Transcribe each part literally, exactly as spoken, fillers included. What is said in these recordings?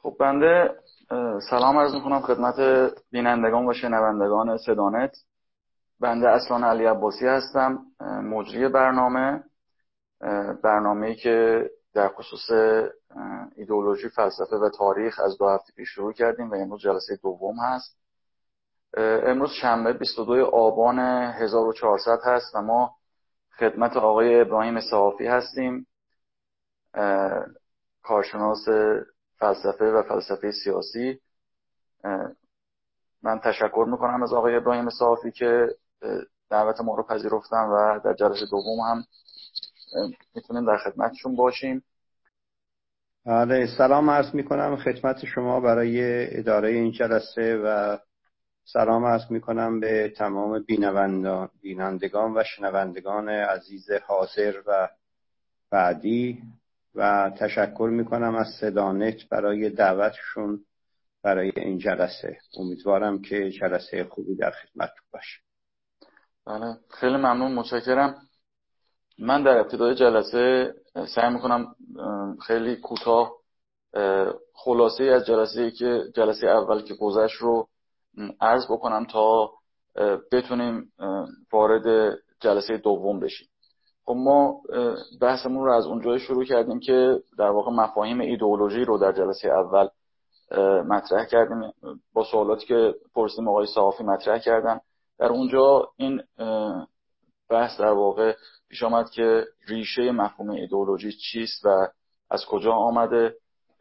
خب بنده سلام عرض میکنم خدمت بینندگان و شنوندگان صدانت. بنده اصلان علی عباسی هستم، مجری برنامه برنامه‌ای که در خصوص ایدئولوژی، فلسفه و تاریخ از دو هفته پیش شروع کردیم و امروز جلسه دوم هست. امروز شنبه بیست و دو آبان هزار و چهارصد هست و ما خدمت آقای ابراهیم صحافی هستیم، کارشناس فلسفه و فلسفه سیاسی. من تشکر میکنم از آقای ابراهیم صحافی که دعوت ما رو پذیرفتن و در جلسه دوم هم میتونیم در خدمتشون باشیم. بله، سلام عرض میکنم خدمت شما برای اداره این جلسه و سلام عرض میکنم به تمام بینندگان و شنوندگان عزیز حاضر و بعدی و تشکر میکنم از صدانت برای دعوتشون برای این جلسه. امیدوارم که جلسه خوبی در خدمت باشه. بله، خیلی ممنون، متشکرم. من در ابتدای جلسه سعی میکنم خیلی کوتاه خلاصه از جلسه‌ای که جلسه اول که گذشت رو عرض بکنم تا بتونیم وارد جلسه دوم بشیم. خب ما بحثمون رو از اونجای شروع کردیم که در واقع مفاهیم ایدئولوژی رو در جلسه اول مطرح کردیم، با سوالاتی که پرسیدیم آقای صحافی مطرح کردن. در اونجا این بحث در واقع پیش آمد که ریشه مفهوم ایدئولوژی چیست و از کجا آمده.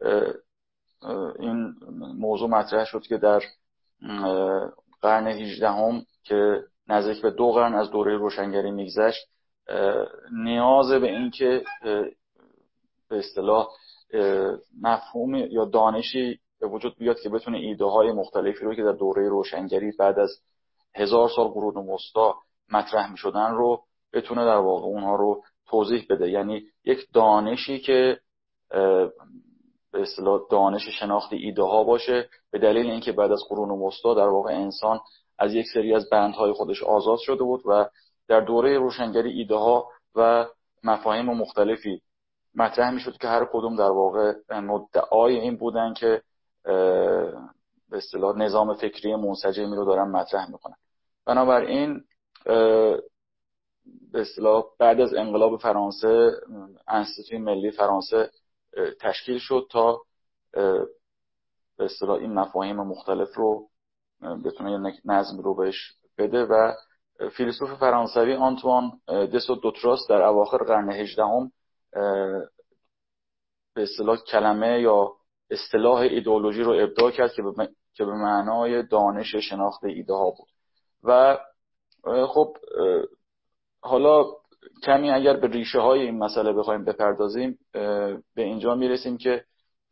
این موضوع مطرح شد که در قرن هجدهم که نزدیک به دو قرن از دوره روشنگری میگذشت، نیاز به این که به اصطلاح مفهوم یا دانشی به وجود بیاد که بتونه ایده های مختلفی رو که در دوره روشنگری بعد از هزار سال قرون وسطا مطرح می شدن رو بتونه در واقع اونها رو توضیح بده. یعنی یک دانشی که به اصطلاح دانش شناخت ایده ها باشه، به دلیل اینکه بعد از قرون وسطا در واقع انسان از یک سری از بندهای خودش آزاد شده بود و در دوره روشنگری ایده ها و مفاهیم مختلفی مطرح می شد که هر کدوم در واقع مدعای این بودن که به اصطلاح نظام فکری منسجمی رو دارن مطرح میکنن. بنابراین به اصطلاح بعد از انقلاب فرانسه انستیتوی ملی فرانسه تشکیل شد تا به اصطلاح این مفاهیم مختلف رو بتونه نظم رو بهش بده و فیلسوف فرانسوی آنتوان د سوت دوتراس در اواخر قرن هجدهم به اصطلاح کلمه یا اصطلاح ایدئولوژی رو ابداع کرد که به که به معنای دانش شناخت ایده ها بود. و خب حالا کمی اگر به ریشه های این مسئله بخوایم بپردازیم، به اینجا میرسیم که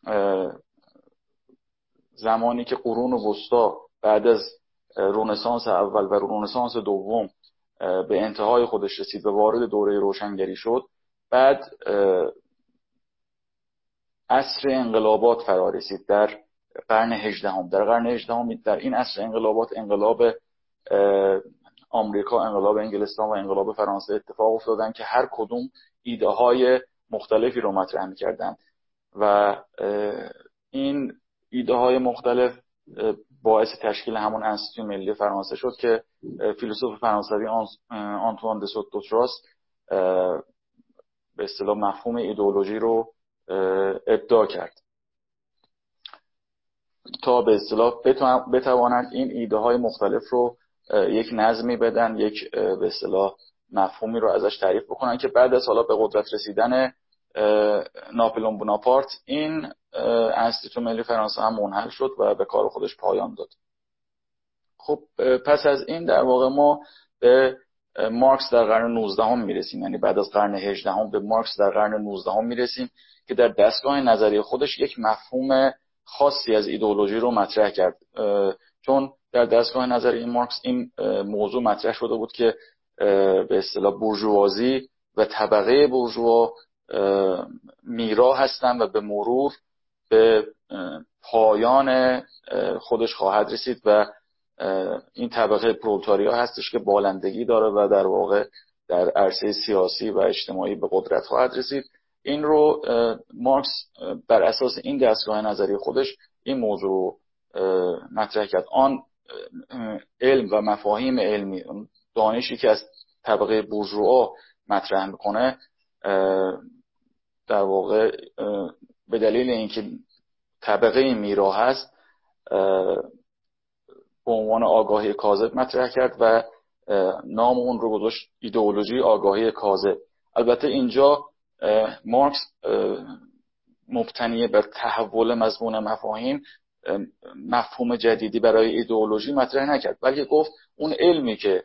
زمانی که قرون وسطا بعد از رنسانس اول و رنسانس دوم به انتهای خودش رسید و وارد دوره روشنگری شد، بعد عصر انقلابات فرا رسید در قرن هجدهم. در قرن هجدهم در این عصر انقلابات، انقلاب آمریکا، انقلاب انگلستان و انقلاب فرانسه اتفاق افتادن که هر کدوم ایده های مختلفی رو مطرح می‌کردند و این ایده های مختلف باعث تشکیل همون انستیتوی ملی فرانسه شد که فیلسوف فرانسوی آنتوان د سوت دوتراس به اصطلاح مفهوم ایدئولوژی رو ابداع کرد تا به اصطلاح بتوانند این ایده های مختلف رو یک نظمی بدن، یک به اصطلاح مفهومی رو ازش تعریف بکنن که بعد از حالا به قدرت رسیدن ناپلئون بوناپارت این انستیتو ملی فرانسه هم منحل شد و به کار خودش پایان داد. خب پس از این در واقع ما به مارکس در قرن نوزدهم میرسیم، یعنی بعد از قرن هجدهم به مارکس در قرن نوزدهم میرسیم که در دستگاه نظری خودش یک مفهوم خاصی از ایدئولوژی رو مطرح کرد. چون در دستگاه نظری مارکس این موضوع مطرح شده بود که به اصطلاح بورژوازی و طبقه بورژوا میرا هستند و به مرور به پایان خودش خواهد رسید و این طبقه پرولتاریا هستش که بالندگی داره و در واقع در عرصه سیاسی و اجتماعی به قدرت خواهد رسید این رو مارکس بر اساس این دستگاه نظری خودش این موضوع رو مطرح کرد. آن علم و مفاهیم علمی، دانشی که از طبقه بورژوا مطرح میکنه، در واقع به دلیل اینکه طبقه میرا هست به عنوان آگاهی کاذب مطرح کرد و نام اون رو گذاشت ایدئولوژی آگاهی کاذب. البته اینجا مارکس مبتنی بر تحول مضمون مفاهیم مفهوم جدیدی برای ایدئولوژی مطرح نکرد، بلکه گفت اون علمی که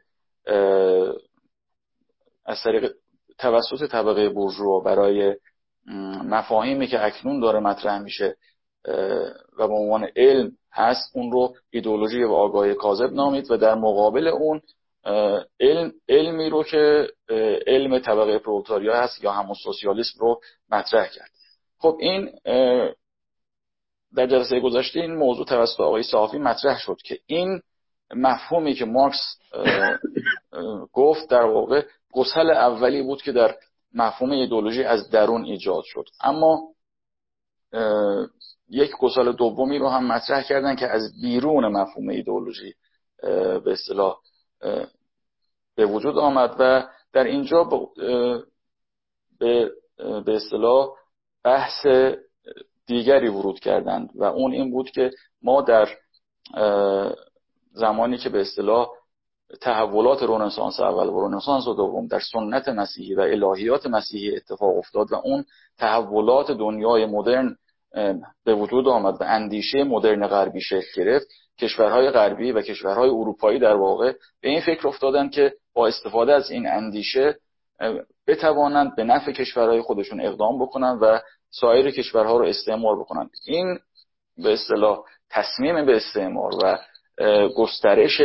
از طریق توسط طبقه بورژوا برای مفاهیمی که اکنون داره مطرح میشه و به عنوان علم هست، اون رو ایدئولوژی و آگاهی کاذب نامید و در مقابل اون علم علمی رو که علم طبقه پرولتاریا هست یا همون سوسیالیسم رو مطرح کرد. خب این در جلسه گذشته این موضوع توسط آقای صافی مطرح شد که این مفهومی که مارکس گفت در واقع گسل اولی بود که در مفهوم ایدئولوژی از درون ایجاد شد، اما یک گسل دومی رو هم مطرح کردن که از بیرون مفهوم ایدئولوژی به اصطلاح به وجود آمد و در اینجا به به اصطلاح بحث دیگری ورود کردند و اون این بود که ما در زمانی که به اصطلاح تحولات رنسانس اول و رنسانس دوم در سنت مسیحی و الهیات مسیحی اتفاق افتاد و اون تحولات دنیای مدرن به وجود آمد و اندیشه مدرن غربی شکل گرفت، کشورهای غربی و کشورهای اروپایی در واقع به این فکر افتادند که با استفاده از این اندیشه بتوانند به نفع کشورهای خودشون اقدام بکنن و سایر کشورها رو استعمار بکنن. این به اصطلاح تصمیم به استعمار و گسترش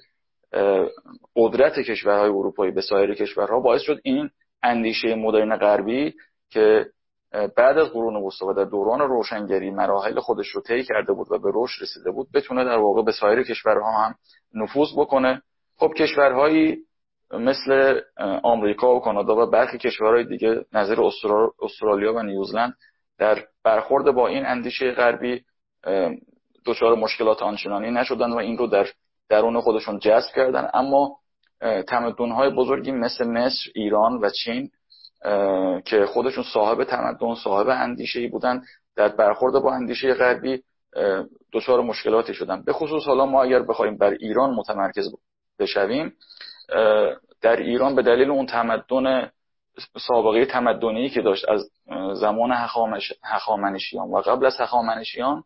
قدرت کشورهای اروپایی به سایر کشورها باعث شد این اندیشه مدرن غربی که بعد از قرون وسطی و در دوران روشنگری مراحل خودش رو طی کرده بود و به رشد رسیده بود بتونه در واقع به سایر کشورها هم نفوذ بکنه. خب کشورهایی مثل آمریکا و کانادا و برخی کشورهای دیگه نظیر استرالیا و نیوزلند در برخورد با این اندیشه غربی دچار مشکلات آنچنانی نشدن و این رو در درون خودشون جذب کردن، اما تمدن‌های بزرگی مثل مصر، ایران و چین که خودشون صاحب تمدن، صاحب اندیشه‌ای بودن، در برخورد با اندیشه غربی دچار مشکلاتی شدن. به خصوص حالا ما اگر بخوایم بر ایران متمرکز بشویم، در ایران به دلیل اون تمدن سابقه تمدنی که داشت از زمان هخامنشیان و قبل از هخامنشیان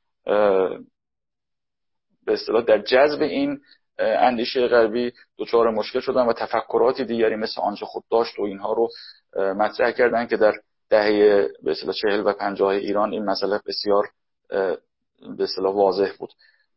به اصطلاح در جذب این اندیشه غربی دچار مشکل شدن و تفکراتی دیگری مثل آنچه خود داشت و اینها رو مطرح کردن که در دهه به اصطلاح چهل و پنجاه ایران این مسئله بسیار به اصطلاح واضح بود.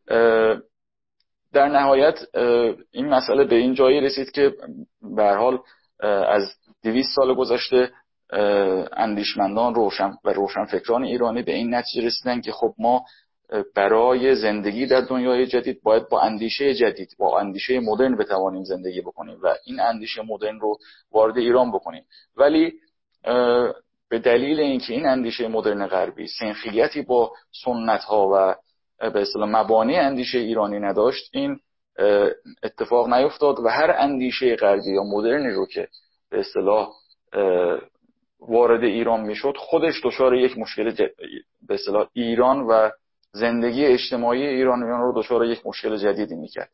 در نهایت این مسئله به این جایی رسید که به هر حال از دویست سال گذشته اندیشمندان روشن و روشنفکران ایرانی به این نتیجه رسیدن که خب ما برای زندگی در دنیای جدید باید با اندیشه جدید، با اندیشه مدرن بتوانیم زندگی بکنیم و این اندیشه مدرن رو وارد ایران بکنیم. ولی به دلیل اینکه این اندیشه مدرن غربی سنخیتی با سنت ها و به اصطلاح مبانی اندیشه ایرانی نداشت، این اتفاق نیفتاد و هر اندیشه غربی یا مدرنی رو که به اصطلاح وارد ایران میشد خودش دچار یک مشکل جد... به اصطلاح ایران و زندگی اجتماعی ایرانیان رو دچار یک مشکل جدیدی میکرد.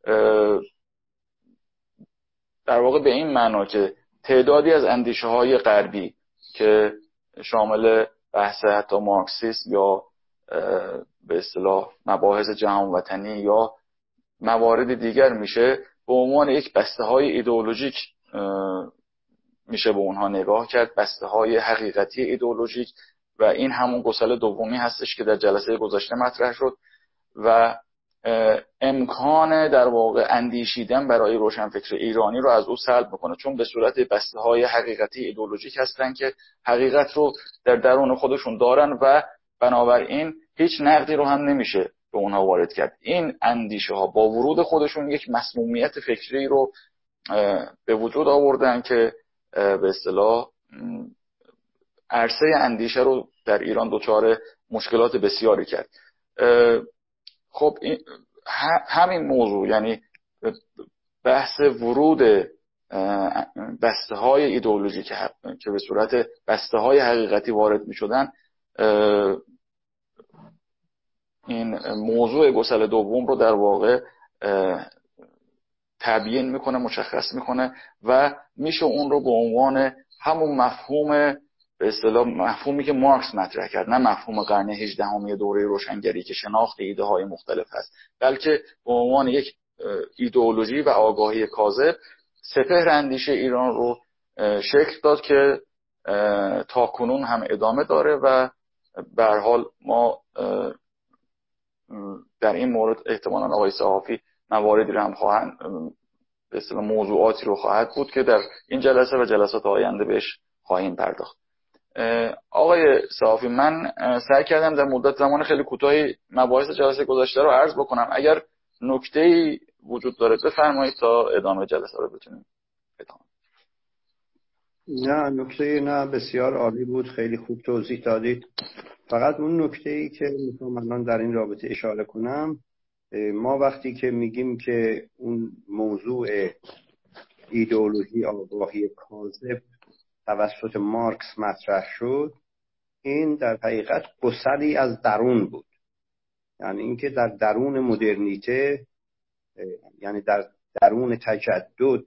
در واقع به این معنا که تعدادی از اندیشه های غربی که شامل بحث حتی مارکسیسم یا به اصطلاح مباحث جهان وطنی یا موارد دیگر میشه، به عنوان یک بسته های ایدئولوژیک میشه به اونها نگاه کرد، بسته های حقیقتی ایدئولوژیک، و این همون گسل دومی هستش که در جلسه گذشته مطرح شد و امکان در واقع اندیشیدن برای روشنفکر ایرانی رو از او سلب میکنه، چون به صورت بسته های حقیقتی ایدئولوژیک هستن که حقیقت رو در درون خودشون دارن و بنابراین هیچ نقدی رو هم نمیشه به اونها وارد کرد. این اندیشه ها با ورود خودشون یک مسمومیت فکری رو به وجود آوردن که به اصطلاح عرصه اندیشه رو در ایران دچار مشکلات بسیاری کرد. خب همین موضوع، یعنی بحث ورود بسته های ایدئولوژی که به صورت بسته های حقیقتی وارد می شدن، این موضوع گسل دوم رو در واقع تبیین میکنه، مشخص میکنه و میشه اون رو به عنوان همون مفهوم، به اصطلاح مفهومی که مارکس مطرح کرد، نه مفهوم قرن هجدهم دوره روشنگری که شناخت ایده های مختلف هست، بلکه به عنوان یک ایدئولوژی و آگاهی کاذب سپهر اندیشه ایران رو شکل داد که تا کنون هم ادامه داره و به هر حال ما در این مورد احتمالاً آقای صحافی مواردی رو هم خواهند، به اصطلاح موضوعاتی رو خواهد بود که در این جلسه و جلسات آینده بهش خواهیم پرداخت. آقای صحافی، من سعی کردم در مدت زمان خیلی کوتاهی مباحث جلسه گذشته رو عرض بکنم. اگر نکته‌ای وجود داره بفرمایید تا ادامه جلسه رو بتونیم ادامه. نه نکته نه، بسیار عالی بود، خیلی خوب توضیح دادید. فقط اون نکته‌ای که میخوام الان در این رابطه اشاره کنم، ما وقتی که میگیم که اون موضوع ایدئولوژی آگاهی کاذب توسط مارکس مطرح شد، این در حقیقت گسلی از درون بود. یعنی اینکه در درون مدرنیته، یعنی در درون تجدد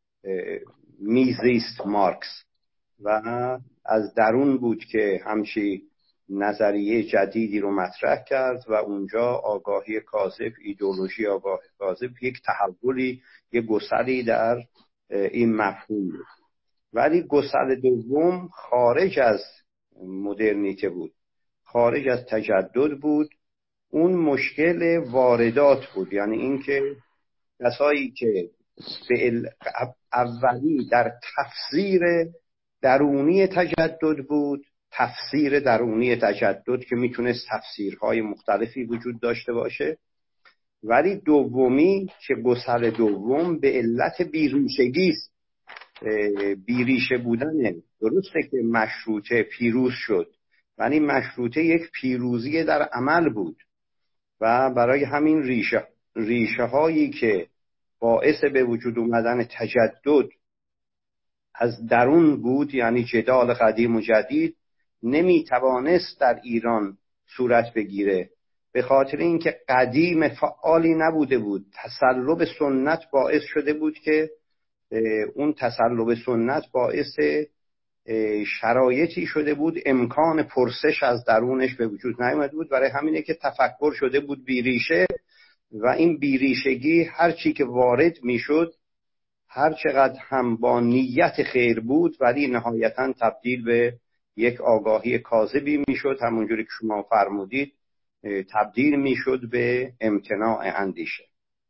میزیست مارکس و از درون بود که همچی نظریه جدیدی رو مطرح کرد و اونجا آگاهی کاذب، ایدئولوژی آگاهی کاذب یک تحولی، یک گسلی در این مفهوم بود. ولی گسل دوم خارج از مدرنیته بود، خارج از تجدد بود. اون مشکل واردات بود، یعنی اینکه کسایی که به اولی در تفسیر درونی تجدد بود، تفسیر درونی تجدد که میتونست تفسیرهای مختلفی وجود داشته باشه، ولی دومی که گسل دوم به علت بیریشگی است، بیریشه بودنه. درسته که مشروطه پیروز شد، ولی مشروطه یک پیروزی در عمل بود و برای همین ریشه ریشه هایی که باعث به وجود اومدن تجدد از درون بود، یعنی جدال قدیم و جدید، نمیتوانست در ایران صورت بگیره، به خاطر اینکه قدیم فعالی نبوده بود. تسلب سنت باعث شده بود که اون تسلب سنت باعث شرایطی شده بود امکان پرسش از درونش به وجود نیامده بود. برای همینه که تفکر شده بود بیریشه و این بیریشگی هر چی که وارد میشد، هر چقدر هم با نیت خیر بود، ولی نهایتا تبدیل به یک آگاهی کاذبی میشد. همونجوری که شما فرمودید، تبدیل میشد به امتناع اندیشه.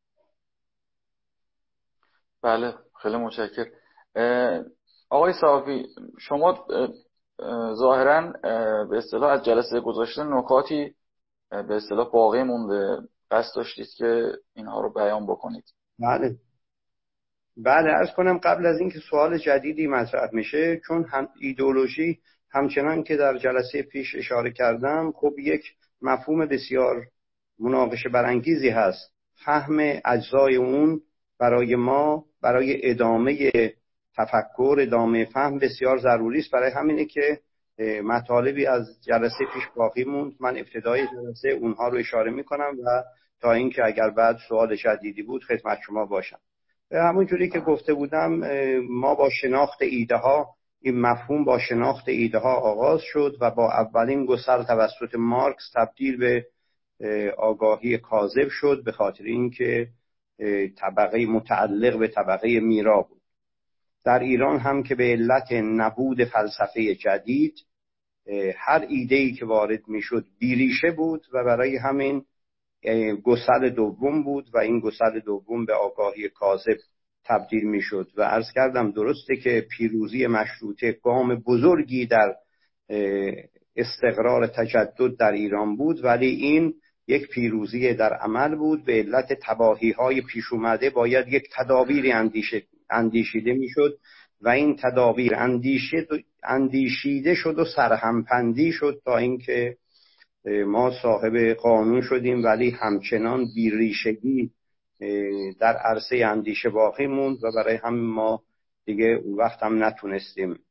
بله، خیلی متشکرم. آقای صحافی، شما ظاهراً به اصطلاح از جلسه گذشته نکاتی به اصطلاح باقی مونده، قصد داشتید که اینها رو بیان بکنید. بله بله عرض کنم قبل از اینکه سوال جدیدی مطرح میشه، چون هم ایدئولوژی همچنان که در جلسه پیش اشاره کردم، خب یک مفهوم بسیار مناقشه برانگیزی هست. فهم اجزای اون برای ما، برای ادامه تفکر، ادامه فهم بسیار ضروری است. برای همینه که مطالبی از جلسه پیش باقی موند. من ابتدای جلسه اونها رو اشاره میکنم و تا اینکه اگر بعد سوال جدیدی بود خدمت شما باشم. همونجوری که گفته بودم، ما با شناخت ایده ها، این مفهوم با شناخت ایده ها آغاز شد و با اولین گسل توسط مارکس تبدیل به آگاهی کاذب شد، به خاطر اینکه طبقه متعلق به طبقه میرا بود. در ایران هم که به علت نبود فلسفه جدید، هر ایده‌ای که وارد میشد بیریشه بود و برای همین گسل دوم بود و این گسل دوم به آگاهی کاذب تبدیل میشد. و عرض کردم درسته که پیروزی مشروطه گام بزرگی در استقرار تجدد در ایران بود، ولی این یک پیروزی در عمل بود. به علت تباهی های پیش اومده باید یک تدابیری اندیشه اندیشیده میشد و این تدابیر اندیشیده شد و سرهمپندی شد تا اینکه ما صاحب قانون شدیم، ولی همچنان بیریشگی در عرصه اندیشه باقی موند و برای همین ما دیگه اون وقت هم نتونستیم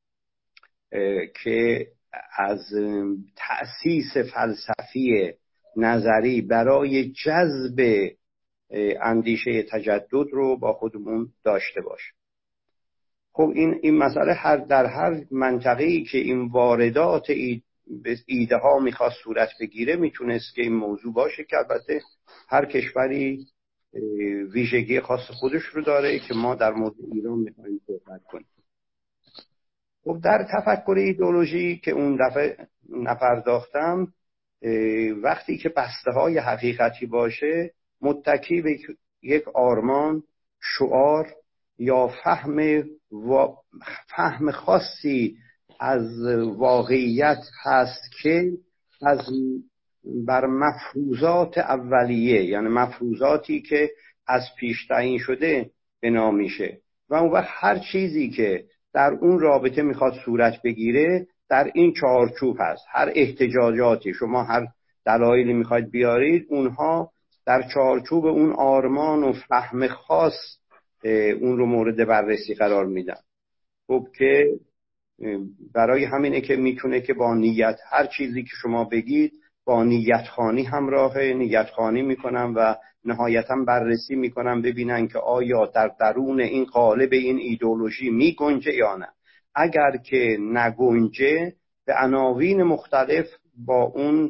که از تأسیس فلسفی نظری برای جذب اندیشه تجدد رو با خودمون داشته باشیم. خب این این مسئله هر در هر منطقه‌ای که این واردات ایده ها میخواست صورت بگیره میتونست که این موضوع باشه که البته هر کشوری ویژگی خاص خودش رو داره که ما در مورد ایران میخوایم صحبت کنیم. خب در تفکر ایدئولوژی که اون دفعه نپرداختم، وقتی که بسته های حقیقتی باشه متکی به یک آرمان، شعار یا فهم و فهم خاصی از واقعیت هست که از بر مفروضات اولیه، یعنی مفروضاتی که از پیش تعیین شده بنا میشه و اون وقت هر چیزی که در اون رابطه میخواد صورت بگیره در این چارچوب هست. هر احتجاجاتی شما هر دلایلی میخواید بیارید، اونها در چارچوب اون آرمان و فهم خاص اون رو مورد بررسی قرار میدن. خب که برای همینه که میتونه که با نیت هر چیزی که شما بگید با نیت خوانی همراهه، نیت خوانی میکنن و نهایتا بررسی میکنن ببینن که آیا در درون این قالب این ایدئولوژی میگنجه یا نه. اگر که نگنجه به عناوین مختلف با اون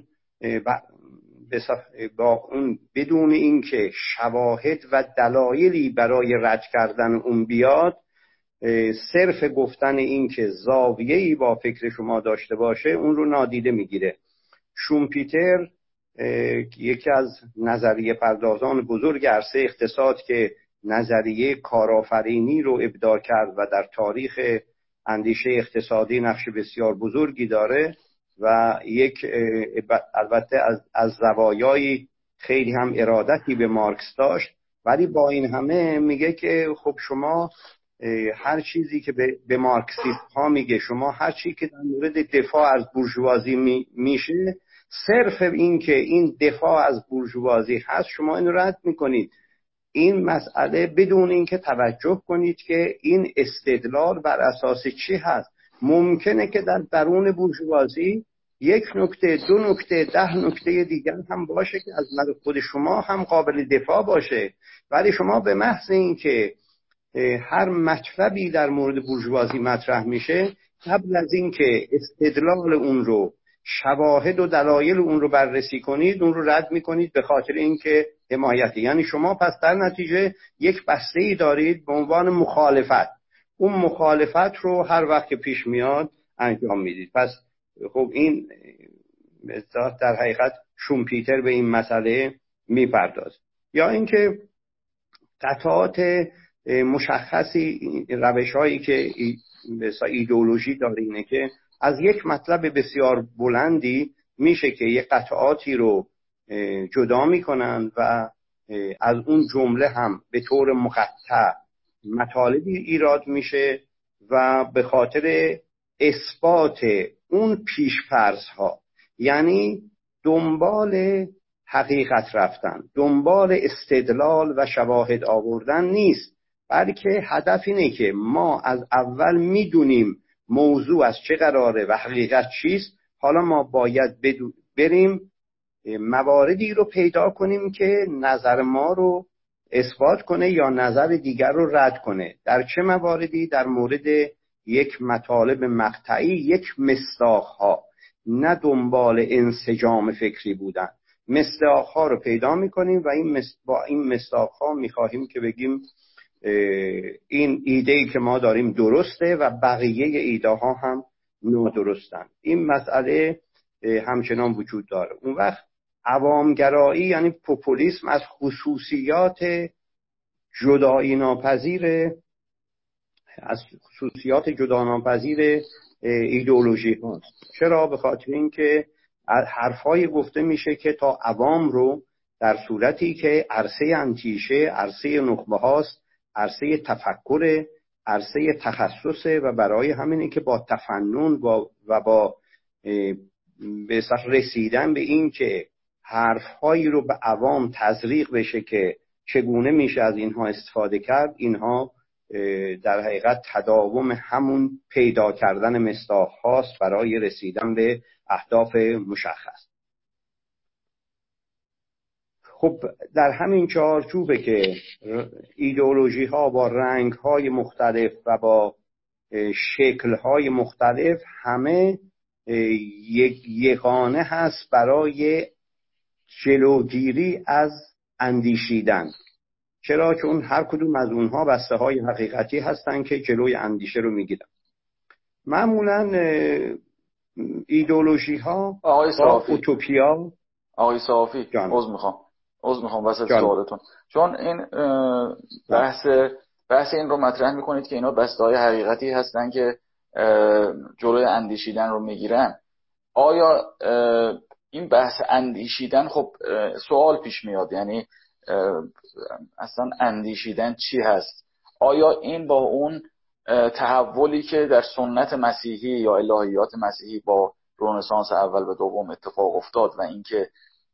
با اون بدون اینکه شواهد و دلایلی برای رد کردن اون بیاد، صرف گفتن این که زاویه‌ای با فکر شما داشته باشه اون رو نادیده میگیره. شومپیتر یکی از نظریه پردازان بزرگ عرصه اقتصاد که نظریه کارآفرینی رو ابداع کرد و در تاریخ اندیشه اقتصادی نقش بسیار بزرگی داره و یک البته از, از زوایای خیلی هم ارادتی به مارکس داشت، ولی با این همه میگه که خب شما هر چیزی که به, به مارکسیست ها میگه، شما هر چیزی که در مورد دفاع از بورژوازی می، میشه صرف این که این دفاع از بورژوازی هست شما این رد میکنید. این مسئله بدون اینکه توجه کنید که این استدلال بر اساس چی هست. ممکنه که در درون بورژوازی یک نکته، دو نکته، ده نکته دیگر هم باشه که از نظر خود شما هم قابل دفاع باشه، ولی شما به محض اینکه هر مطلبی در مورد بورژوازی مطرح میشه قبل از اینکه استدلال اون رو، شواهد و دلایل اون رو بررسی کنید اون رو رد میکنید به خاطر اینکه حمایتی. یعنی شما پس در نتیجه یک بسته‌ای دارید به عنوان مخالفت، اون مخالفت رو هر وقت که پیش میاد انجام میدید. پس خب این در حقیقت شومپیتر به این مسئله میپردازه. یا اینکه قطعات مشخصی روش هایی که ایدئولوژی داره اینه که از یک مطلب بسیار بلندی میشه که یک قطعاتی رو جدا میکنن و از اون جمله هم به طور مقطع مطالبی ایراد میشه و به خاطر اثبات اون پیش‌فرض ها، یعنی دنبال حقیقت رفتن، دنبال استدلال و شواهد آوردن نیست، بلکه هدف اینه که ما از اول میدونیم موضوع از چه قراره و حقیقت چیست. حالا ما باید بریم مواردی رو پیدا کنیم که نظر ما رو اثبات کنه یا نظر دیگر رو رد کنه. در چه مواردی؟ در مورد یک مطالب مقطعی، یک مصداق‌ها، نه دنبال انسجام فکری بودن. مصداق‌ها رو پیدا می‌کنیم و این با این مصداق‌ها می‌خواهیم که بگیم این ایده‌ای که ما داریم درسته و بقیه ایده‌ها هم نادرستن. این مسئله همچنان وجود داره. اون وقت عوامگرایی یعنی پوپولیسم از خصوصیات جدایی ناپذیر از خصوصیات جدا ناپذیر ایدئولوژی هاست. چرا؟ به خاطر اینکه حرفای گفته میشه که تا عوام رو در صورتی که عرصه اندیشه، عرصه نخبه هاست، عرصه تفکر، عرصه تخصصه و برای همینه که با تفنن با و با به رسیدن به این که حرفهایی رو به عوام تزریق بشه که چگونه میشه از اینها استفاده کرد، اینها در حقیقت تداوم همون پیدا کردن مصداق هاست برای رسیدن به اهداف مشخص. خب در همین چارچوبه که ایدئولوژی ها با رنگ های مختلف و با شکل های مختلف همه یک یگانه هست برای جلوگیری از اندیشیدن. چرا؟ چون هر کدوم از اونها بسته های حقیقتی هستن که جلوی اندیشه رو میگیرن. معمولا ایدئولوژی ها آقای صافی اوتوپیا آقای صافی عذر میخوام عذر میخوام واسه سوالتون، چون این بحث بحث این رو مطرح میکنید که اینا بسته های حقیقتی هستن که جلوی اندیشیدن رو میگیرن. آیا این بحث اندیشیدن، خب سوال پیش میاد، یعنی اصلا اندیشیدن چی هست؟ آیا این با اون تحولی که در سنت مسیحی یا الهیات مسیحی با رنسانس اول و دوم اتفاق افتاد و اینکه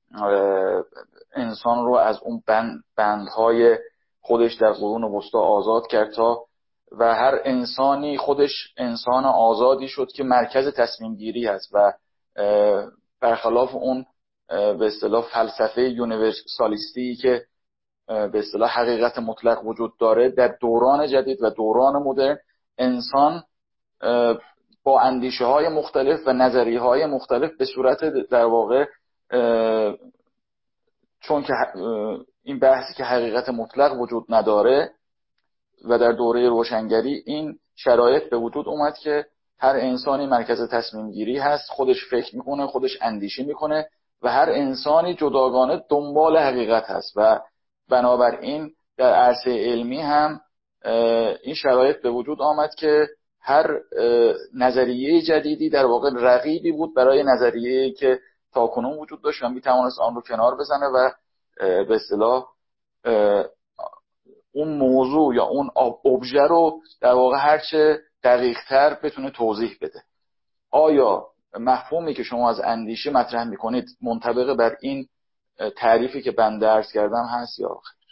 انسان رو از اون بند بندهای خودش در قرون وسطا آزاد کرد تا و هر انسانی خودش انسان آزادی شد که مرکز تصمیم گیری هست و برخلاف اون به اصطلاح فلسفه یونیورسالیستی که به اصطلاح حقیقت مطلق وجود داره، در دوران جدید و دوران مدرن انسان با اندیشه های مختلف و نظریه های مختلف به صورت در واقع، چون که این بحثی که حقیقت مطلق وجود نداره و در دوره روشنگری این شرایط به وجود اومد که هر انسانی مرکز تصمیم گیری هست، خودش فکر میکنه، خودش اندیشه میکنه و هر انسانی جداگانه دنبال حقیقت هست و بنابراین در عرصه علمی هم این شرایط به وجود آمد که هر نظریه جدیدی در واقع رقیبی بود برای نظریه‌ای که تاکنون وجود داشت و میتوانست آن رو کنار بزنه و به اصطلاح اون موضوع یا اون ابژه رو در واقع هرچه دقیق‌تر بتونه توضیح بده. آیا مفهومی که شما از اندیشه مطرح میکنید منطبق بر این تعریفی که بنده عرض کردم هست یا خیر؟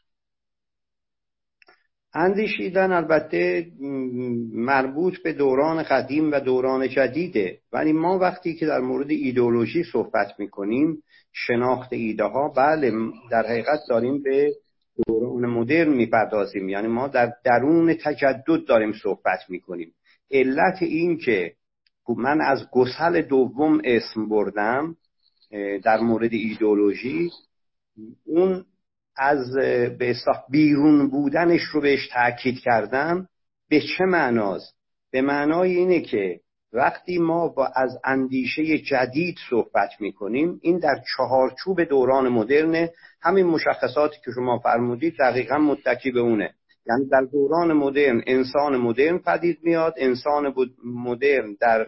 اندیشیدن البته مربوط به دوران قدیم و دوران جدیده، ولی ما وقتی که در مورد ایدئولوژی صحبت میکنیم، شناخت ایده ها، بله در حقیقت داریم به دوران مدرن میپردازیم، یعنی ما در درون تجدد داریم صحبت میکنیم. علت این که من از گسل دوم اسم بردم در مورد ایدئولوژی، اون از به اصطلاح بیرون بودنش رو بهش تاکید کردم. به چه معناست؟ به معنای اینه که وقتی ما با از اندیشه جدید صحبت میکنیم، این در چهارچوب دوران مدرن، همین مشخصاتی که شما فرمودید دقیقا متکی به اونه. یعنی در دوران مدرن انسان مدرن پدید میاد. انسان مدرن در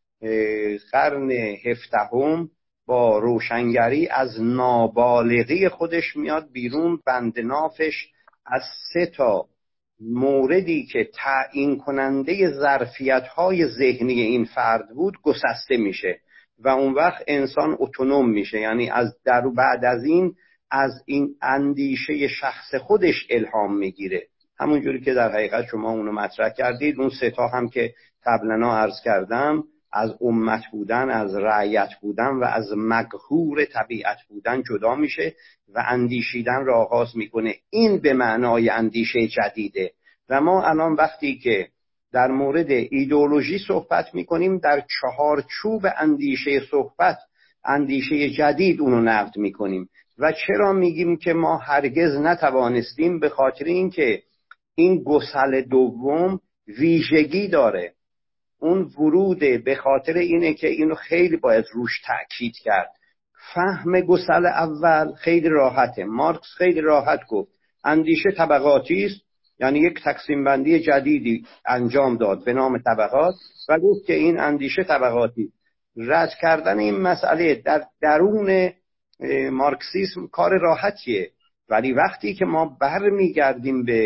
قرن هفدهم با روشنگری از نابالغی خودش میاد بیرون. بند نافش از سه تا موردی که تعیین کننده ظرفیت‌های ذهنی این فرد بود گسسته میشه و اون وقت انسان اتونوم میشه، یعنی از در بعد از این از این اندیشه شخص خودش الهام میگیره، همونجوری که در حقیقت شما اونو مطرح کردید. اون سه تا هم که قبلا عرض کردم، از امت بودن، از رعیت بودن و از مقهور طبیعت بودن جدا میشه و اندیشیدن را آغاز میکنه. این به معنای اندیشه جدیده. و ما الان وقتی که در مورد ایدئولوژی صحبت میکنیم، در چهارچوب اندیشه صحبت اندیشه جدید اونو نقد میکنیم. و چرا میگیم که ما هرگز نتوانستیم؟ به خاطر اینکه این گسل دوم ویژگی داره. اون وروده، به خاطر اینه که اینو خیلی باید روش تأکید کرد. فهم گسل اول خیلی راحته. مارکس خیلی راحت گفت اندیشه طبقاتی است، یعنی یک تقسیم بندی جدیدی انجام داد به نام طبقات و گفت که این اندیشه طبقاتی. رد کردن این مسئله در درون مارکسیسم کار راحتیه، ولی وقتی که ما برمیگردیم به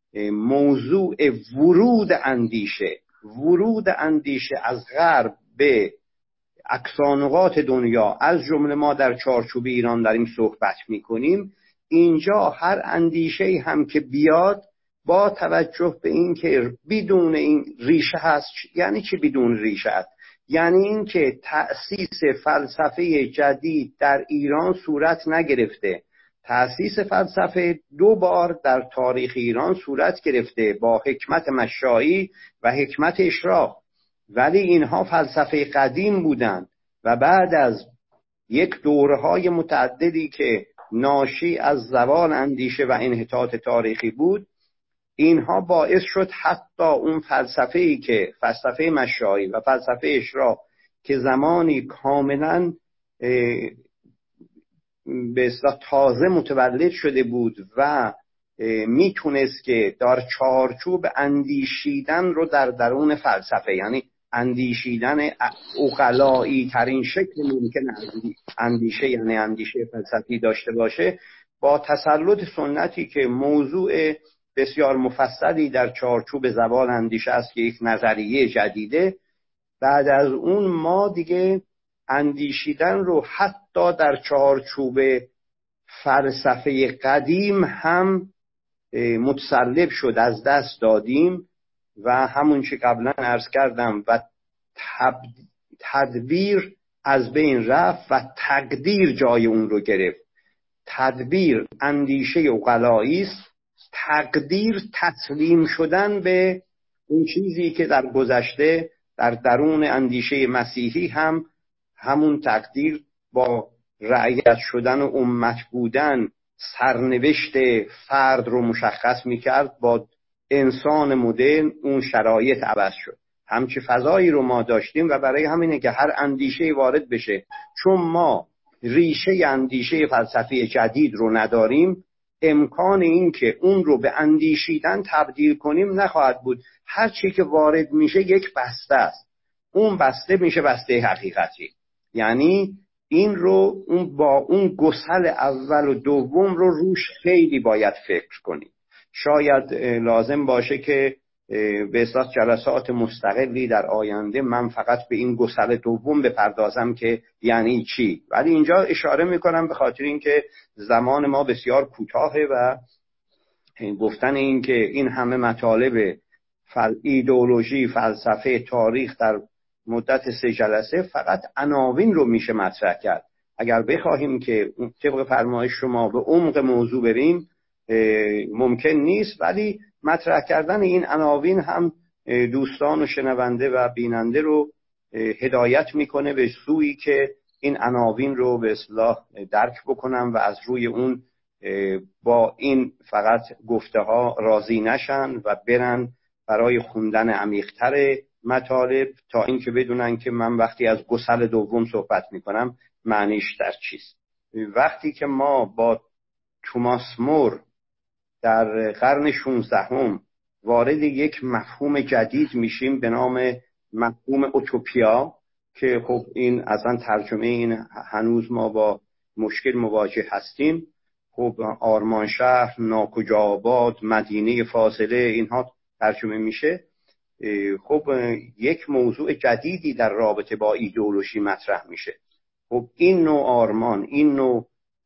موضوع ورود اندیشه ورود اندیشه از غرب به اقصانقاط دنیا، از جمله ما در چارچوب ایران داریم صحبت میکنیم، اینجا هر اندیشه هم که بیاد با توجه به این که بدون این ریشه هست. یعنی چی بدون ریشه هست؟ یعنی این که تأسیس فلسفه جدید در ایران صورت نگرفته. تأسیس فلسفه دو بار در تاریخ ایران صورت گرفته، با حکمت مشایی و حکمت اشراق، ولی اینها فلسفه قدیم بودند و بعد از یک دوره‌های متعددی که ناشی از زوال اندیشه و انحطاط تاریخی بود، اینها باعث شد حتی اون فلسفه‌ای که فلسفه مشایی و فلسفه اشراق که زمانی کاملا به اصطلاح تازه متولد شده بود و میتونست که در چارچوب اندیشیدن رو در درون فلسفه، یعنی اندیشیدن عقلایی ترین شکل ممکن اندیشه، یعنی اندیشه فلسفی داشته باشه، با تسلط سنتی که موضوع بسیار مفصلی در چارچوب زوال اندیشه است که یک نظریه جدیده، بعد از اون ما دیگه اندیشیدن رو حتی در چارچوب فلسفه قدیم هم متسلب شد، از دست دادیم و همون که قبلا عرض کردم و تدبیر از بین رفت و تقدیر جای اون رو گرفت. تدبیر اندیشه عقلایی است، تقدیر تسلیم شدن به اون چیزی که در گذشته در درون اندیشه مسیحی هم همون تقدیر با رعیت شدن و امت بودن سرنوشت فرد رو مشخص میکرد. با انسان مدرن اون شرایط عوض شد، همچه فضایی رو ما داشتیم و برای همینه که هر اندیشه وارد بشه، چون ما ریشه اندیشه فلسفی جدید رو نداریم، امکان این که اون رو به اندیشیدن تبدیل کنیم نخواهد بود. هر چی که وارد میشه یک بسته است، اون بسته میشه بسته حقیقتی. یعنی این رو اون با اون گسل اول و دوم رو روش خیلی باید فکر کنیم. شاید لازم باشه که به اصطلاح جلسات مستقلی در آینده من فقط به این گسل دوم بپردازم که یعنی چی، ولی اینجا اشاره میکنم به خاطر اینکه زمان ما بسیار کوتاهه و گفتن این که این همه مطالب فل... ایدئولوژی، فلسفه، تاریخ در مدت سه جلسه فقط عناوین رو میشه مطرح کرد. اگر بخواهیم که طبق فرمایش شما به عمق موضوع بریم ممکن نیست، ولی مطرح کردن این عناوین هم دوستان و شنونده و بیننده رو هدایت میکنه به سویی که این عناوین رو به اصطلاح درک بکنم و از روی اون با این فقط گفته ها راضی نشن و برن برای خوندن عمیق‌تر مطالب، تا اینکه بدونن که من وقتی از گسل دوم صحبت میکنم معنیش در چیست. وقتی که ما با توماس مور در قرن شانزدهم وارد یک مفهوم جدید میشیم به نام مفهوم اوتوپیا، که خب این اصلا ترجمه این هنوز ما با مشکل مواجه هستیم. خب آرمانشهر، ناکجا آباد، مدینه فاضله، اینها ترجمه میشه. خب یک موضوع جدیدی در رابطه با ایدئولوژی مطرح میشه. خب این نوع آرمان، این نوع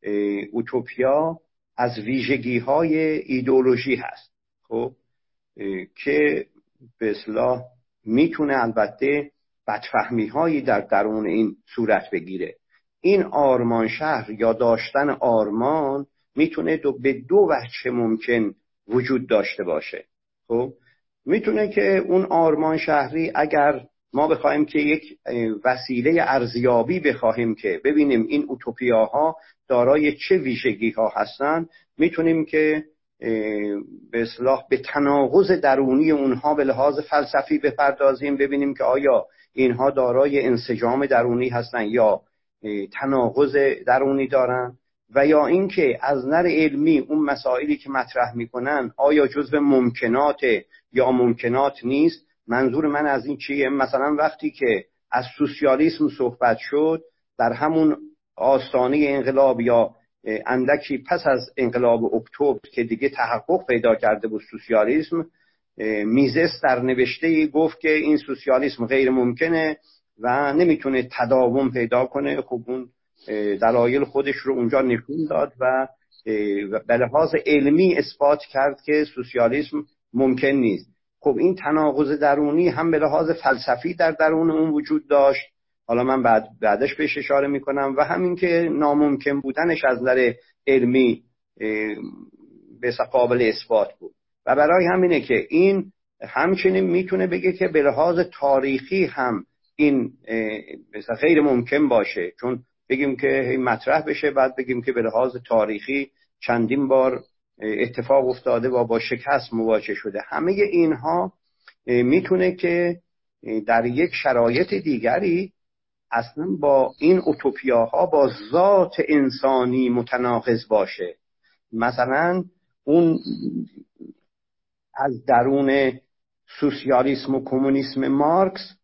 اوتوپیا از ویژگی های ایدئولوژی هست، خب که به اصطلاح میتونه البته بدفهمی هایی در درون این صورت بگیره. این آرمان شهر یا داشتن آرمان میتونه دو به دو وجه ممکن وجود داشته باشه. خب میتونه که اون آرمان شهری اگر ما بخوایم که یک وسیله ارزیابی بخواهیم که ببینیم این اوتوپیاها دارای چه ویژگی ها هستن، میتونیم که به اصطلاح به تناقض درونی اونها به لحاظ فلسفی بپردازیم، ببینیم که آیا اینها دارای انسجام درونی هستن یا تناقض درونی دارن، و یا اینکه از نظر علمی اون مسائلی که مطرح میکنن آیا جزو ممکنات یا ممکنات نیست. منظور من از این چیه؟ مثلا وقتی که از سوسیالیسم صحبت شد، در همون آستانه انقلاب یا اندکی پس از انقلاب اکتبر که دیگه تحقق پیدا کرده بود سوسیالیسم، میزس در نوشته گفت که این سوسیالیسم غیر ممکنه و نمیتونه تداوم پیدا کنه. خب اون دلایل خودش رو اونجا نشون داد و به لحاظ علمی اثبات کرد که سوسیالیسم ممکن نیست. خب این تناقض درونی هم به لحاظ فلسفی در درون اون وجود داشت، حالا من بعد بعدش بهش اشاره میکنم، و همین که ناممکن بودنش از نظر علمی به قابل اثبات بود. و برای همینه که این همچنین میتونه بگه که به لحاظ تاریخی هم این مثلا غیر ممکن باشه، چون بگیم که این مطرح بشه بعد بگیم که به لحاظ تاریخی چندین بار اتفاق افتاده و با شکست مواجه شده. همه اینها میتونه که در یک شرایط دیگری اصلا با این اوتوپیاها با ذات انسانی متناقض باشه. مثلا اون از درون سوسیالیسم و کمونیسم مارکس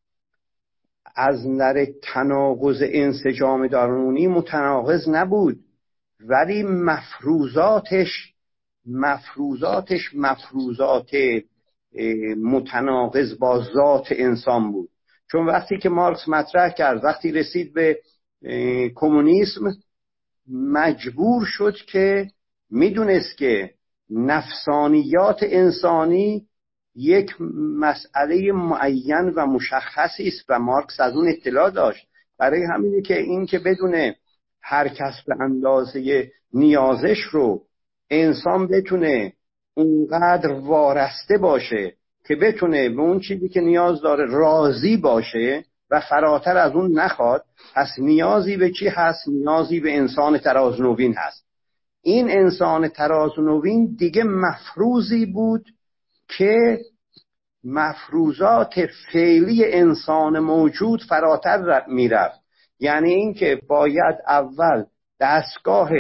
از نظر تناقض انسجام درونی متناقض نبود، ولی مفروضاتش مفروضاتش مفروضات متناقض با ذات انسان بود. چون وقتی که مارکس مطرح کرد، وقتی رسید به کمونیسم، مجبور شد که میدونست که نفسانیات انسانی یک مسئله معین و مشخصی است و مارکس از اون اطلاع داشت. برای همینه که این که بدون هر کس به اندازه نیازش رو انسان بتونه اونقدر وارسته باشه که بتونه به اون چیزی که نیاز داره راضی باشه و فراتر از اون نخواد، پس نیازی به چی هست؟ نیازی به انسان ترازنوین هست. این انسان ترازنوین دیگه مفروضی بود که مفروضات فعلی انسان موجود فراتر میرفت. یعنی این که باید اول دستگاه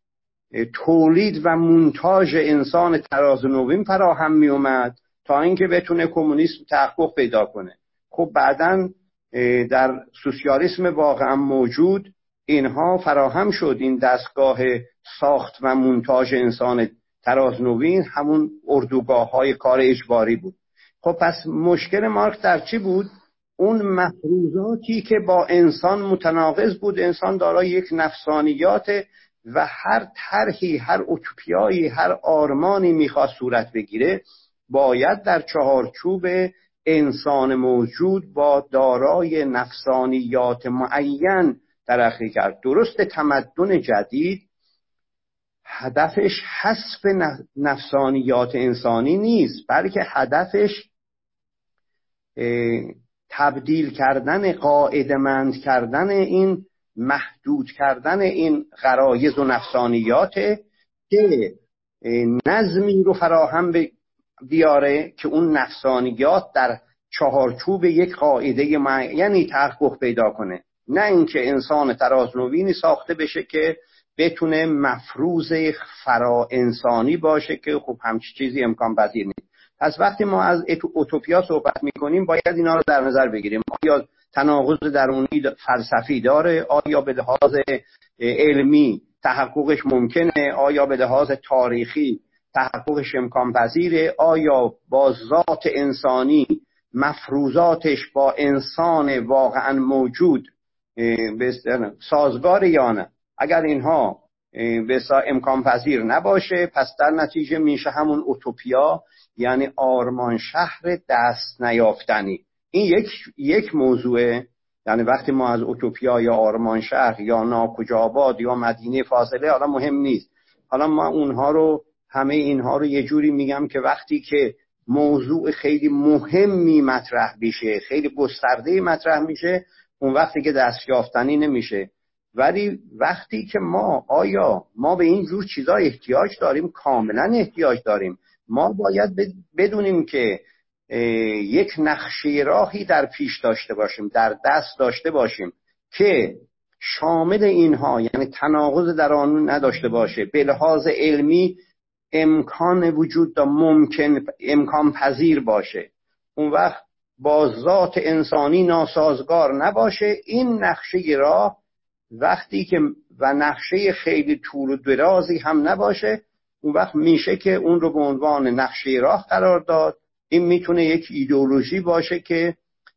تولید و مونتاژ انسان ترازنوین فراهم می اومد تا اینکه بتونه کمونیسم تحقق پیدا کنه. خب بعداً در سوسیالیسم واقعا موجود اینها فراهم شد، این دستگاه ساخت و مونتاژ انسان ترازنوین همون اردوگاه های کار اجباری بود. خب پس مشکل مارکس در چی بود؟ اون مفروضاتی که با انسان متناقض بود. انسان دارای یک نفسانیات و هر طرحی، هر اوتوپیایی، هر آرمانی میخواست صورت بگیره باید در چهارچوب انسان موجود با دارای نفسانیات معین ترقی کرد. درست تمدن جدید هدفش حذف نفسانیات انسانی نیست، بلکه هدفش تبدیل کردن، قاعده‌مند کردن این، محدود کردن این غرایز و نفسانیات که نظمی رو فراهم بیاره که اون نفسانیات در چهارچوب یک قاعده معینی تحقق پیدا کنه، نه اینکه انسان ترازنوینی ساخته بشه که بتونه مفروض فرا انسانی باشه که خب همچی چیزی امکان پذیر نیست. پس وقتی ما از اوتوپیا صحبت میکنیم باید اینا رو در نظر بگیریم. آیا تناقض درونی فلسفی داره؟ آیا به لحاظ علمی تحققش ممکنه؟ آیا به لحاظ تاریخی تحققش امکان پذیره؟ آیا با ذات انسانی مفروضاتش با انسان واقعا موجود سازگار یا نه؟ اگر اینها به امکان پذیر نباشه پس در نتیجه میشه همون اوتوپیا، یعنی آرمان شهر دست نیافتنی. این یک یک موضوعه. یعنی وقتی ما از اوتوپیا یا آرمان شهر یا ناکجاباد یا مدینه فاضله، حالا مهم نیست، حالا ما اونها رو همه اینها رو یه جوری میگم که وقتی که موضوع خیلی مهمی مطرح بشه، خیلی گسترده مطرح میشه، اون وقتی که دست یافتنی نمیشه. ولی وقتی که ما آیا ما به این جور چیزا احتیاج داریم؟ کاملا احتیاج داریم. ما باید بدونیم که یک نقشه راهی در پیش داشته باشیم، در دست داشته باشیم که شامل اینها، یعنی تناقض در آن نداشته باشه، به لحاظ علمی امکان وجود دا ممکن امکان پذیر باشه، اون وقت با ذات انسانی ناسازگار نباشه. این نقشه راه وقتی که و نقشه خیلی طول و درازی هم نباشه، اون وقت میشه که اون رو به عنوان نقشه راه قرار داد. این میتونه یک ایدئولوژی باشه که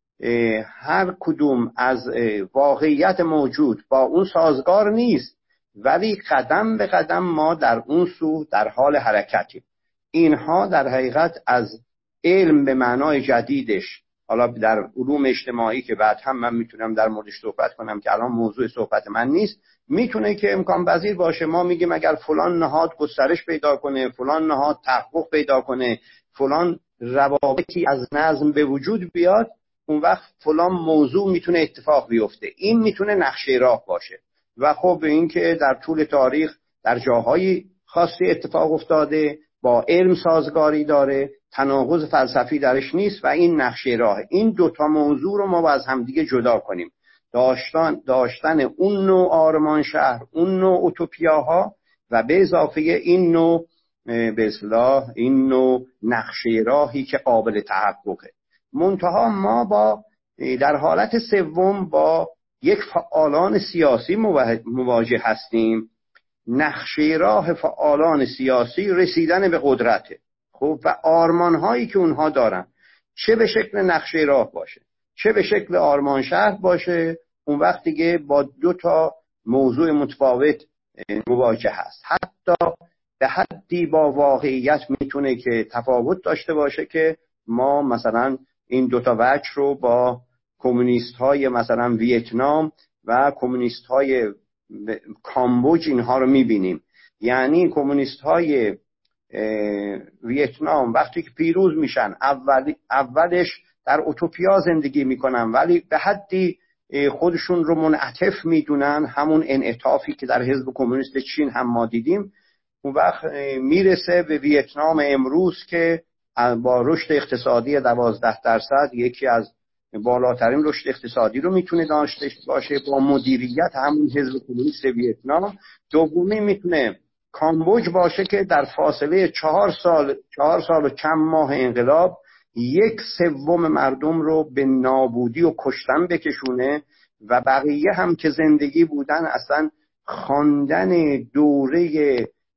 هر کدوم از واقعیت موجود با اون سازگار نیست، ولی قدم به قدم ما در اون سو در حال حرکتیم. اینها در حقیقت از علم به معنای جدیدش، حالا در علوم اجتماعی که بعد هم من میتونم در موردش صحبت کنم که الان موضوع صحبت من نیست، میتونه که امکان پذیر باشه. ما میگیم اگر فلان نهاد گسترش پیدا کنه، فلان نهاد تحقق پیدا کنه، فلان روابطی از نظم به وجود بیاد، اون وقت فلان موضوع میتونه اتفاق بیفته. این میتونه نقشه راه باشه. و خب این که در طول تاریخ در جاهای خاصی اتفاق افتاده، با علم سازگاری داره، تناقض فلسفی درش نیست و این نقشه راه. این دوتا موضوع رو ما از همدیگه جدا کنیم. داشتن داشتن اون نوع آرمان شهر، اون نوع اوتوپیاها و به اضافه این نوع به اصطلاح این نوع نقشه راهی که قابل تحققه. منتها ما با در حالت سوم با یک فعالان سیاسی مواجه هستیم. نقشه راه فعالان سیاسی رسیدن به قدرته. خب و آرمان هایی که اونها دارن، چه به شکل نقشه راه باشه چه به شکل آرمان شهر باشه، اون وقت دیگه با دو تا موضوع متفاوت مواجه هست. حتی به حدی با واقعیت میتونه که تفاوت داشته باشه که ما مثلا این دو تا وجه رو با کمونیست های مثلا ویتنام و کمونیست های کامبوج اینها رو میبینیم. یعنی کمونیست های ویتنام وقتی که پیروز میشن اول اولش در اوتوپیا زندگی میکنن، ولی به حدی خودشون رو منعطف میدونن، همون انعطافی که در حزب کمونیست چین هم ما دیدیم. اون وقت میرسه به ویتنام امروز که با رشد اقتصادی دوازده درصد یکی از بالاترین رشد اقتصادی رو میتونه داشته باشه با مدیریت همون حزب کمونیست ویتنام. دومی میتونه کامبوج باشه که در فاصله چهار سال چهار سال و چند ماه انقلاب یک سوم مردم رو به نابودی و کشتن بکشونه و بقیه هم که زندگی بودن اصلا خواندن دوره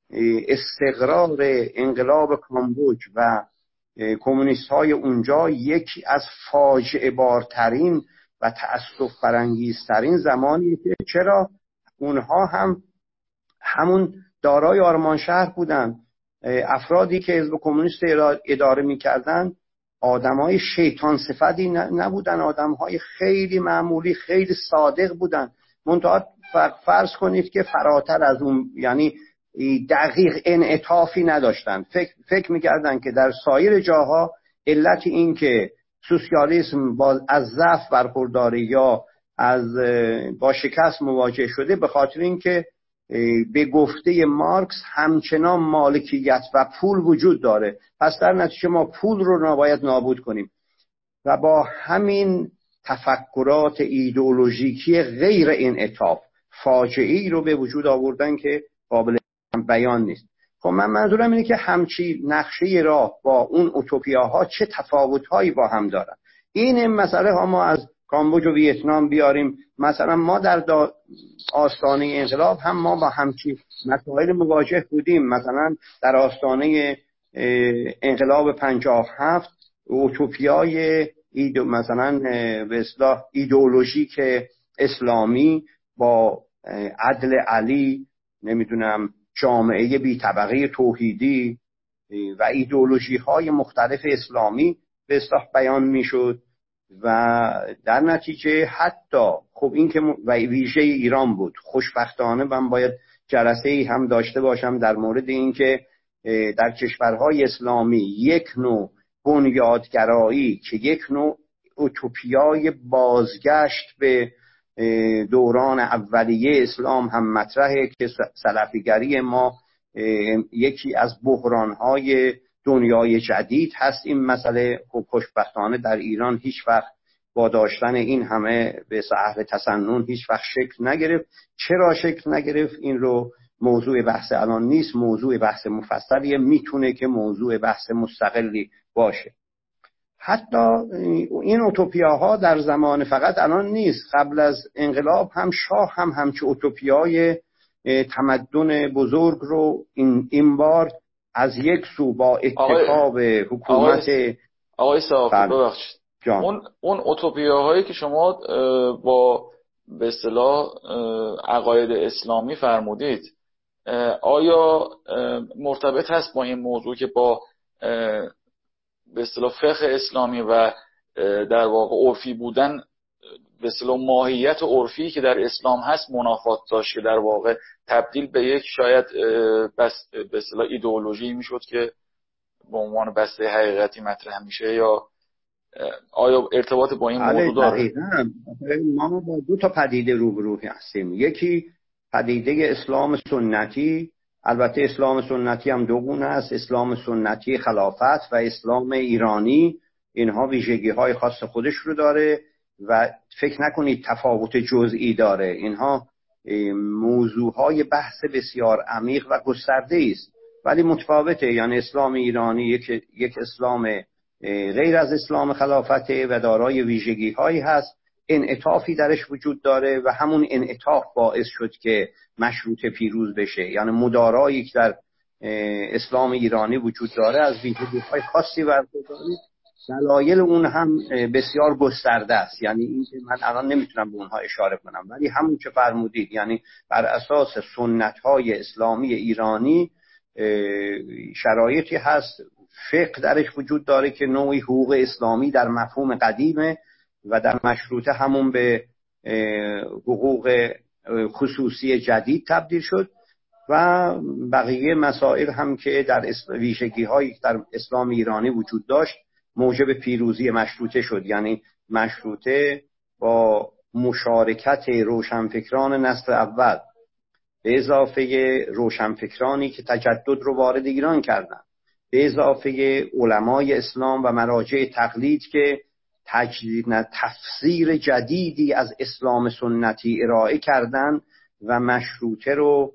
استقرار انقلاب کامبوج و کمونیست های اونجا یکی از فاجعه بارترین و تأسف برانگیزترین زمانی که چرا اونها هم همون دارای آرمان شهر بودن. افرادی که حزب کمونیست اداره میکردن آدمای شیطان صفتی نبودن، آدمهای خیلی معمولی خیلی صادق بودن. منتها فرض کنید که فراتر از اون، یعنی دقیق انعطافی نداشتن. فکر, فکر میکردن که در سایر جاها علت این که سوسیالیسم با از ضعف برخورداره یا از با شکست مواجه شده به خاطر اینکه به گفته مارکس همچنان مالکیت و پول وجود داره، پس در نتیجه ما پول رو نباید نابود کنیم. و با همین تفکرات ایدئولوژیکی غیر انعطاف فاجعه‌ای رو به وجود آوردن که قابل بیان نیست. خب من منظورم اینه که همچی نقشه راه با اون اوتوپیاها چه تفاوت‌هایی با هم دارن. این مسئله ها ما از کامبوج و ویتنام بیاریم، مثلا ما در آستانه انقلاب هم ما با همچی مسائل مواجه بودیم. مثلا در آستانه انقلاب پنجاه و هفت اوتوپیای ایدو مثلا به اصطلاح ایدئولوژیک اسلامی با عدل علی، نمیدونم جامعه بی طبقه توحیدی و ایدئولوژی های مختلف اسلامی به اصطلاح بیان میشد و در نتیجه حتی خب این که و ویژه ایران بود. خوشبختانه من باید جلسه ای هم داشته باشم در مورد این که در کشورهای اسلامی یک نوع بنیادگرایی که یک نوع اوتوپیای بازگشت به دوران اولیه اسلام هم مطرحه که سلفیگری ما یکی از بحرانهای دنیای جدید هست. این مسئله خب خوشبختانه در ایران هیچ وقت با داشتن این همه به اهل تسنن هیچ وقت شکل نگرفت. چرا شکل نگرفت این رو موضوع بحث الان نیست، موضوع بحث مفصلیه، میتونه که موضوع بحث مستقلی باشه. حتی این اوتوپیاها در زمان فقط الان نیست، قبل از انقلاب هم شاه هم همچه اوتوپیای تمدن بزرگ رو این, این بار از یک سو با اتفاق حکومت آقای صافی ببخشید اون اون اوتوپیاهایی که شما با به اصطلاح عقاید اسلامی فرمودید آیا مرتبط هست با این موضوع که با به اصطلاح فقه اسلامی و در واقع عرفی بودن به اصطلاح ماهیت عرفی که در اسلام هست منافات داشت که در واقع تبدیل به یک شاید بس به اصطلاح ایدئولوژی میشد که به عنوان بسته حقیقتی مطرح میشه، یا آیا ارتباط با این موضوع داره؟ ما با دو تا پدیده روبرو هستیم. یکی پدیده اسلام سنتی، البته اسلام سنتی هم دو گونه است، اسلام سنتی خلافت و اسلام ایرانی. اینها ویژگی های خاص خودش رو داره و فکر نکنید تفاوت جزئی داره. اینها موضوع های بحث بسیار عمیق و گسترده است ولی متفاوته. یعنی اسلام ایرانی یک, یک اسلام غیر از اسلام خلافته و دارای ویژگی هایی هست، انعطافی درش وجود داره و همون انعطاف باعث شد که مشروطه پیروز بشه. یعنی مدارایی که در اسلام ایرانی وجود داره از ویژگی های خاصی برخورداره، دلایل اون هم بسیار گسترده است. یعنی این که من الان نمیتونم به اونها اشاره کنم ولی همون که فرمودید، یعنی بر اساس سنت های اسلامی ایرانی شرایطی هست، فقه درش وجود داره که نوعی حقوق اسلامی در مفهوم قدیمه و در مشروطه همون به حقوق خصوصی جدید تبدیل شد و بقیه مسائل هم که در ویژگی هایی در اسلام ایرانی وجود داشت موجب پیروزی مشروطه شد. یعنی مشروطه با مشارکت روشنفکران نسل اول به اضافه روشنفکرانی که تجدد رو وارد ایران کردن، به اضافه علمای اسلام و مراجع تقلید که تجدید نه تفسیر جدیدی از اسلام سنتی ارائه کردن و مشروطه رو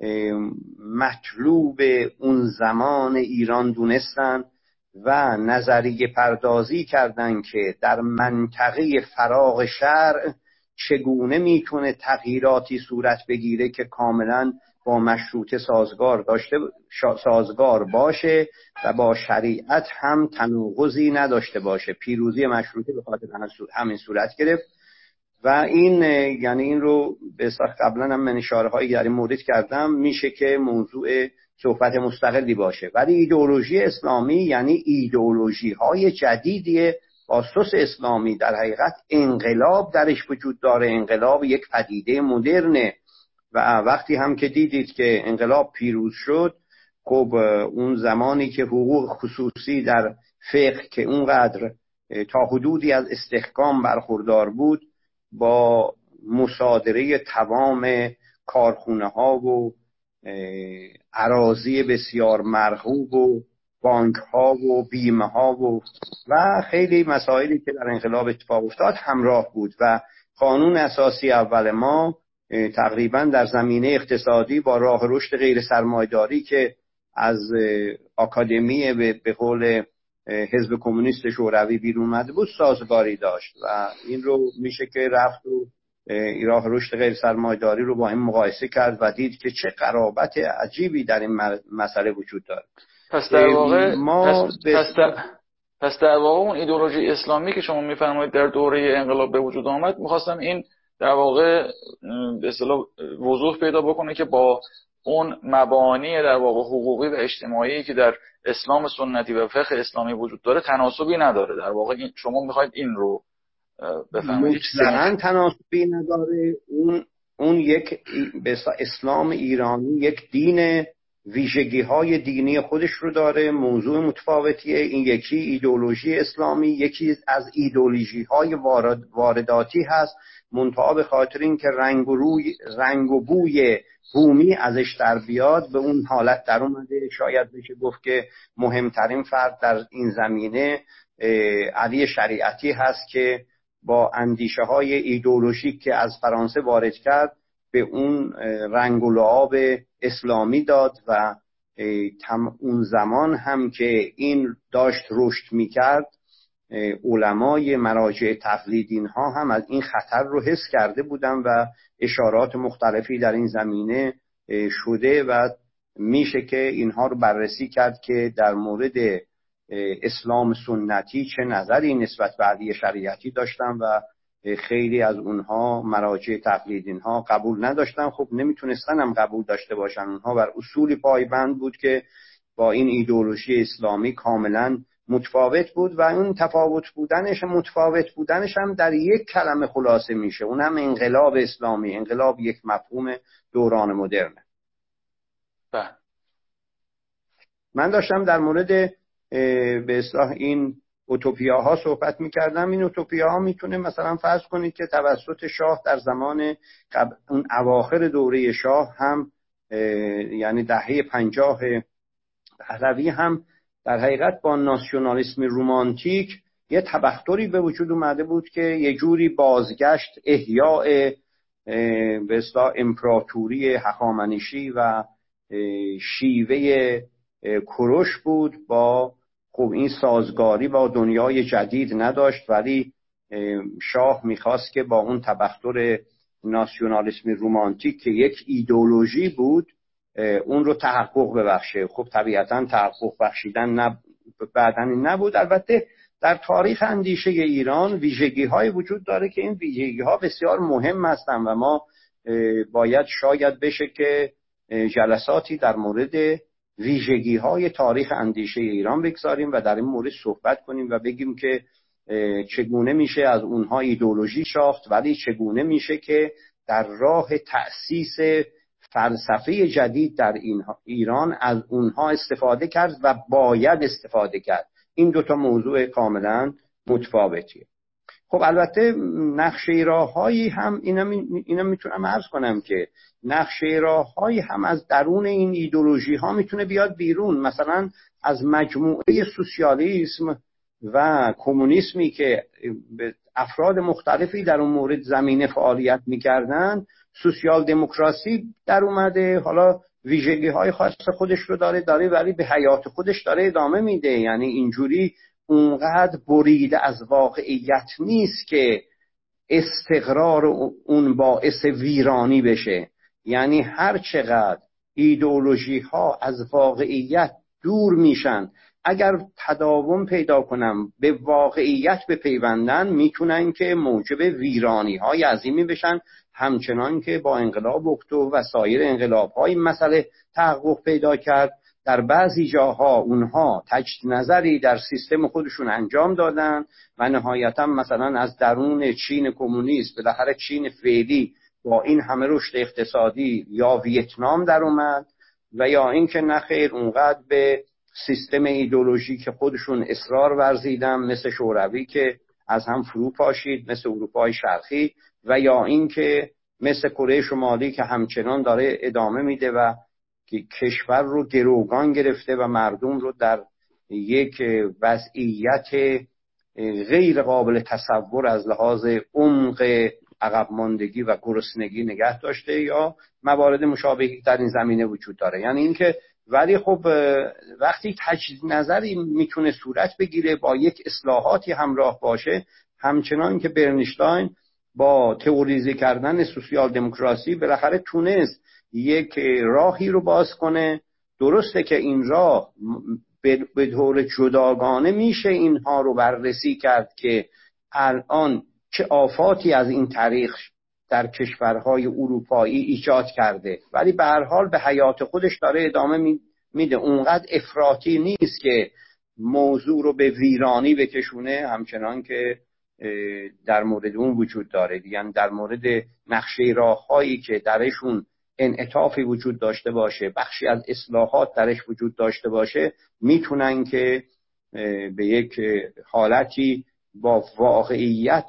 مطلوب اون زمان ایران دونستن و نظریه پردازی کردن که در منطقه فراغ شرع چگونه میتونه تغییراتی صورت بگیره که کاملا با مشروطه سازگار داشته سازگار باشه و با شریعت هم تناقضی نداشته باشه. پیروزی مشروطه به خاطر همین صورت گرفت و این یعنی این رو به اصطلاح قبلا هم من اشاره هایی در این مورد کردم، میشه که موضوع صحبت مستقلی باشه. ولی ایدئولوژی اسلامی یعنی ایدئولوژی های جدیدی اساس اسلامی، در حقیقت انقلاب درش وجود داره. انقلاب یک پدیده مدرنه و وقتی هم که دیدید که انقلاب پیروز شد، خب اون زمانی که حقوق خصوصی در فقه که اونقدر تا حدودی از استحکام برخوردار بود، با مصادره تمام کارخونه ها و اراضی بسیار مرغوب و بانک ها و بیمه ها و و خیلی مسائلی که در انقلاب اتفاق افتاد همراه بود و قانون اساسی اول ما تقریبا در زمینه اقتصادی با راه رشد غیر سرمایه‌داری که از آکادمی به قول حزب کمونیست شوروی بیرون اومده بود سازگاری داشت و این رو میشه که رفت و راه رشد غیر سرمایه‌داری رو با این مقایسه کرد و دید که چه قرابت عجیبی در این مسئله وجود داره. پس در واقع ما پس, پس, در... پس در واقع اون ایدئولوژی اسلامی که شما میفرمایید در دوره انقلاب به وجود آمد، می‌خواستم این در واقع به اصطلاح وضوح پیدا بکنه که با اون مبانی در واقع حقوقی و اجتماعی که در اسلام سنتی و فقه اسلامی وجود داره تناسبی نداره. در واقع این شما میخواید این رو بفهمید؟ مطلقاً تناسبی نداره. اون اون یک به اسلام ایرانی یک دین ویژگی های دینی خودش رو داره، موضوع متفاوتیه. این یکی ایدئولوژی اسلامی، یکی از ایدئولوژی های وارد وارداتی هست، منتها به خاطر اینکه رنگ و روی رنگ و بوی بومی ازش در بیاد به اون حالت در اومده. شاید بشه گفت که مهمترین فرد در این زمینه علی شریعتی هست که با اندیشه های ایدئولوژیک که از فرانسه وارد کرد به اون رنگ و لعاب اسلامی داد و اون زمان هم که این داشت رشد میکرد علمای مراجع تقلیدین ها هم از این خطر رو حس کرده بودن و اشارات مختلفی در این زمینه شده و میشه که اینها رو بررسی کرد که در مورد اسلام سنتی چه نظری نسبت به علی شریعتی داشتن و خیلی از اونها مراجع تقلید اینها قبول نداشتن. خب نمیتونستن هم قبول داشته باشن، اونها بر اصولی پایبند بود که با این ایدئولوژی اسلامی کاملا متفاوت بود و اون تفاوت بودنش متفاوت بودنش هم در یک کلمه خلاصه میشه، اون هم انقلاب اسلامی. انقلاب یک مفهوم دوران مدرنه. بله. من داشتم در مورد به اصطلاح این اوتوپیاها صحبت میکردم. این اوتوپیاها میتونه مثلا فرض کنید که توسط شاه در زمان قبل اون اواخر دوره شاه هم یعنی دهه پنجاه پهلوی هم در حقیقت با ناسیونالیسم رومانتیک یه تبختری به وجود اومده بود که یه جوری بازگشت احیاء به اصطلاح امپراتوری هخامنشی و شیوه کوروش بود. با خب این سازگاری با دنیای جدید نداشت، ولی شاه میخواست که با اون تبختر ناسیونالیسم رومانتیک که یک ایدئولوژی بود اون رو تحقق ببخشه. خب طبیعتا تحقق بخشیدن نب... بعدن نبود. البته در تاریخ اندیشه ایران ویژگی های وجود داره که این ویژگی ها بسیار مهم هستند و ما باید شاید بشه که جلساتی در مورد ویژگی های تاریخ اندیشه ایران بگذاریم و در این مورد صحبت کنیم و بگیم که چگونه میشه از اونها ایدئولوژی ساخت، ولی چگونه میشه که در راه تأسیس فلسفه جدید در این ایران از اونها استفاده کرد و باید استفاده کرد. این دوتا موضوع کاملا متفاوتیه. خب البته نقشه راههایی هم اینم اینم میتونم عرض کنم که نقشه راههایی هم از درون این ایدئولوژی ها میتونه بیاد بیرون. مثلا از مجموعه سوسیالیسم و کمونیسمی که افراد مختلفی در اون مورد زمینه فعالیت میکردن، سوسیال دموکراسی در اومده. حالا ویژگی های خاص خودش رو داره داره ولی به حیات خودش داره ادامه میده. یعنی اینجوری اونقدر بریده از واقعیت نیست که استقرار اون باعث ویرانی بشه. یعنی هر چقدر ایدئولوژی ها از واقعیت دور میشن، اگر تداوم پیدا کنن به واقعیت بپیوندن، میتونن که موجب ویرانی های عظیمی بشن، همچنان که با انقلاب اکتبر و سایر انقلاب های مسئله تحقق پیدا کرد. در بعضی جاها اونها تجدید نظری در سیستم خودشون انجام دادن و نهایتا مثلا از درون چین کمونیست، بالاخره چین فعلی با این همه رشد اقتصادی، یا ویتنام در اومد، و یا اینکه نخیر اونقدر به سیستم ایدئولوژی که خودشون اصرار ورزیدن مثل شوروی که از هم فرو پاشید، مثل اروپای شرقی، و یا اینکه مثل کره شمالی که همچنان داره ادامه میده و که کشور رو گروگان گرفته و مردم رو در یک وضعیت غیر قابل تصور از لحاظ عمق عقب ماندگی و گرسنگی نگه داشته، یا موارد مشابهی در این زمینه وجود داره. یعنی اینکه ولی خب وقتی تجدید نظری میتونه صورت بگیره با یک اصلاحاتی همراه باشه، همچنان که برنشتاین با تئوریزه کردن سوسیال دموکراسی بالاخره تونست یک راهی رو باز کنه. درسته که این راه به طور جداگانه میشه اینها رو بررسی کرد که الان چه آفاتی از این طریق در کشورهای اروپایی ایجاد کرده، ولی به هر حال به حیات خودش داره ادامه میده. اونقدر افراطی نیست که موضوع رو به ویرانی بکشونه، همچنان که در مورد اون وجود داره. یعنی در مورد نقشه راههایی که درشون انعطافی وجود داشته باشه، بخشی از اصلاحات درش وجود داشته باشه، میتونن که به یک حالتی با واقعیت،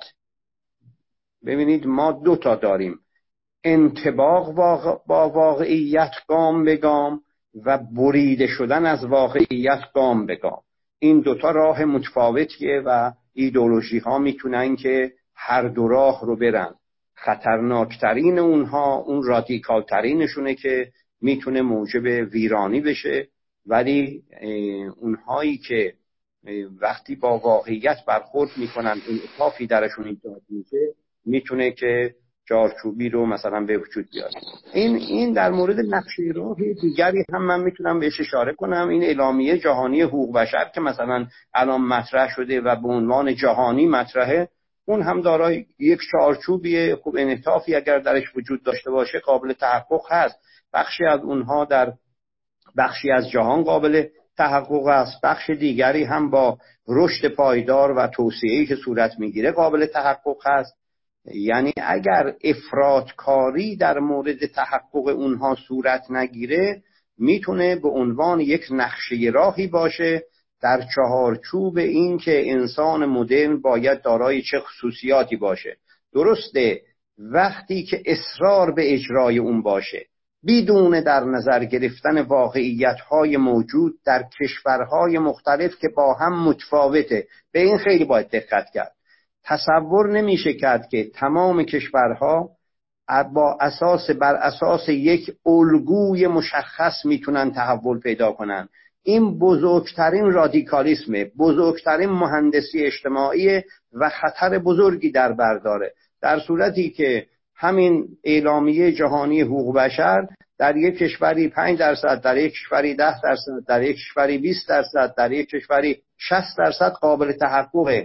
ببینید ما دو تا داریم، انطباق با واقعیت گام به گام و بریده شدن از واقعیت گام به گام. این دوتا راه متفاوتیه و ایدئولوژی ها میتونن که هر دو راه رو برن. خطرناکترین اونها اون رادیکال ترینشونه که میتونه موجب ویرانی بشه، ولی اونهایی که وقتی با واقعیت برخورد میکنن انعطافی درشون ایجاد میشه، میتونه که چارچوبی رو مثلا به وجود بیاره. این این در مورد نقشه راه دیگری هم من میتونم بهش اشاره کنم. این اعلامیه جهانی حقوق بشر که مثلا الان مطرح شده و به عنوان جهانی مطرحه، اون هم دارای یک چارچوبی خوب انعطافی اگر درش وجود داشته باشه قابل تحقق هست. بخشی از اونها در بخشی از جهان قابل تحقق است، بخش دیگری هم با رشد پایدار و توسعه‌ای که صورت میگیره قابل تحقق هست. یعنی اگر افراطکاری در مورد تحقق اونها صورت نگیره، میتونه به عنوان یک نقشه راهی باشه در چهارچوب این که انسان مدرن باید دارای چه خصوصیاتی باشه. درسته وقتی که اصرار به اجرای اون باشه بدون در نظر گرفتن واقعیت‌های موجود در کشورهای مختلف که با هم متفاوته. به این خیلی باید دقت کرد. تصور نمیشه کرد که تمام کشورها با اساس بر اساس یک الگوی مشخص میتونن تحول پیدا کنن. این بزرگترین رادیکالیسمه، بزرگترین مهندسی اجتماعی و خطر بزرگی در بر داره. در صورتی که همین اعلامیه جهانی حقوق بشر در یک کشوری پنج درصد، در یک کشوری ده درصد، در یک کشوری بیست درصد، در یک کشوری شصت درصد قابل تحققه.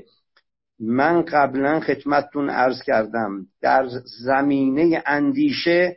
من قبلا خدمتتون عرض کردم در زمینه اندیشه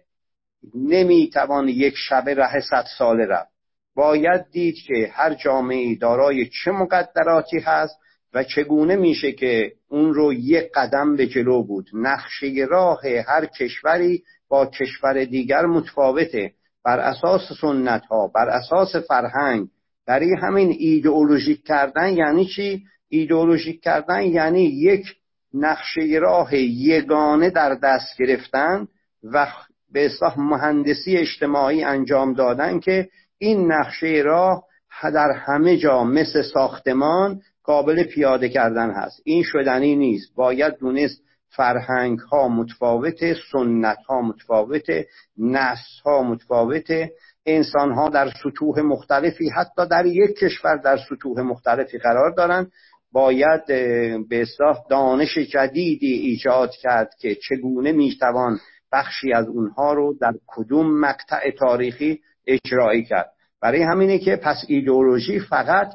نمیتوان یک شبه ره صد ساله رفت. باید دید که هر جامعه دارای چه مقدراتی هست و چگونه میشه که اون رو یک قدم به جلو بود. نقشه راه هر کشوری با کشور دیگر متفاوته بر اساس سنت ها، بر اساس فرهنگ. برای همین ایدئولوژیک کردن یعنی چی؟ ایدئولوژیک کردن یعنی یک نقشه راه یگانه در دست گرفتن و به اصطلاح مهندسی اجتماعی انجام دادن که این نقشه راه در همه جا مثل ساختمان قابل پیاده کردن هست. این شدنی نیست. باید دونست فرهنگ ها متفاوته، سنت ها متفاوته، نسل ها متفاوته، انسان ها در سطوح مختلفی حتی در یک کشور در سطوح مختلفی قرار دارن. باید به اصطلاح دانش جدیدی ایجاد کرد که چگونه میتوان بخشی از اونها رو در کدوم مقطع تاریخی اجرایی کرد. برای همینه که پس ایدئولوژی فقط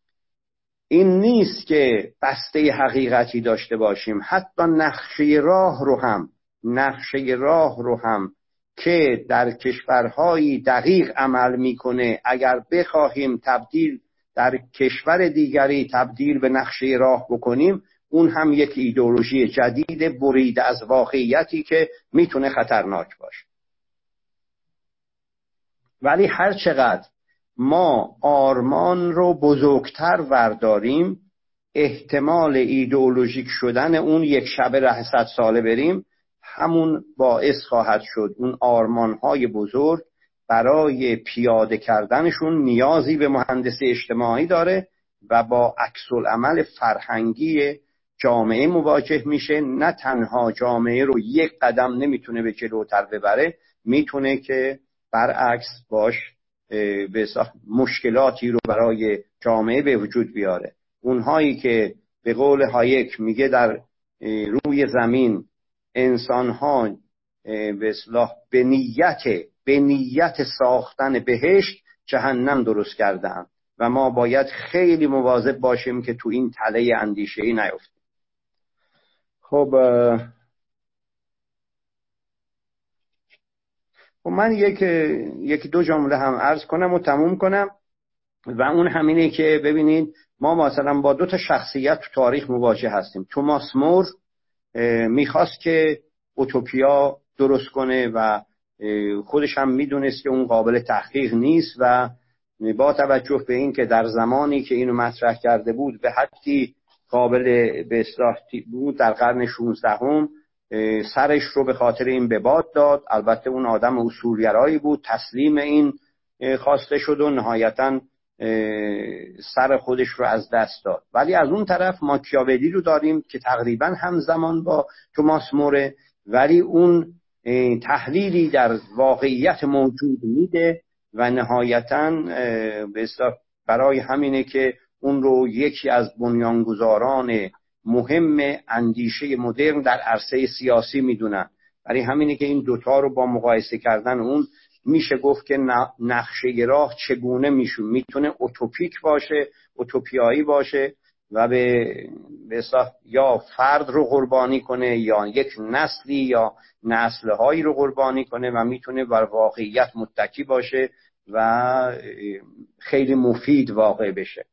این نیست که بسته حقیقتی داشته باشیم، حتی نقشه راه رو هم نقشه راه رو هم که در کشورهای دقیق عمل میکنه اگر بخواهیم تبدیل در کشور دیگری تبدیل به نقشه راه بکنیم، اون هم یک ایدئولوژی جدید بریده از واقعیتی که میتونه خطرناک باشه. ولی هر چقدر ما آرمان رو بزرگتر ورداریم، احتمال ایدئولوژیک شدن اون یک شبه ره صد ساله بریم همون باعث خواهد شد اون آرمان‌های بزرگ برای پیاده کردنشون نیازی به مهندسی اجتماعی داره و با عکس‌العمل فرهنگی جامعه مواجه میشه. نه تنها جامعه رو یک قدم نمیتونه به جلوتر ببره، میتونه که برعکس باش به مشکلاتی رو برای جامعه به وجود بیاره. اونهایی که به قول هایک میگه در روی زمین انسان‌ها به اصطلاح به نیت به نیت ساختن بهشت جهنم درست کردن و ما باید خیلی مواظب باشیم که تو این تله اندیشه‌ای نیفتیم. خب خب من یک یک دو جمله هم عرض کنم و تموم کنم و اون همینه که ببینید ما مثلا با دو تا شخصیت تو تاریخ مواجه هستیم. توماس مور میخواست که اوتوپیا درست کنه و خودش هم میدونست که اون قابل تحقیق نیست و با توجه به این که در زمانی که اینو مطرح کرده بود به حدی قابل به اصطلاح بود در قرن شانزدهم سرش رو به خاطر این به باد داد. البته اون آدم اصولگرایی بود، تسلیم این خواسته شد و نهایتاً سر خودش رو از دست داد. ولی از اون طرف ماکیاولی رو داریم که تقریبا همزمان با توماس موره، ولی اون تحلیلی در واقعیت موجود میده و نهایتاً برای همینه که اون رو یکی از بنیانگذاران مهم اندیشه مدرن در عرصه سیاسی میدونن. برای همینه که این دوتا رو با مقایسه کردن اون میشه گفت که نقشه راه چگونه میشه، میتونه اوتوپیک باشه، اوتوپیایی باشه و به به یا فرد رو قربانی کنه یا یک نسلی یا نسل‌هایی رو قربانی کنه و میتونه بر واقعیت متکی باشه و خیلی مفید واقع بشه.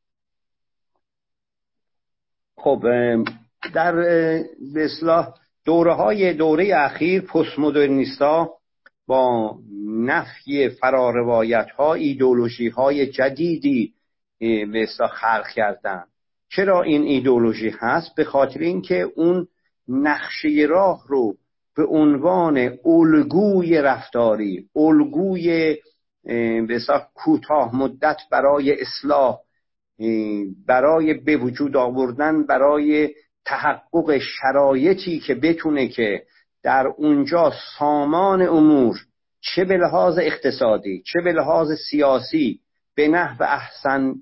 خب در به اصطلاح دوره‌های دوره اخیر پست مدرنیستا با نفی فراروایت‌ها ایدئولوژی‌های جدیدی به اصطلاح خلق کردن. چرا این ایدئولوژی هست؟ به خاطر اینکه اون نقشه راه رو به عنوان الگوی رفتاری، الگوی به اصطلاح کوتاه مدت برای اصلاح، برای به وجود آوردن، برای تحقق شرایطی که بتونه که در اونجا سامان امور چه به لحاظ اقتصادی چه به لحاظ سیاسی به نحو احسن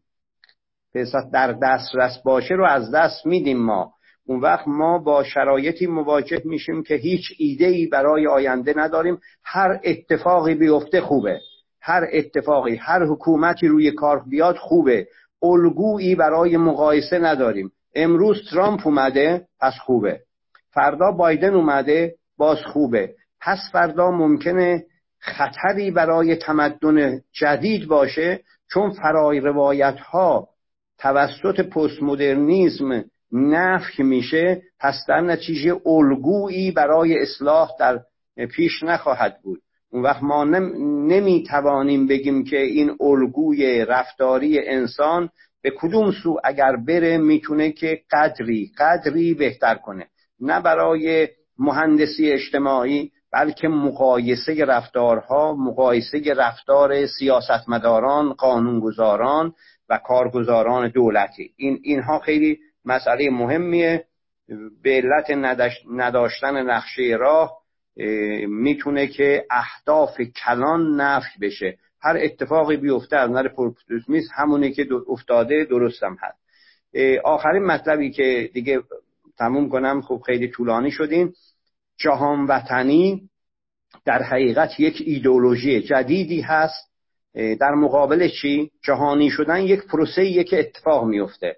در دسترس باشه رو از دست میدیم. ما اون وقت ما با شرایطی مواجه میشیم که هیچ ایده‌ای برای آینده نداریم. هر اتفاقی بیفته خوبه، هر اتفاقی، هر حکومتی روی کار بیاد خوبه، الگویی برای مقایسه نداریم. امروز ترامپ اومده پس خوبه، فردا بایدن اومده باز خوبه، پس فردا ممکنه خطری برای تمدن جدید باشه، چون فرای روایت ها توسط پست مدرنیسم نفی میشه، پس در نتیجه الگویی برای اصلاح در پیش نخواهد بود. اون وقت ما نمیتوانیم بگیم که این الگوی رفتاری انسان به کدوم سو اگر بره میتونه که قدری قدری بهتر کنه، نه برای مهندسی اجتماعی بلکه مقایسه رفتارها، مقایسه رفتار سیاستمداران، قانونگذاران و کارگزاران دولتی. این اینها خیلی مسئله مهمیه. به علت نداشتن نقشه راه میتونه که اهداف کلان نفی بشه. هر اتفاقی بیفته از نظر پروتوسمیس همونه که افتاده درستم هست. آخرین مطلبی که دیگه تموم کنم، خب خیلی طولانی شدیم. جهان وطنی در حقیقت یک ایدئولوژی جدیدی هست. در مقابل چی؟ جهانی شدن یک پروسه‌ایه که اتفاق میفته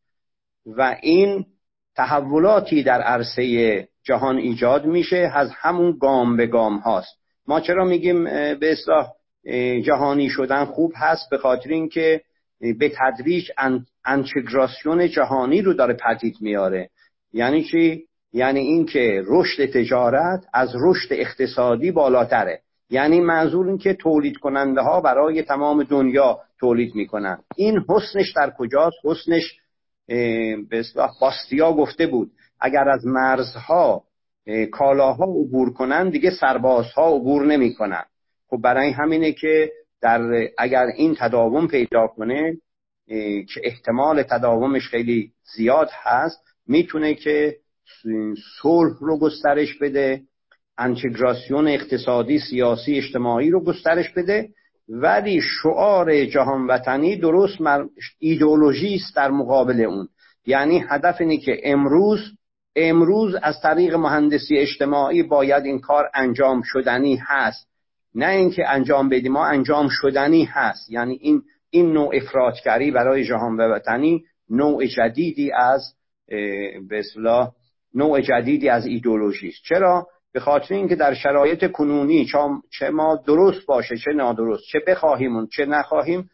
و این تحولاتی در عرصه جهان ایجاد میشه، از همون گام به گام هاست. ما چرا میگیم به اصطلاح جهانی شدن خوب هست؟ به خاطر اینکه به تدریج انتگراسیون جهانی رو داره پدید میاره. یعنی چی؟ یعنی اینکه رشد تجارت از رشد اقتصادی بالاتره. یعنی منظور این که تولید کننده ها برای تمام دنیا تولید میکنن. این حسنش در کجاست؟ حسنش به اصطلاح باستیا گفته بود اگر از مرزها کالاها عبور کنن دیگه سربازها عبور نمیکنن. خب برای همینه که در اگر این تداوم پیدا کنه که احتمال تداومش خیلی زیاد هست، میتونه که صلح رو گسترش بده، انتگراسیون اقتصادی، سیاسی، اجتماعی رو گسترش بده. ولی شعار جهان وطنی درست ایدئولوژی است در مقابل اون. یعنی هدف اینه که امروز امروز از طریق مهندسی اجتماعی باید این کار انجام شدنی هست، نه اینکه انجام بدیم، ما انجام شدنی هست. یعنی این این نوع افراطگری برای جهان وطنی نوع جدیدی از به اصطلاح نوع جدیدی از ایدئولوژی است. چرا؟ به خاطر اینکه در شرایط کنونی چه ما درست باشه چه نادرست، چه بخواهیم چه نخواهیم،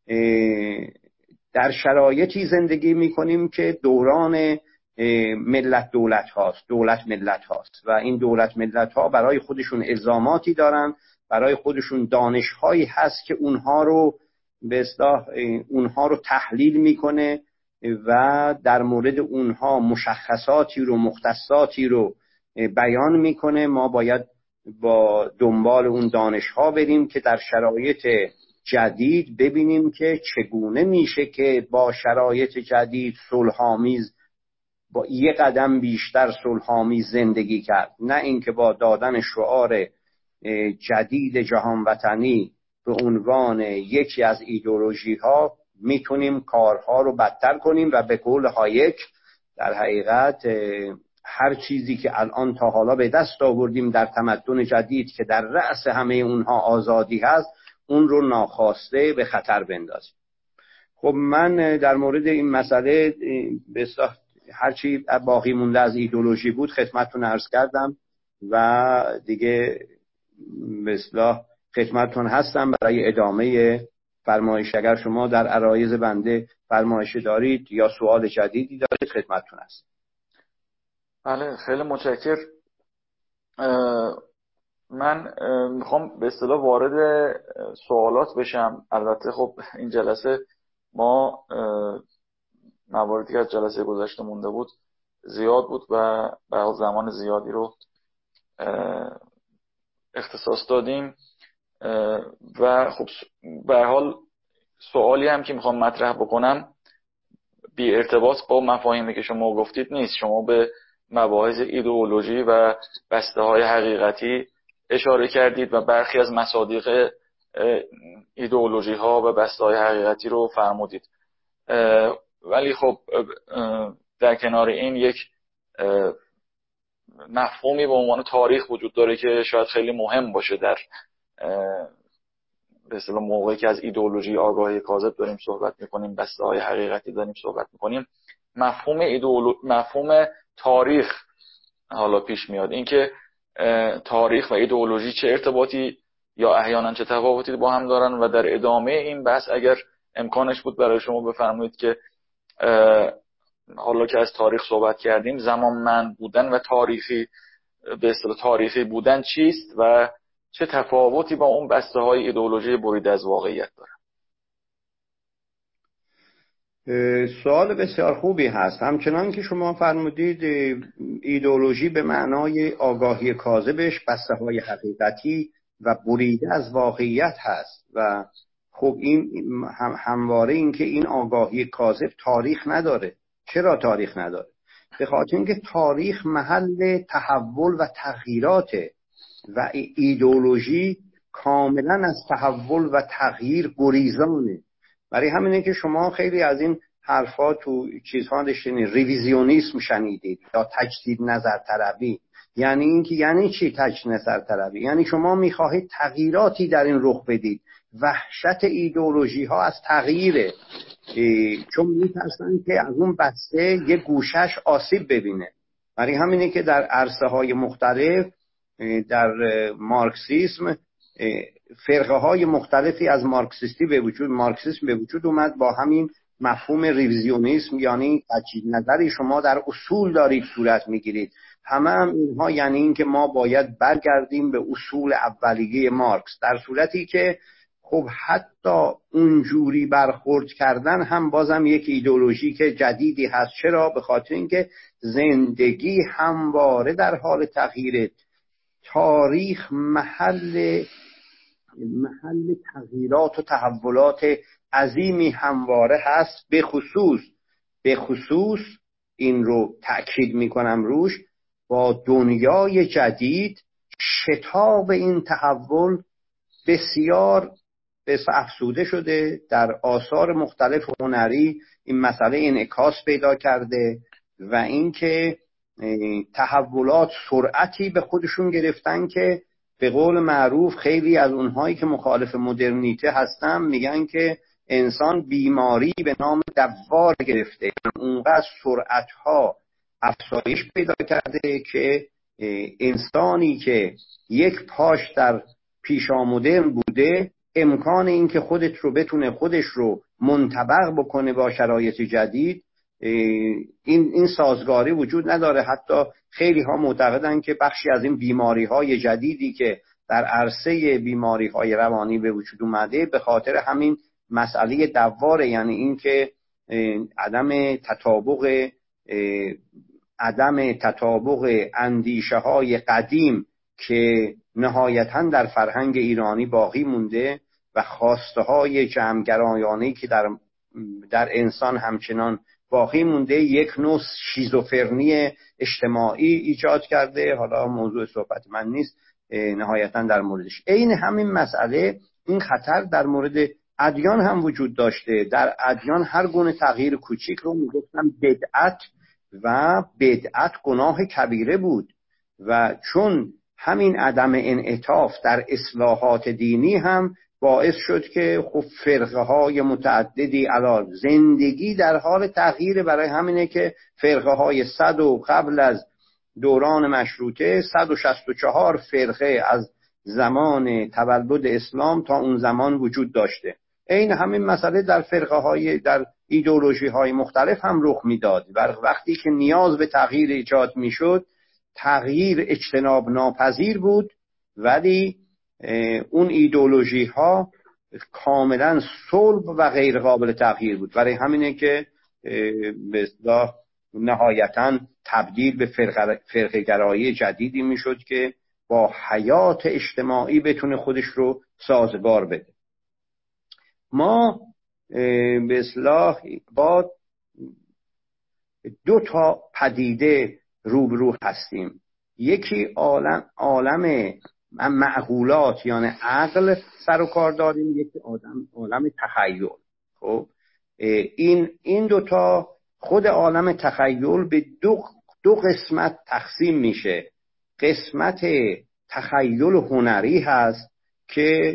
در شرایطی زندگی میکنیم که دوران ملت دولت هاست، دولت ملت هاست و این دولت ملت ها برای خودشون الزاماتی دارن، برای خودشون دانش هایی هست که اونها رو به اصطلاح اونها رو تحلیل میکنه و در مورد اونها مشخصاتی رو مختصاتی رو بیان میکنه. ما باید با دنبال اون دانش ها بریم که در شرایط جدید ببینیم که چگونه میشه که با شرایط جدید صلح‌آمیز با یه قدم بیشتر صلح‌آمیز زندگی کرد، نه اینکه با دادن شعار جدید جهان وطنی به عنوان یکی از ایدئولوژی ها میتونیم کارها رو بدتر کنیم و به قول هایک در حقیقت هر چیزی که الان تا حالا به دست آوردیم در تمدن جدید که در رأس همه اونها آزادی هست، اون رو ناخواسته به خطر بندازیم. خب من در مورد این مسئله به اصطلاح هرچی باقی مونده از ایدئولوژی بود خدمتتون عرض کردم و دیگه به اصطلاح خدمتتون هستم برای ادامه فرمایش. اگر شما در عرایض بنده فرمایش دارید یا سوال جدیدی دارید خدمتتون هستم. بله خیلی متشکر. من میخوام به اصطلاح وارد سوالات بشم. البته خب این جلسه ما مواردی که از جلسه گذشته مونده بود زیاد بود و به زمان زیادی رو اختصاص دادیم و خب به هر حال سوالی هم که میخوام مطرح بکنم بی ارتباط با مفاهیمی که شما گفتید نیست. شما به مباحث ایدئولوژی و بسته های حقیقتی اشاره کردید و برخی از مصادیق ایدئولوژی ها و بسته های حقیقتی رو فرمودید، ولی خب در کنار این یک مفهومی به عنوان تاریخ وجود داره که شاید خیلی مهم باشه در به اصطلاح موقعی که از ایدئولوژی آگاهی کاذب داریم صحبت میکنیم، بسته های حقیقتی داریم صحبت میکنیم. مفهوم ایدئولو... مفهوم تاریخ حالا پیش میاد. اینکه تاریخ و ایدئولوژی چه ارتباطی یا احیانا چه تفاوتی با هم دارن و در ادامه این بحث اگر امکانش بود برای شما بفرمایید که حالا که از تاریخ صحبت کردیم زمانمند بودن و تاریخی به اصطلاح تاریخی بودن چیست و چه تفاوتی با اون بسته های ایدئولوژی بریده از واقعیت داره؟ سوال بسیار خوبی هست. همچنان که شما فرمودید ایدئولوژی به معنای آگاهی کاذبش بسته های حقیقتی و بریده از واقعیت هست و خب این هم همواره این که این آگاهی کاذب تاریخ نداره. چرا تاریخ نداره؟ به خاطر اینکه تاریخ محل تحول و تغییراته و ایدئولوژی کاملا از تحول و تغییر گریزانه. برای همینه که شما خیلی از این حرفا تو چیزها داشتین، ریویزیونیسم شنیدید یا تجدید نظر طلبی. یعنی اینکه یعنی چی تجدید نظر طلبی؟ یعنی شما میخواهید تغییراتی در این رخ بدید. وحشت ایدئولوژی ها از تغییره، چون میترسن که از اون بسته یه گوشش آسیب ببینه. برای همینه که در عرصه های مختلف در مارکسیسم فرقه های مختلفی از مارکسیستی به وجود مارکسیسم به وجود اومد با همین مفهوم ریویزیونیسم، یعنی تجدید نظری شما در اصول دارید صورت میگیرید. همه هم اینها یعنی این که ما باید برگردیم به اصول اولیه مارکس، در صورتی که خب حتی اونجوری برخورد کردن هم بازم یک ایدئولوژی که جدیدی هست. چرا؟ به خاطر اینکه زندگی همواره در حال تغییره. تاریخ محل محل تغییرات و تحولات عظیمی همواره هست. به خصوص به خصوص این رو تأکید میکنم روش، با دنیای جدید شتاب این تحول بسیار بسیار افزوده شده. در آثار مختلف هنری این مسئله انعکاس پیدا کرده و اینکه تحولات سرعتی به خودشون گرفتن که به قول معروف خیلی از اونهایی که مخالف مدرنیته هستن میگن که انسان بیماری به نام دوار گرفته. اونقدر سرعتها افزایش پیدا کرده که انسانی که یک پاش در پیشامدرن بوده امکان این که خودت رو بتونه خودش رو منطبق بکنه با شرایط جدید این این سازگاری وجود نداره. حتی خیلی ها معتقدن که بخشی از این بیماری های جدیدی که در عرصه بیماری های روانی به وجود اومده به خاطر همین مسئله دواره، یعنی این که عدم تطابق عدم تطابق اندیشه های قدیم که نهایتاً در فرهنگ ایرانی باقی مونده و خواسته های جمع‌گرایانه‌ای که در در انسان همچنان باقی مونده یک نوع شیزوفرنی اجتماعی ایجاد کرده. حالا موضوع صحبت من نیست نهایتاً در موردش. این همین مسئله این خطر در مورد ادیان هم وجود داشته. در ادیان هر گونه تغییر کوچیک رو میگفتن بدعت و بدعت گناه کبیره بود و چون همین عدم انعطاف در اصلاحات دینی هم باعث شد که خب فرقه های متعددی علا زندگی در حال تغییر. برای همینه که فرقه های صد و قبل از دوران مشروطه صد و شصت و چهار فرقه از زمان تولد اسلام تا اون زمان وجود داشته. این همین مسئله در فرقه های در ایدئولوژی های مختلف هم رخ میداد و وقتی که نیاز به تغییر ایجاد میشد تغییر اجتناب ناپذیر بود، ولی اون ایدئولوژی ها کاملا صلب و غیر قابل تغییر بود. برای همینه که به اصطلاح نهایتا تبدیل به فرقه گرایی جدیدی میشد که با حیات اجتماعی بتونه خودش رو سازگار بده. ما به اصطلاح با دو تا پدیده روبرو هستیم. یکی عالم عالم معقولات یعنی عقل سر و کار داریم، یکی عالم عالم تخیل. خب این این دو تا خود عالم تخیل به دو دو قسمت تقسیم میشه. قسمت تخیل هنری هست که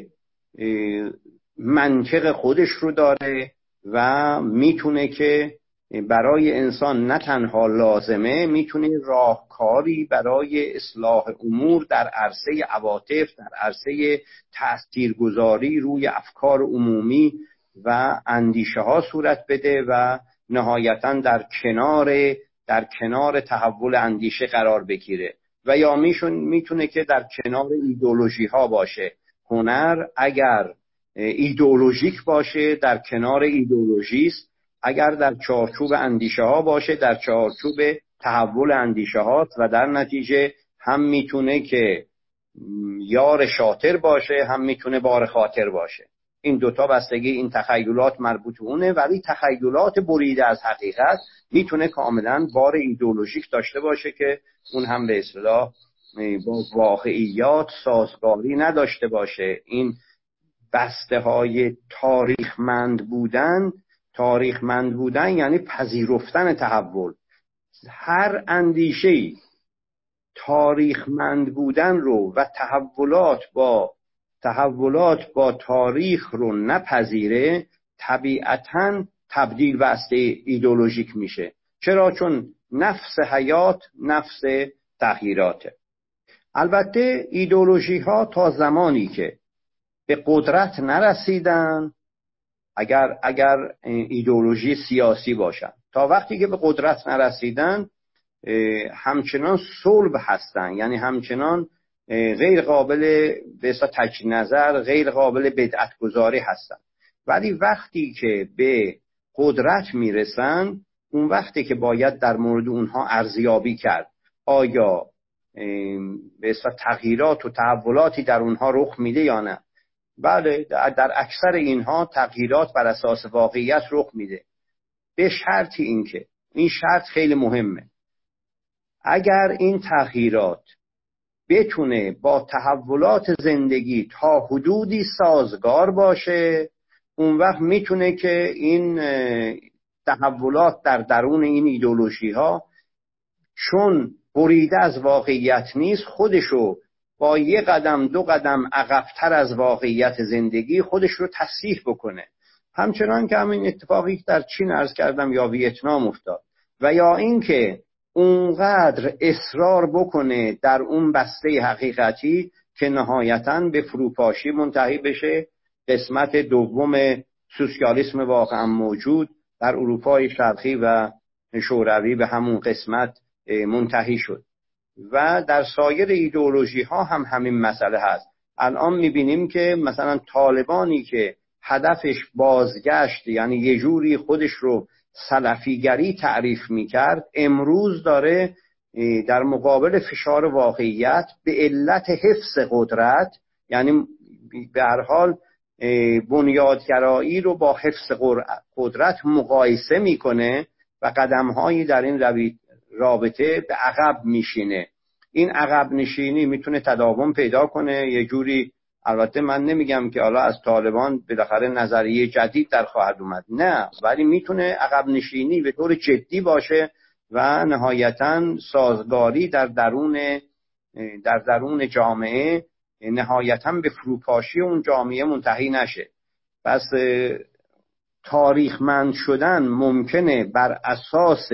منطق خودش رو داره و میتونه که برای انسان نه تنها لازمه، میتونه راهکاری برای اصلاح امور در عرصه عواطف، در عرصه تاثیرگذاری روی افکار عمومی و اندیشه ها صورت بده و نهایتا در کنار در کنار تحول اندیشه قرار بگیره و یا میتونه که در کنار ایدئولوژی ها باشه. هنر اگر ایدئولوژیک باشه در کنار ایدئولوژیست، اگر در چارچوب اندیشه ها باشه در چارچوب تحول اندیشه هاست و در نتیجه هم میتونه که یار شاطر باشه هم میتونه بار خاطر باشه. این دوتا بستگی این تخیلات مربوط اونه، ولی تخیلات بریده از حقیقت میتونه کاملا بار ایدئولوژیک داشته باشه که اون هم به اصطلاح با واقعیات سازگاری نداشته باشه. این بسته های تاریخمند بودن تاریخمند بودن یعنی پذیرفتن تحول. هر اندیشه‌ای تاریخمند بودن رو و تحولات با تحولات با تاریخ رو نپذیره طبیعتاً تبدیل به ایدئولوژیک میشه. چرا؟ چون نفس حیات نفس تغییراته. البته ایدئولوژی ها تا زمانی که به قدرت نرسیدن، اگر اگر ایدئولوژی سیاسی باشن، تا وقتی که به قدرت نرسیدن همچنان صلب هستن، یعنی همچنان غیر قابل به اصطلاح تجدید نظر، غیر قابل بدعت گذاری هستن. ولی وقتی که به قدرت میرسن، اون وقتی که باید در مورد اونها ارزیابی کرد آیا به اصطلاح تغییرات و تحولاتی در اونها رخ میده یا نه. بله، در اکثر اینها تغییرات بر اساس واقعیت رخ میده، به شرطی اینکه این شرط خیلی مهمه، اگر این تغییرات بتونه با تحولات زندگی تا حدودی سازگار باشه، اون وقت میتونه که این تحولات در درون این ایدئولوژی ها چون بریده از واقعیت نیست، خودشو با یه قدم دو قدم عقب‌تر از واقعیت زندگی خودش رو تصحیح بکنه. همچنان که همین اتفاقی که در چین عرض کردم یا ویتنام افتاد، و یا اینکه اونقدر اصرار بکنه در اون بسته حقیقتی که نهایتاً به فروپاشی منتهی بشه. قسمت دوم سوسیالیسم واقعا موجود در اروپای شرقی و شوروی به همون قسمت منتهی شد و در سایر ایدئولوژی ها هم همین مسئله هست. الان میبینیم که مثلا طالبانی که هدفش بازگشت، یعنی یه جوری خودش رو سلفیگری تعریف میکرد، امروز داره در مقابل فشار واقعیت به علت حفظ قدرت، یعنی به هر حال بنیادگرایی رو با حفظ قدرت مقایسه میکنه و قدمهایی در این رابطه به عقب میشینه. این عقب نشینی میتونه تداوم پیدا کنه یه جوری. البته من نمیگم که حالا از طالبان بالاخره نظریه جدید در خواهد اومد، نه، ولی میتونه عقب نشینی به طور جدی باشه و نهایتاً سازگاری در درون در درون جامعه نهایتاً به فروپاشی اون جامعه منتهی نشه. پس تاریخمند شدن ممکنه بر اساس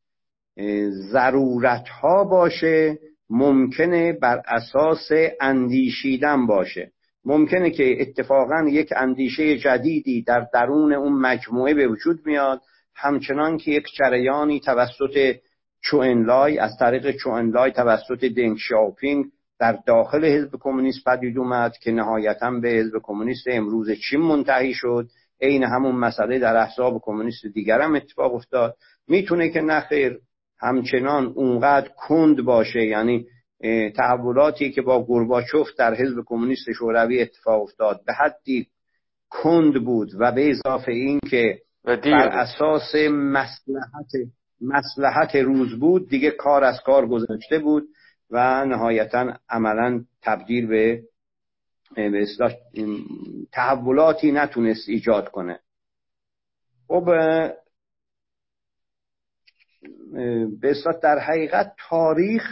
ضرورتها باشه، ممکنه بر اساس اندیشیدن باشه، ممکنه که اتفاقا یک اندیشه جدیدی در درون اون مجموعه به وجود میاد، همچنان که یک جریانی توسط چوئنلای از طریق چوئنلای توسط دنگ شیاوپینگ در داخل حزب کمونیست پدید اومد که نهایتاً به حزب کمونیست امروز چین منتهی شد. عین همون مسئله در احزاب کمونیست دیگر هم اتفاق افتاد. میتونه که نخیر همچنان اونقدر کند باشه، یعنی تحولاتی که با گورباچوف در حزب کمونیست شوروی اتفاق افتاد به حدی کند بود و به اضافه این که بر اساس مصلحت مصلحت روز بود، دیگه کار از کار گذشته بود و نهایتا عملا تبدیل به به اصطلاح تحولاتی نتونست ایجاد کنه. خب به اصطلاح در حقیقت تاریخ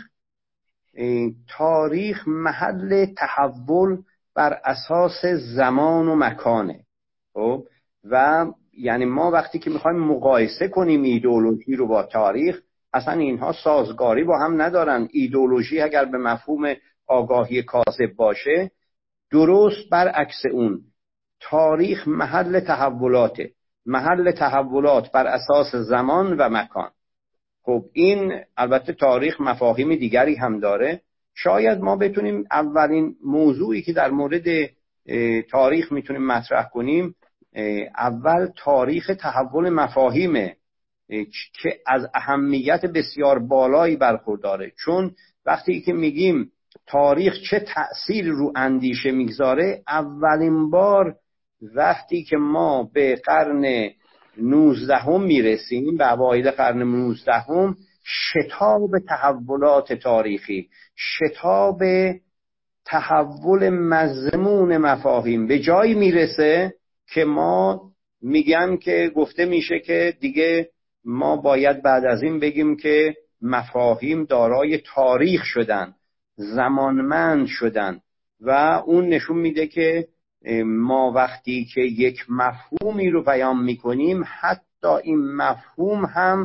تاریخ محل تحول بر اساس زمان و مکانه. خب و یعنی ما وقتی که میخوایم مقایسه کنیم ایدئولوژی رو با تاریخ، اصلا اینها سازگاری با هم ندارن. ایدئولوژی اگر به مفهوم آگاهی کاذب باشه، درست برعکس اون تاریخ محل تحولاته، محل تحولات بر اساس زمان و مکان. خب این البته تاریخ مفاهیم دیگری هم داره. شاید ما بتونیم اولین موضوعی که در مورد تاریخ میتونیم مطرح کنیم، اول تاریخ تحول مفاهیمه که از اهمیت بسیار بالایی برخورداره. چون وقتی که میگیم تاریخ چه تأثیر رو اندیشه میگذاره، اولین بار وقتی که ما به قرن نوزدهم میرسیم، به اوایل قرن نوزدهم، شتاب تحولات تاریخی، شتاب تحول مضمون مفاهیم به جایی میرسه که ما میگن که گفته میشه که دیگه ما باید بعد از این بگیم که مفاهیم دارای تاریخ شدن، زمانمند شدن و اون نشون میده که ما وقتی که یک مفهومی رو بیان میکنیم، حتی این مفهوم هم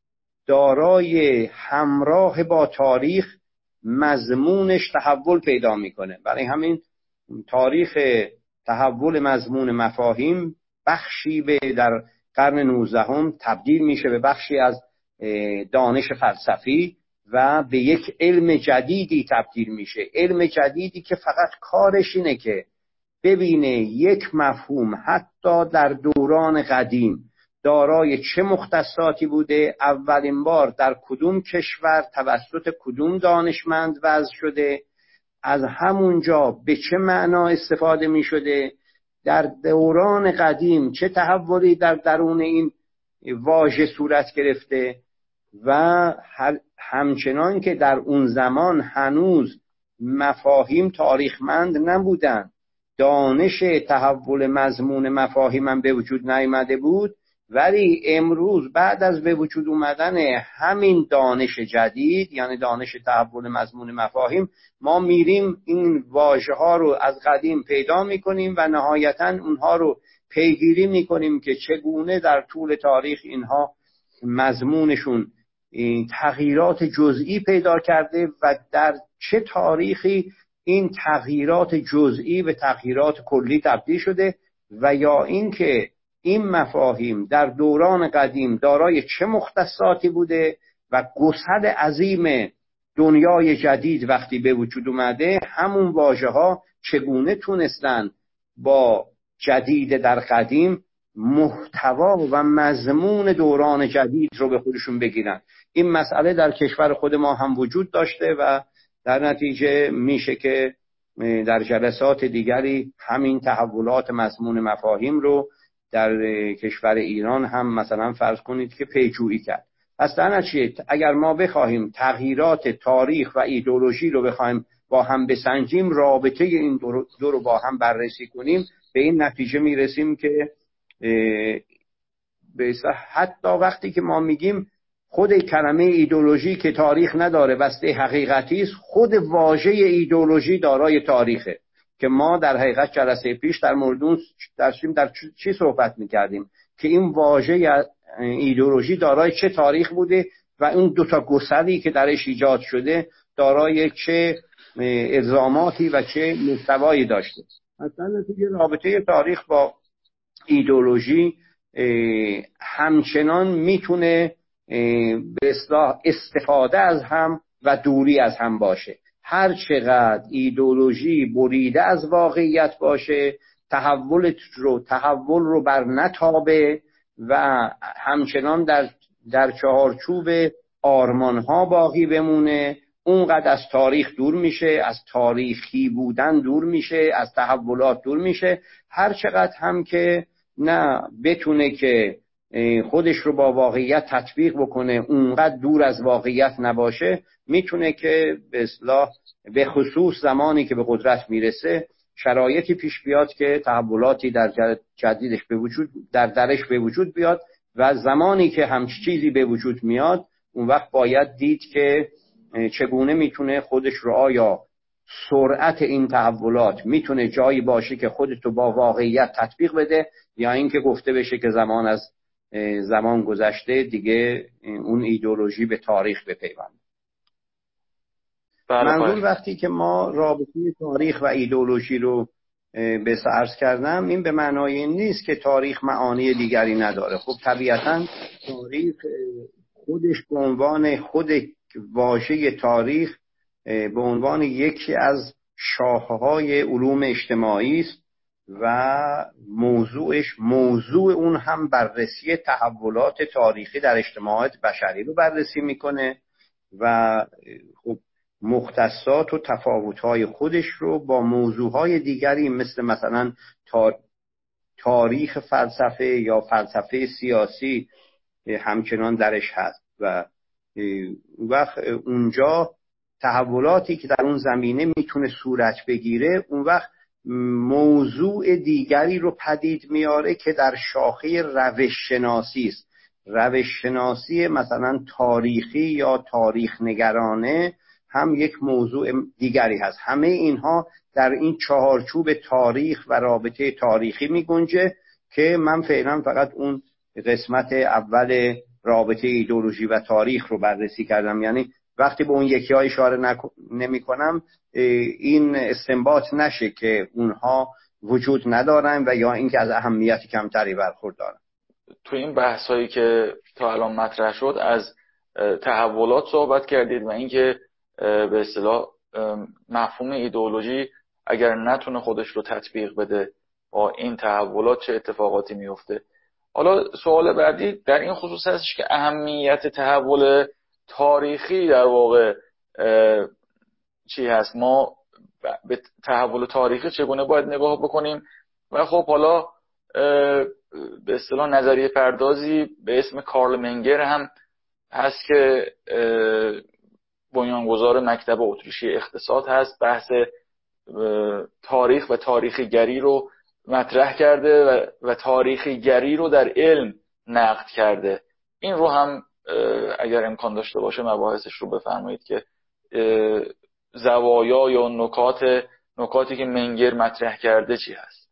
دارای همراه با تاریخ مضمونش تحول پیدا میکنه. برای همین تاریخ تحول مضمون مفاهیم بخشی به در قرن نوزدهم تبدیل میشه به بخشی از دانش فلسفی و به یک علم جدیدی تبدیل میشه. علم جدیدی که فقط کارش اینه که ببینه یک مفهوم حتی در دوران قدیم دارای چه مختصاتی بوده، اولین بار در کدوم کشور توسط کدوم دانشمند وضع شده، از همونجا به چه معنا استفاده می شده، در دوران قدیم چه تحولی در درون این واژه صورت گرفته و همچنان که در اون زمان هنوز مفاهیم تاریخمند نبودن، دانش تحول مضمون مفاهیم هم به وجود نیامده بود، ولی امروز بعد از به وجود اومدن همین دانش جدید، یعنی دانش تحول مضمون مفاهیم، ما میریم این واژه ها رو از قدیم پیدا میکنیم و نهایتا اونها رو پیگیری میکنیم که چگونه در طول تاریخ اینها مضمونشون این تغییرات جزئی پیدا کرده و در چه تاریخی این تغییرات جزئی به تغییرات کلی تبدیل شده و یا اینکه این مفاهیم در دوران قدیم دارای چه مختصاتی بوده و گسل عظیم دنیای جدید وقتی به وجود اومده، همون واژه ها چگونه تونستن با جدید در قدیم محتوا و مضمون دوران جدید رو به خودشون بگیرن. این مسئله در کشور خود ما هم وجود داشته و در نتیجه میشه که در جلسات دیگری همین تحولات مضمون مفاهیم رو در کشور ایران هم مثلا فرض کنید که پیجویی کرد. پس در نتیجه اگر ما بخواهیم تغییرات تاریخ و ایدئولوژی رو بخواهیم با هم بسنجیم، رابطه این دو رو با هم بررسی کنیم، به این نتیجه میرسیم که به حتی وقتی که ما میگیم خود کلمه ایدئولوژی که تاریخ نداره بسته حقیقتی است، خود واژه ایدئولوژی دارای تاریخه که ما در حقیقت جلسه پیش در مورد اون درشیم در چی صحبت میکردیم که این واژه ایدئولوژی دارای چه تاریخ بوده و اون دوتا گسلی که درش ایجاد شده دارای چه الزاماتی و چه محتوایی داشته. مثلا نتیجه رابطه تاریخ با ایدئولوژی همچنان میتونه به اصطلاح استفاده از هم و دوری از هم باشه. هر چقدر ایدئولوژی بریده از واقعیت باشه، تحول رو تحول رو بر نتابه و همچنان در در چهارچوب آرمان‌ها باقی بمونه، اونقدر از تاریخ دور میشه، از تاریخی بودن دور میشه، از تحولات دور میشه. هر چقدر هم که نه بتونه که خودش رو با واقعیت تطبیق بکنه، اونقدر دور از واقعیت نباشه، میتونه که به اصطلاح به خصوص زمانی که به قدرت میرسه شرایطی پیش بیاد که تحولاتی در جدیدش به وجود در درش به وجود بیاد و زمانی که همچی چیزی به وجود میاد اون وقت باید دید که چگونه میتونه خودش رو، آیا سرعت این تحولات میتونه جایی باشه که خودتو با واقعیت تطبیق بده یا اینکه گفته بشه که زمان از زمان گذشته دیگه اون ایدئولوژی به تاریخ بپیونده. منظور وقتی که ما رابطه تاریخ و ایدئولوژی رو به عرض کردم این به معنای این نیست که تاریخ معانی دیگری نداره. خب طبیعتاً تاریخ خودش به عنوان خود واژه تاریخ به عنوان یکی از شاخه‌های علوم اجتماعی است و موضوعش موضوع اون هم بررسی تحولات تاریخی در اجتماعات بشری رو بررسی میکنه و خب مختصات و تفاوت‌های خودش رو با موضوعهای دیگری مثل مثلا تاریخ فلسفه یا فلسفه سیاسی همچنان درش هست و وقت اونجا تحولاتی که در اون زمینه میتونه صورت بگیره اون وقت موضوع دیگری رو پدید میاره که در شاخه روش شناسی است. روش شناسی مثلا تاریخی یا تاریخ نگرانه هم یک موضوع دیگری هست. همه اینها در این چهارچوب تاریخ و رابطه تاریخی می گنجه که من فعلا فقط اون قسمت اول رابطه ایدئولوژی و تاریخ رو بررسی کردم. یعنی وقتی به اون یکی ها اشاره نمی کنم این استنباط نشه که اونها وجود ندارن و یا اینکه از اهمیت کمتری برخوردارن. تو این بحث هایی که تا الان مطرح شد از تحولات صحبت کردید و اینکه به اصطلاح مفهوم ایدئولوژی اگر نتونه خودش رو تطبیق بده با این تحولات چه اتفاقاتی میفته. حالا سوال بعدی در این خصوص هستش که اهمیت تحول تاریخی در واقع چی هست، ما به تحول تاریخی چگونه باید نگاه بکنیم و خب حالا به اصطلاح نظریه پردازی به اسم کارل منگر هم هست که بنیانگذار مکتب اتریشی اقتصاد هست، بحث تاریخ و تاریخی گری رو مطرح کرده و, و تاریخی گری رو در علم نقد کرده. این رو هم اگر امکان داشته باشه مباحثش رو بفرمایید که زوایا یا نکات نکاتی که منگر مطرح کرده چی هست.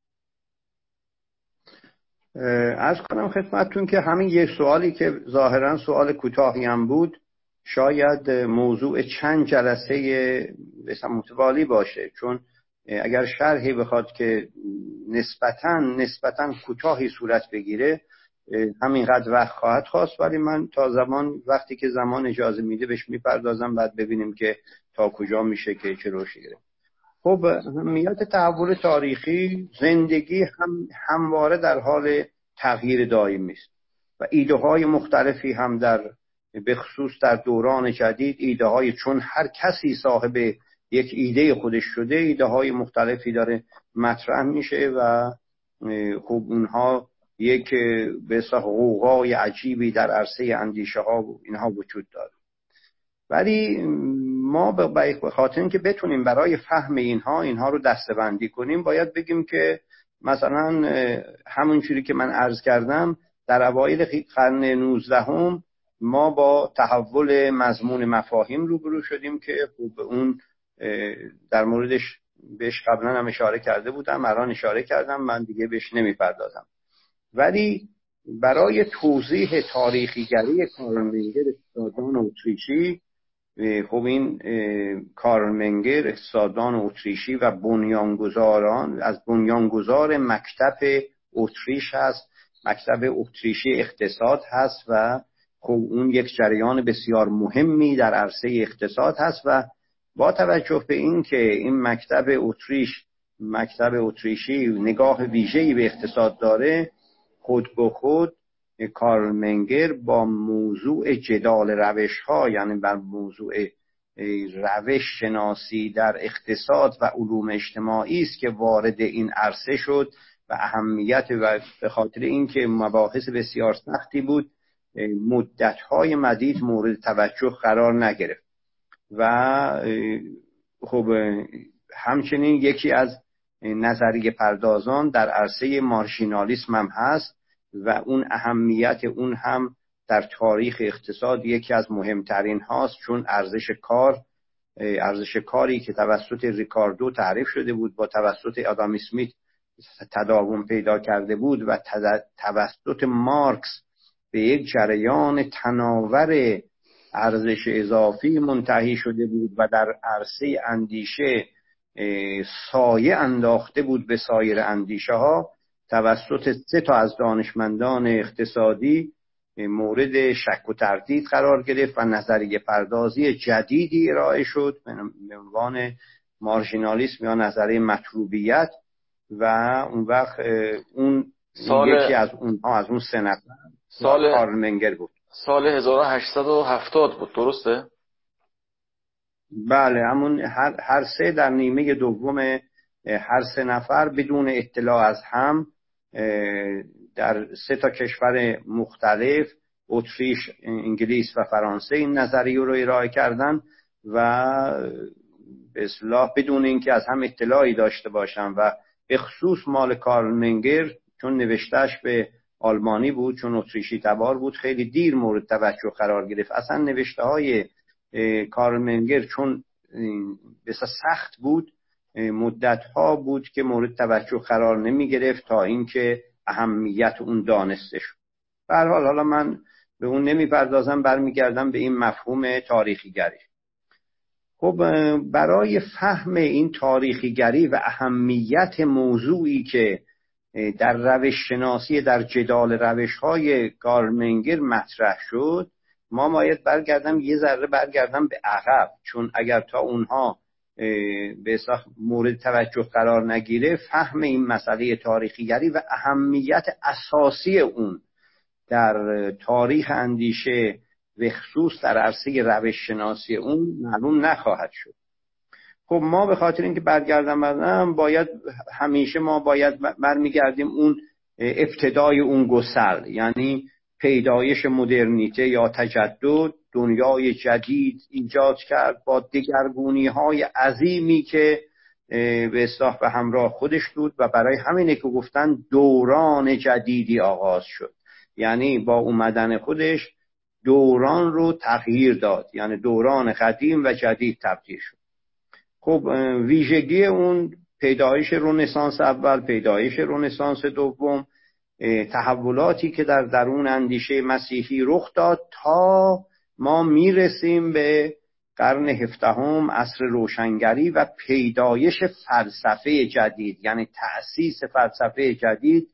عرض کنم خدمتتون که همین یک سوالی که ظاهرا سوال کوتاهی هم بود شاید موضوع چند جلسه مثلا متوالی باشه، چون اگر شرحی بخواد که نسبتاً نسبتاً کوتاهی صورت بگیره همینقدر وقت خواهد خواست، ولی من تا زمان وقتی که زمان اجازه میده بهش میپردازم بعد ببینیم که تا کجا میشه که چه روشی گیره. خب اهمیت تحول تاریخی، زندگی هم همواره در حال تغییر دائمی است و ایده های مختلفی هم در به خصوص در دوران جدید ایده های، چون هر کسی صاحب یک ایده خودش شده، ایده های مختلفی داره مطرح میشه و خب اونها یک به اصطلاح غوغای عجیبی در عرصه اندیشه ها و اینها وجود داره. ولی ما به خاطر اینکه بتونیم برای فهم اینها اینها رو دسته‌بندی کنیم باید بگیم که مثلا همون چیزی که من عرض کردم در اوایل قرن نوزدهم ما با تحول مضمون مفاهیم روبرو شدیم که خب اون در موردش بهش قبلا هم اشاره کرده بودم، الان اشاره کردم، من دیگه بهش نمیپردازم. ولی برای توضیح تاریخیگری کارل منگر اقتصاددان اتریشی، خب این کارل منگر اقتصاددان اتریشی و بنیانگذاران از بنیانگذار مکتب اتریش هست، مکتب اتریشی اقتصاد هست و خب اون یک جریان بسیار مهمی در عرصه اقتصاد هست و با توجه به این که این مکتب اتریش مکتب اتریشی نگاه ویژه‌ای به اقتصاد داره، خود به خود کارل منگر با موضوع جدال روش ها، یعنی بر موضوع روش شناسی در اقتصاد و علوم اجتماعی است که وارد این عرصه شد و اهمیت و به خاطر اینکه مباحث بسیار سختی بود مدت‌های مدید مورد توجه قرار نگرفت. و خب همچنین یکی از نظریه پردازان در عرصه مارژینالیسم هم هست و اون اهمیت اون هم در تاریخ اقتصاد یکی از مهمترین هاست، چون ارزش کار ارزش کاری که توسط ریکاردو تعریف شده بود با توسط آدام اسمیت تداوم پیدا کرده بود و توسط مارکس به یک جریان تناور ارزش اضافی منتهی شده بود و در عرصه اندیشه سایه انداخته بود به سایر اندیشه ها، توسط سه تا از دانشمندان اقتصادی مورد شک و تردید قرار گرفت و نظریه پردازی جدیدی ارائه شد به عنوان مارژینالیسم یا نظریه مطلوبیت و اون وقت اون سال یکی از اونها از اون سه نفر سال کارل منگر بود. سال هزار و هشتصد و هفتاد بود، درسته؟ بله، همون هر, هر سه در نیمه دوم هر سه نفر بدون اطلاع از هم در سه تا کشور مختلف، اتریش، انگلیس و فرانسه، این نظریه رو ارائه کردن و به اصطلاح بدون اینکه از هم اطلاعی داشته باشن و به خصوص مال کارل منگر چون نوشتهش به آلمانی بود، چون اتریشی تبار بود، خیلی دیر مورد توجه قرار گرفت. اصلا نوشته های کارل منگر چون بسیار سخت بود مدت ها بود که مورد توجه قرار نمی گرفت تا اینکه اهمیت اون دانسته شد. به هر حال حالا من به اون نمی پردازم، برمیگردم به این مفهوم تاریخیگری. خب برای فهم این تاریخیگری و اهمیت موضوعی که در روش شناسی در جدال روش های کارل منگر مطرح شد، ما باید برگردم یه ذره برگردم به عقب، چون اگر تا اونها به اصطلاح مورد توجه قرار نگیره فهم این مسئله تاریخیگری و اهمیت اساسی اون در تاریخ اندیشه و خصوص در عرصه روش شناسی اون معلوم نخواهد شد. خب ما به خاطر اینکه برگردم برم باید همیشه ما باید برمیگردیم اون ابتدای اون گسل، یعنی پیدایش مدرنیته یا تجدد، دنیای جدید ایجاد کرد با دگرگونی های عظیمی که به اصطلاح به همراه خودش بود و برای همینه که گفتن دوران جدیدی آغاز شد، یعنی با اومدن خودش دوران رو تغییر داد، یعنی دوران قدیم و جدید تبدیل شد. خب ویژگی اون پیدایش رنسانس اول، پیدایش رنسانس دوم، تحولاتی که در درون اندیشه مسیحی رخ داد تا ما میرسیم به قرن هفدهم، عصر روشنگری و پیدایش فلسفه جدید، یعنی تأسیس فلسفه جدید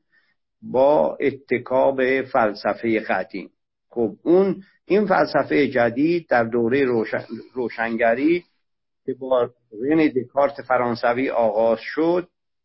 با اتکا به فلسفه قدیم. خب اون این فلسفه جدید در دوره روشن، روشنگری که با رنه دکارت فرانسوی آغاز شد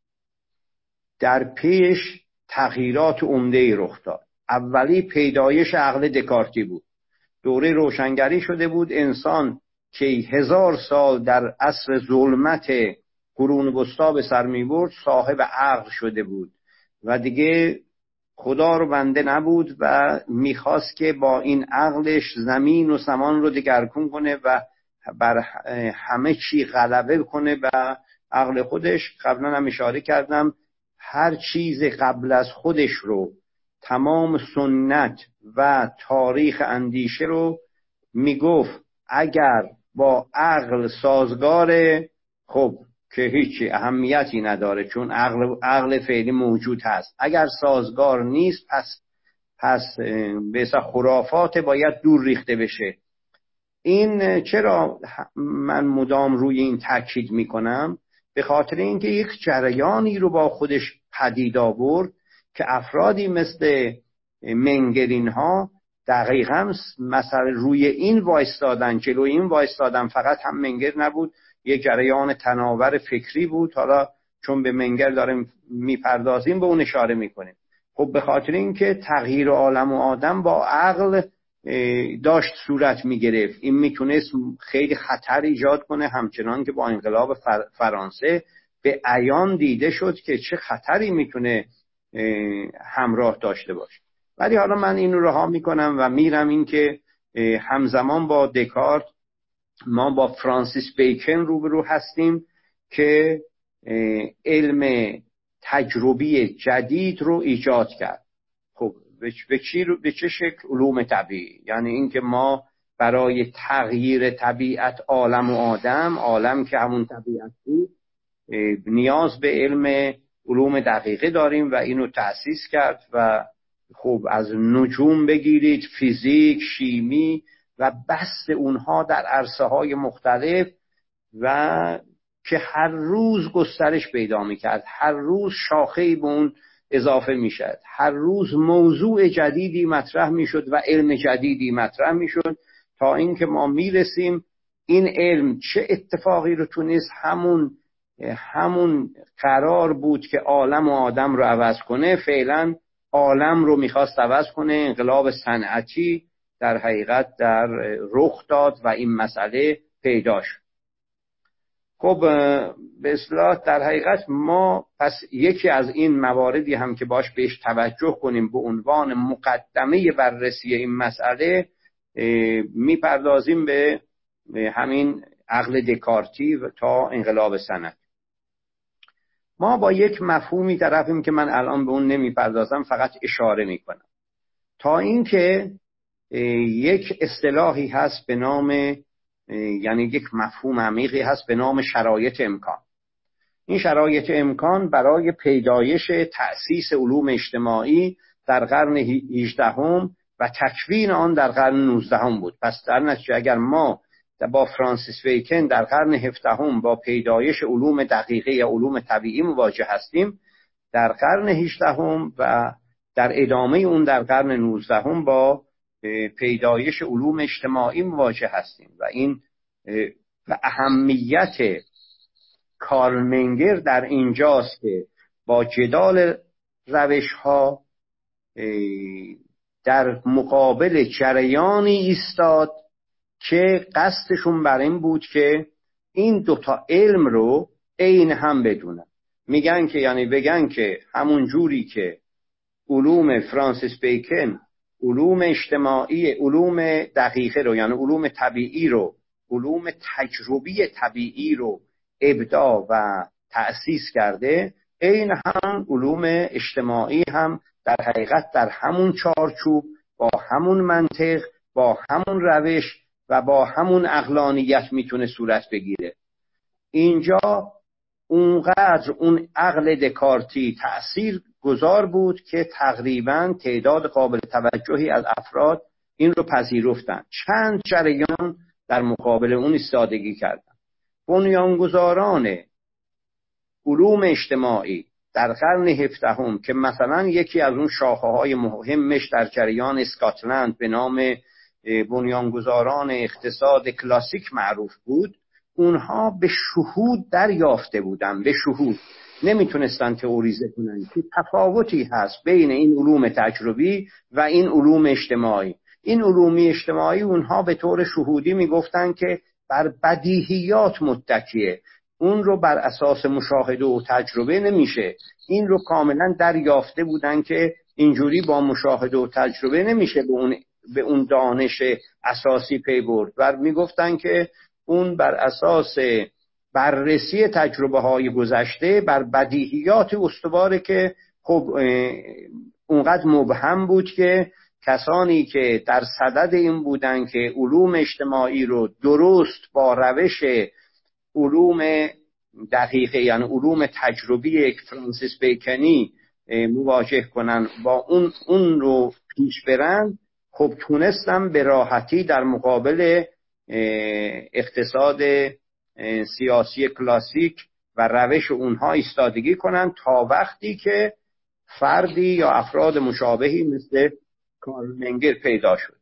در پیش تغییرات عمده‌ای رخ داد. اولی پیدایش عقل دکارتی بود. دوره روشنگری شده بود، انسان که هزار سال در عصر ظلمت قرون وسطی به سر می‌برد صاحب عقل شده بود و دیگه خدا رو بنده نبود و میخواست که با این عقلش زمین و سمان رو دگرگون کنه و بر همه چی غلبه کنه و عقل خودش، قبلا هم اشاره کردم، هر چیز قبل از خودش رو تمام سنت و تاریخ اندیشه رو میگفت اگر با عقل سازگاره، خب که هیچی اهمیتی نداره چون عقل عقل فعلی موجود هست. اگر سازگار نیست پس پس به اصطلاح خرافات باید دور ریخته بشه. این چرا من مدام روی این تاکید میکنم؟ به خاطر اینکه یک جریانی رو با خودش پدید آورد که افرادی مثل منگرین ها دقیقاً مثلا روی این وایستادن، جلو این وایستادن. فقط هم منگر نبود، یک جریان تناور فکری بود. حالا چون به منگر داریم میپردازیم به اون اشاره میکنیم. خب به خاطر اینکه تغییر عالم و آدم با عقل داشت صورت میگرفت، این میتونست خیلی خطر ایجاد کنه، همچنان که با انقلاب فرانسه به عیان دیده شد که چه خطری میتونه همراه داشته باشه. ولی حالا من این رو رها میکنم و میرم این که همزمان با دکارت ما با فرانسیس بیکن روبرو هستیم که علم تجربی جدید رو ایجاد کرد. خب به چی به چه شکل؟ علوم طبیعی. یعنی اینکه ما برای تغییر طبیعت عالم و آدم، عالم که همون طبیعت بود، نیاز به علم علوم دقیقه داریم و اینو تأسیس کرد. و خب از نجوم بگیرید، فیزیک، شیمی و بحث اونها در عرصه های مختلف و که هر روز گسترش پیدا میکرد، هر روز شاخه‌ای به اون اضافه میشد، هر روز موضوع جدیدی مطرح میشد و علم جدیدی مطرح میشد تا اینکه ما میرسیم این علم چه اتفاقی رو تونست همون همون قرار بود که عالم و آدم رو عوض کنه، فعلا عالم رو میخواست عوض کنه. انقلاب صنعتی در حقیقت در رخ داد و این مسئله پیدا شد. خب به اصطلاح در حقیقت ما پس یکی از این مواردی هم که باش بهش توجه کنیم به عنوان مقدمه بررسی این مسئله میپردازیم به همین عقل دکارتی تا انقلاب صنعتی. ما با یک مفهومی طرفیم که من الان به اون نمیپردازم، فقط اشاره میکنم. تا اینکه یک اصطلاحی هست به نام، یعنی یک مفهوم عمیقی هست به نام شرایط امکان. این شرایط امکان برای پیدایش تأسیس علوم اجتماعی در قرن هجدهم و تکوین آن در قرن نوزدهم بود. پس در نتیجه اگر ما با فرانسیس بیکن در قرن هفدهم با پیدایش علوم دقیقه یا علوم طبیعی مواجه هستیم، در قرن هجدهم و در ادامه اون در قرن نوزدهم با پیدایش علوم اجتماعی مواجه هستیم. و این و اهمیت کارل منگر در اینجاست که با جدال روش ها در مقابل جریانی ایستاد که قصدشون بر این بود که این دوتا علم رو عین هم بدونن. میگن که یعنی بگن که همون جوری که علوم فرانسیس بیکن علوم اجتماعی، علوم دقیقه رو یعنی علوم طبیعی رو، علوم تجربی طبیعی رو ابداع و تأسیس کرده، این هم علوم اجتماعی هم در حقیقت در همون چارچوب با همون منطق با همون روش و با همون عقلانیت میتونه صورت بگیره. اینجا اونقدر اون عقل دکارتی تأثیر گذار بود که تقریبا تعداد قابل توجهی از افراد این رو پذیرفتن. چند جریان در مقابل اون ایستادگی کردن. بنیانگذاران علوم اجتماعی در قرن هفدهم که مثلا یکی از اون شاخه‌های مهمش در جریان اسکاتلند به نام بنیانگذاران اقتصاد کلاسیک معروف بود، اونها به شهود دریافته بودن، به شهود نمیتونستن تئوریزه کنن که تفاوتی هست بین این علوم تجربی و این علوم اجتماعی. این علوم اجتماعی اونها به طور شهودی میگفتن که بر بدیهیات متکیه، اون رو بر اساس مشاهده و تجربه نمیشه. این رو کاملا دریافته بودن که اینجوری با مشاهده و تجربه نمیشه به اون به اون دانش اساسی پی برد. و میگفتن که اون بر اساس بررسی تجربه های گذشته بر بدیهیات استواره که خب اونقدر مبهم بود که کسانی که در صدد این بودن که علوم اجتماعی رو درست با روش علوم دقیقه، یعنی علوم تجربی فرانسیس بیکنی مواجه کنن، با اون اون رو پیش برن، خب تونستم به راحتی در مقابل اقتصاد سیاسی کلاسیک و روش اونها ایستادگی کنن، تا وقتی که فردی یا افراد مشابهی مثل کارل منگر پیدا شد.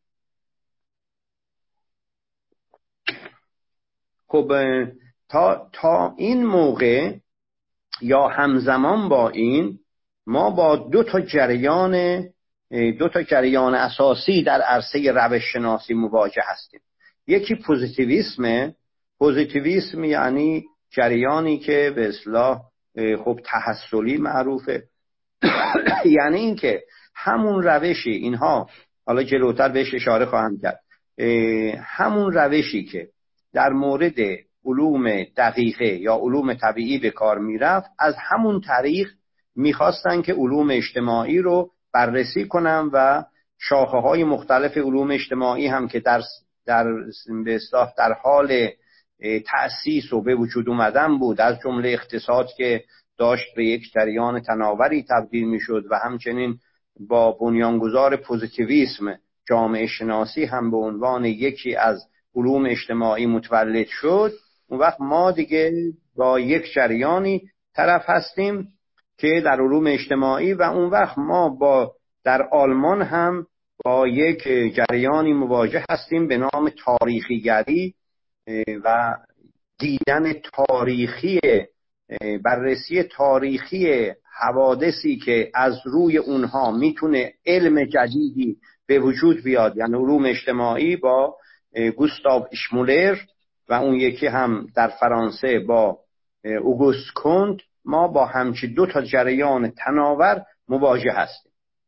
خب تا تا این موقع یا همزمان با این ما با دو تا جریان دو تا جریان اساسی در عرصه روش شناسی مواجه هستیم. یکی پوزیتیویسم. پوزیتیویسم یعنی جریانی که به اصطلاح خب تحصلی معروفه یعنی این که همون روشی، اینها حالا جلوتر بهش اشاره خواهم کرد، همون روشی که در مورد علوم دقیقه یا علوم طبیعی به کار میرفت، از همون طریق میخواستن که علوم اجتماعی رو بررسی کنن و شاخه های مختلف علوم اجتماعی هم که در در به اصطلاح در حال تأسیس و به وجود اومدن بود، از جمله اقتصاد که داشت به یک جریان تناوری تبدیل میشد و همچنین با بنیانگذار پوزیتیویسم جامعه شناسی هم به عنوان یکی از علوم اجتماعی متولد شد. اون وقت ما دیگه با یک جریانی طرف هستیم که در علوم اجتماعی، و اون وقت ما با در آلمان هم با یک جریانی مواجه هستیم به نام تاریخیگری و دیدن تاریخی، بررسی تاریخی حوادثی که از روی اونها میتونه علم جدیدی به وجود بیاد، یعنی علوم اجتماعی با گوستاو اشمولر و اون یکی هم در فرانسه با اوگوست کونت. ما با همچی دو تا جریان تناور مواجه هستیم.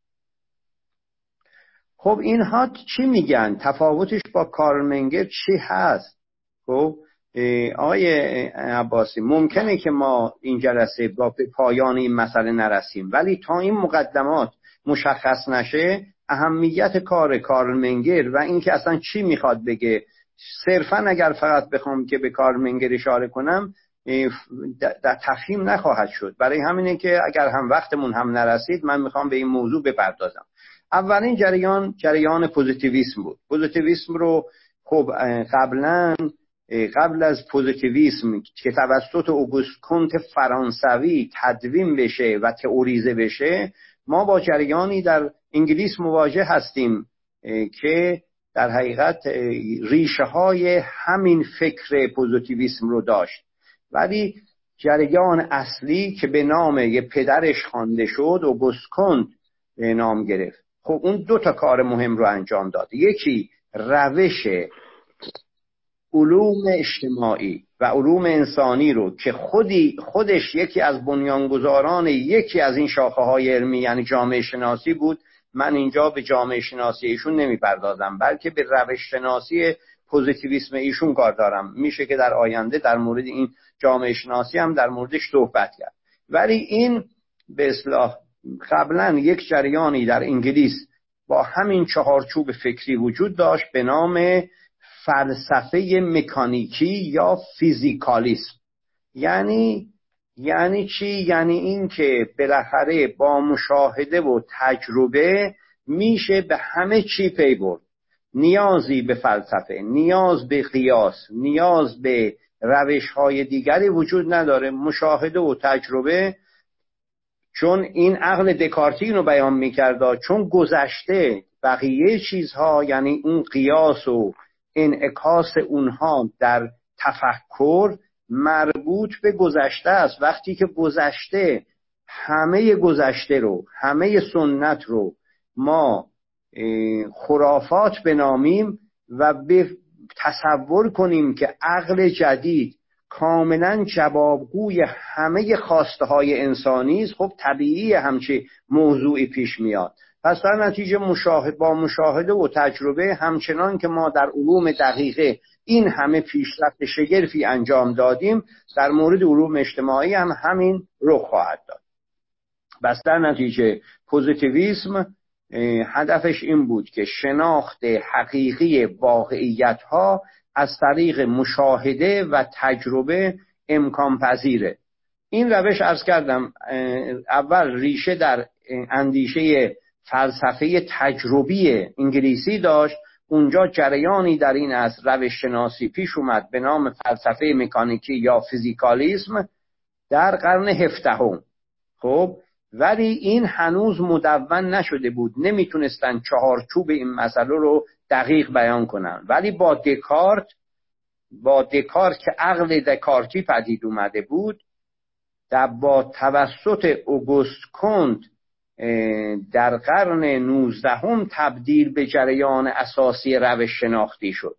خب اینها چی میگن؟ تفاوتش با کارل منگر چی هست؟ خب آقای عباسی، ممکنه که ما این جلسه با پایان این مسئله نرسیم، ولی تا این مقدمات مشخص نشه اهمیت کار کارل منگر و اینکه اصلا چی میخواد بگه، صرفا اگر فقط بخوام که به کارل منگر اشاره کنم در تفهیم نخواهد شد. برای همینه که اگر هم وقتمون هم نرسید من میخوام به این موضوع بپردازم. اولین جریان جریان پوزیتیویسم بود. پوزیتیویسم رو خب قبلا قبل از پوزیتیویسم که توسط اوگوست کونت فرانسوی تدوین بشه و تئوریزه بشه، ما با جریانی در انگلیس مواجه هستیم که در حقیقت ریشه های همین فکر پوزیتیویسم رو داشت، ولی جریان اصلی که به نام یه پدرش خوانده شد اوگوست کونت نام گرفت. خب اون دو تا کار مهم رو انجام داد. یکی روش علوم اجتماعی و علوم انسانی رو که خودی خودش یکی از بنیانگذاران یکی از این شاخه های علمی یعنی جامعه شناسی بود. من اینجا به جامعه شناسی ایشون نمی پردازم، بلکه به روش شناسی پوزیتیویسم ایشون کار دارم. میشه که در آینده در مورد این جامعه شناسی هم در موردش صحبت کرد. ولی این به اصطلاح قبلا یک جریانی در انگلیس با همین چهارچوب فکری وجود داشت به نام فلسفه مکانیکی یا فیزیکالیسم. یعنی یعنی چی؟ یعنی این که بالاخره با مشاهده و تجربه میشه به همه چی پی برد. نیازی به فلسفه، نیاز به قیاس، نیاز به روش‌های دیگری وجود نداره. مشاهده و تجربه، چون این عقل دکارتی رو بیان میکرد، چون گذشته بقیه چیزها یعنی اون قیاس و انعکاس اونها در تفکر مربوط به گذشته است. وقتی که گذشته، همه گذشته رو، همه سنت رو ما خرافات بنامیم و به تصور کنیم که عقل جدید کاملا جوابگوی همه خواسته های انسانی است، خب طبیعی همچی موضوعی پیش میاد. پس در نتیجه مشاهده با مشاهده و تجربه، همچنان که ما در علوم دقیقه این همه پیشرفت شگرفی انجام دادیم، در مورد علوم اجتماعی هم همین رخ خواهد داد. بس در نتیجه پوزیتیویسم هدفش این بود که شناخت حقیقی واقعیت ها از طریق مشاهده و تجربه امکان پذیره. این روش عرض کردم اول ریشه در اندیشه فلسفه تجربی انگلیسی داشت. اونجا جریانی در این از روش شناسی پیش اومد به نام فلسفه مکانیکی یا فیزیکالیسم در قرن هفدهم. خب ولی این هنوز مدون نشده بود، نمیتونستن چهارچوب این مسئله رو دقیق بیان کنن. ولی با دکارت با دکارت که عقل دکارتی پدید اومده بود، در با توسط اوگوست کنت در قرن نوزدهم تبدیل به جریان اساسی روش شناختی شد.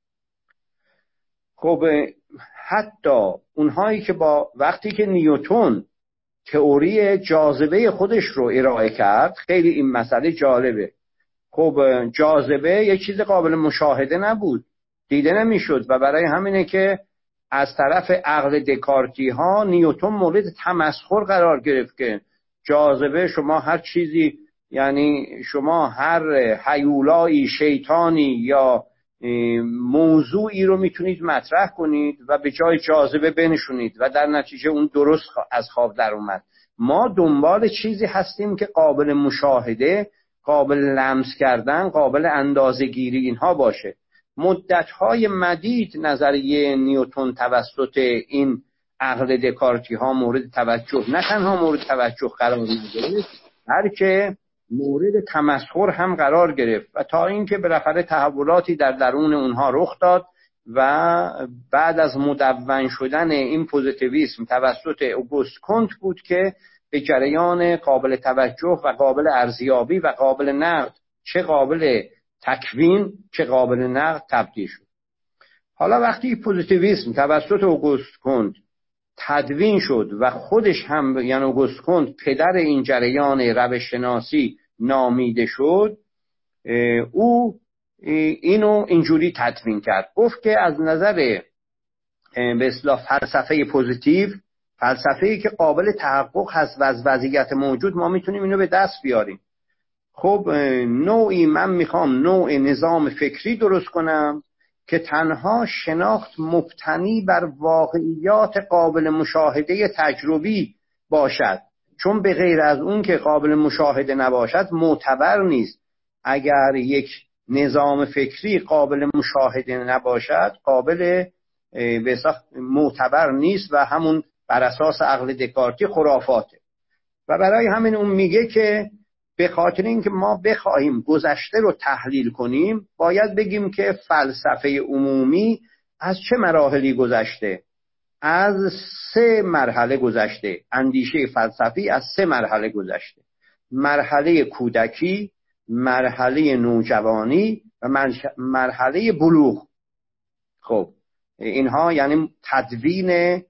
خب حتی اونهایی که با وقتی که نیوتن تئوری جاذبه خودش رو ارائه کرد، خیلی این مسئله جالبه. خب جاذبه یک چیز قابل مشاهده نبود، دیده نمیشد و برای همینه که از طرف عقل دکارتی ها نیوتن مورد تمسخر قرار گرفت که جاذبه شما هر چیزی، یعنی شما هر هیولایی، شیطانی یا موضوعی رو میتونید مطرح کنید و به جای جاذبه بنشونید و در نتیجه اون درست از خواب در اومد. ما دنبال چیزی هستیم که قابل مشاهده، قابل لمس کردن، قابل اندازه‌گیری اینها باشه. مدت‌های مدید نظریه نیوتن توسط این عقل دکارتی ها مورد توجه، نه تنها مورد توجه قرار می‌گرفت بلکه مورد تمسخر هم قرار گرفت و تا اینکه بالاخره تحولاتی در درون اونها رخ داد و بعد از مدون شدن این پوزیتیویسم توسط اوگوست کنت بود که به جریان قابل توجه و قابل ارزیابی و قابل نقد، چه قابل تکوین چه قابل نقد، تبدیل شد. حالا وقتی پوزیتیویسم توسط اوگوست کنت تدوین شد و خودش هم، یعنی اوگوست کنت پدر این جریان روش شناسی نامیده شد، او اینو اینجوری تدوین کرد. گفت که از نظر به اصطلاح فلسفه پوزیتیو، فلسفه‌ای که قابل تحقق هست و از وضعیت موجود ما میتونیم اینو به دست بیاریم. خب نوعی من میخوام نوع نظام فکری درست کنم که تنها شناخت مبتنی بر واقعیات قابل مشاهده تجربی باشد، چون به غیر از اون که قابل مشاهده نباشد معتبر نیست. اگر یک نظام فکری قابل مشاهده نباشد قابل به اصطلاح معتبر نیست و همون بر اساس عقل دکارتی خرافاته. و برای همین اون میگه که به خاطر اینکه ما بخواهیم گذشته رو تحلیل کنیم باید بگیم که فلسفه عمومی از چه مراحلی گذشته. از سه مرحله گذشته. اندیشه فلسفی از سه مرحله گذشته: مرحله کودکی، مرحله نوجوانی و مرحله بلوغ. خب اینها یعنی تدوین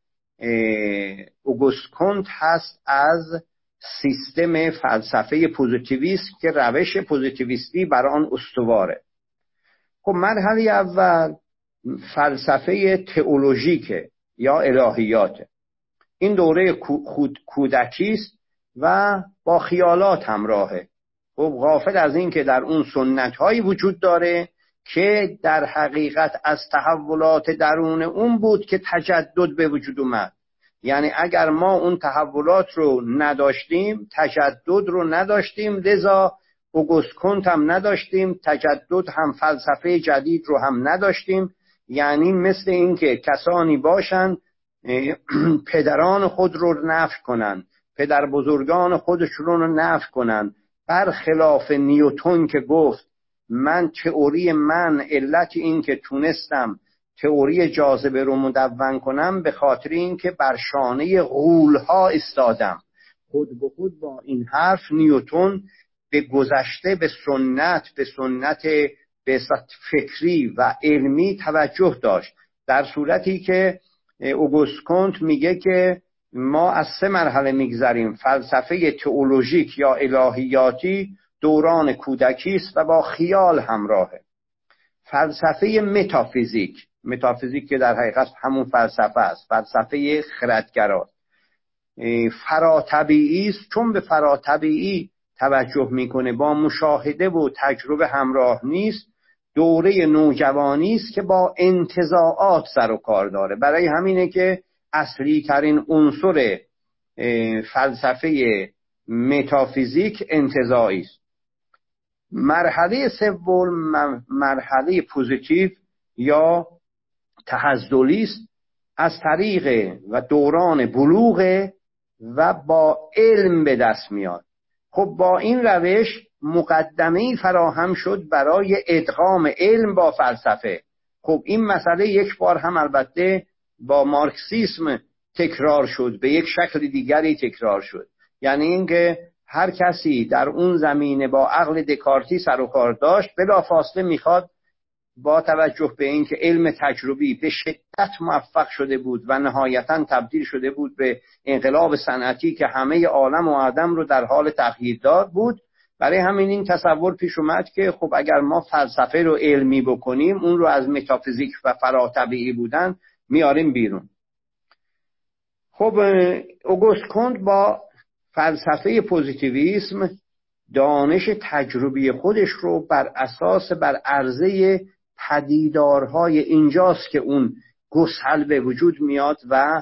اوگوست کنت هست از سیستم فلسفه پوزیتیویست که روش پوزیتیویستی بر آن استواره. خب مرحله اول فلسفه تئولوژیکه یا الهیاته. این دوره کودکی است و با خیالات همراهه. خب غافل از این که در اون سنت‌هایی وجود داره که در حقیقت از تحولات درون اون بود که تجدد به وجود اومد. یعنی اگر ما اون تحولات رو نداشتیم، تجدد رو نداشتیم، لذا اوگوست کنت هم نداشتیم، تجدد هم فلسفه جدید رو هم نداشتیم. یعنی مثل این که کسانی باشن پدران خود رو نفی کنن، پدر بزرگان خودشون رو نفی کنن، برخلاف نیوتن که گفت من تئوری من علت این که تونستم تئوری جاذبه رو مدون کنم به خاطر این که بر شانه غول‌ها استادم. خود به خود با این حرف نیوتن به گذشته، به سنت، به سنت به فکری و علمی توجه داشت، در صورتی که اوگوست کنت میگه که ما از سه مرحله میگذریم. فلسفه تئولوژیک یا الهیاتی دوران کودکی است و با خیال همراهه. فلسفه متافیزیک، متافیزیک که در حقیقت همون فلسفه است، فلسفه خردگراست. فراتبیعی است، چون به فراتبیعی توجه میکنه، با مشاهده و تجربه همراه نیست، دوره نوجوانی است که با انتزاعات سر و کار داره. برای همینه که اصلی ترین عنصر فلسفه متافیزیک انتزاعی است. مرحله سوم مرحله پوزیتیو یا تحزلی است، از طریق و دوران بلوغ و با علم به دست میاد. خب با این روش مقدمه‌ای فراهم شد برای ادغام علم با فلسفه. خب این مسئله یک بار هم البته با مارکسیسم تکرار شد، به یک شکل دیگری تکرار شد. یعنی اینکه هر کسی در اون زمینه با عقل دکارتی سر و کار داشت بلافاصله میخواد با توجه به اینکه علم تجربی به شدت موفق شده بود و نهایتاً تبدیل شده بود به انقلاب صنعتی که همه عالم و آدم رو در حال تغییر داد بود، برای همین این تصور پیش اومد که خب اگر ما فلسفه رو علمی بکنیم اون رو از متافیزیک و فراتبیعی بودن میاریم بیرون. خب اوگوست کونت با فلسفه پوزیتیویسم دانش تجربی خودش رو بر اساس بر عرضه پدیدارهای اینجاست که اون گسل به وجود میاد و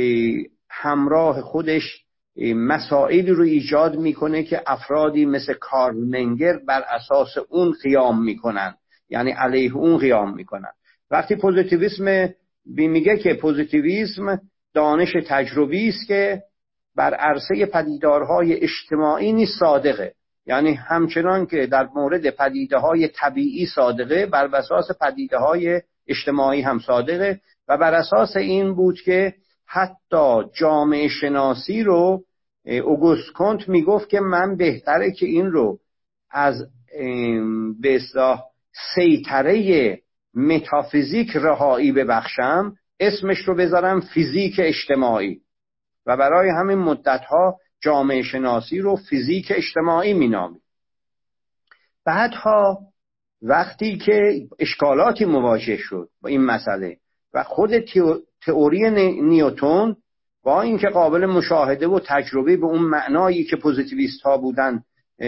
همراه خودش مسائلی رو ایجاد میکنه که افرادی مثل کارل منگر بر اساس اون قیام میکنن، یعنی علیه اون قیام میکنن. وقتی پوزیتیویسم میگه که پوزیتیویسم دانش تجربی است که بر عرصه پدیدارهای اجتماعی نیست صادقه، یعنی همچنان که در مورد پدیده‌های طبیعی صادقه، بر اساس پدیده‌های اجتماعی هم صادقه. و بر اساس این بود که حتی جامعه شناسی رو اوگوست کونت میگفت که من بهتره که این رو از به اصطلاح سیطره متافیزیک رهایی ببخشم، اسمش رو بذارم فیزیک اجتماعی، و برای همین مدتها جامعه شناسی رو فیزیک اجتماعی مینامید. بعدها وقتی که اشکالاتی مواجه شد با این مسئله و خود تئوری نیوتن با اینکه قابل مشاهده و تجربه به اون معنایی که پوزیتیویست ها بودن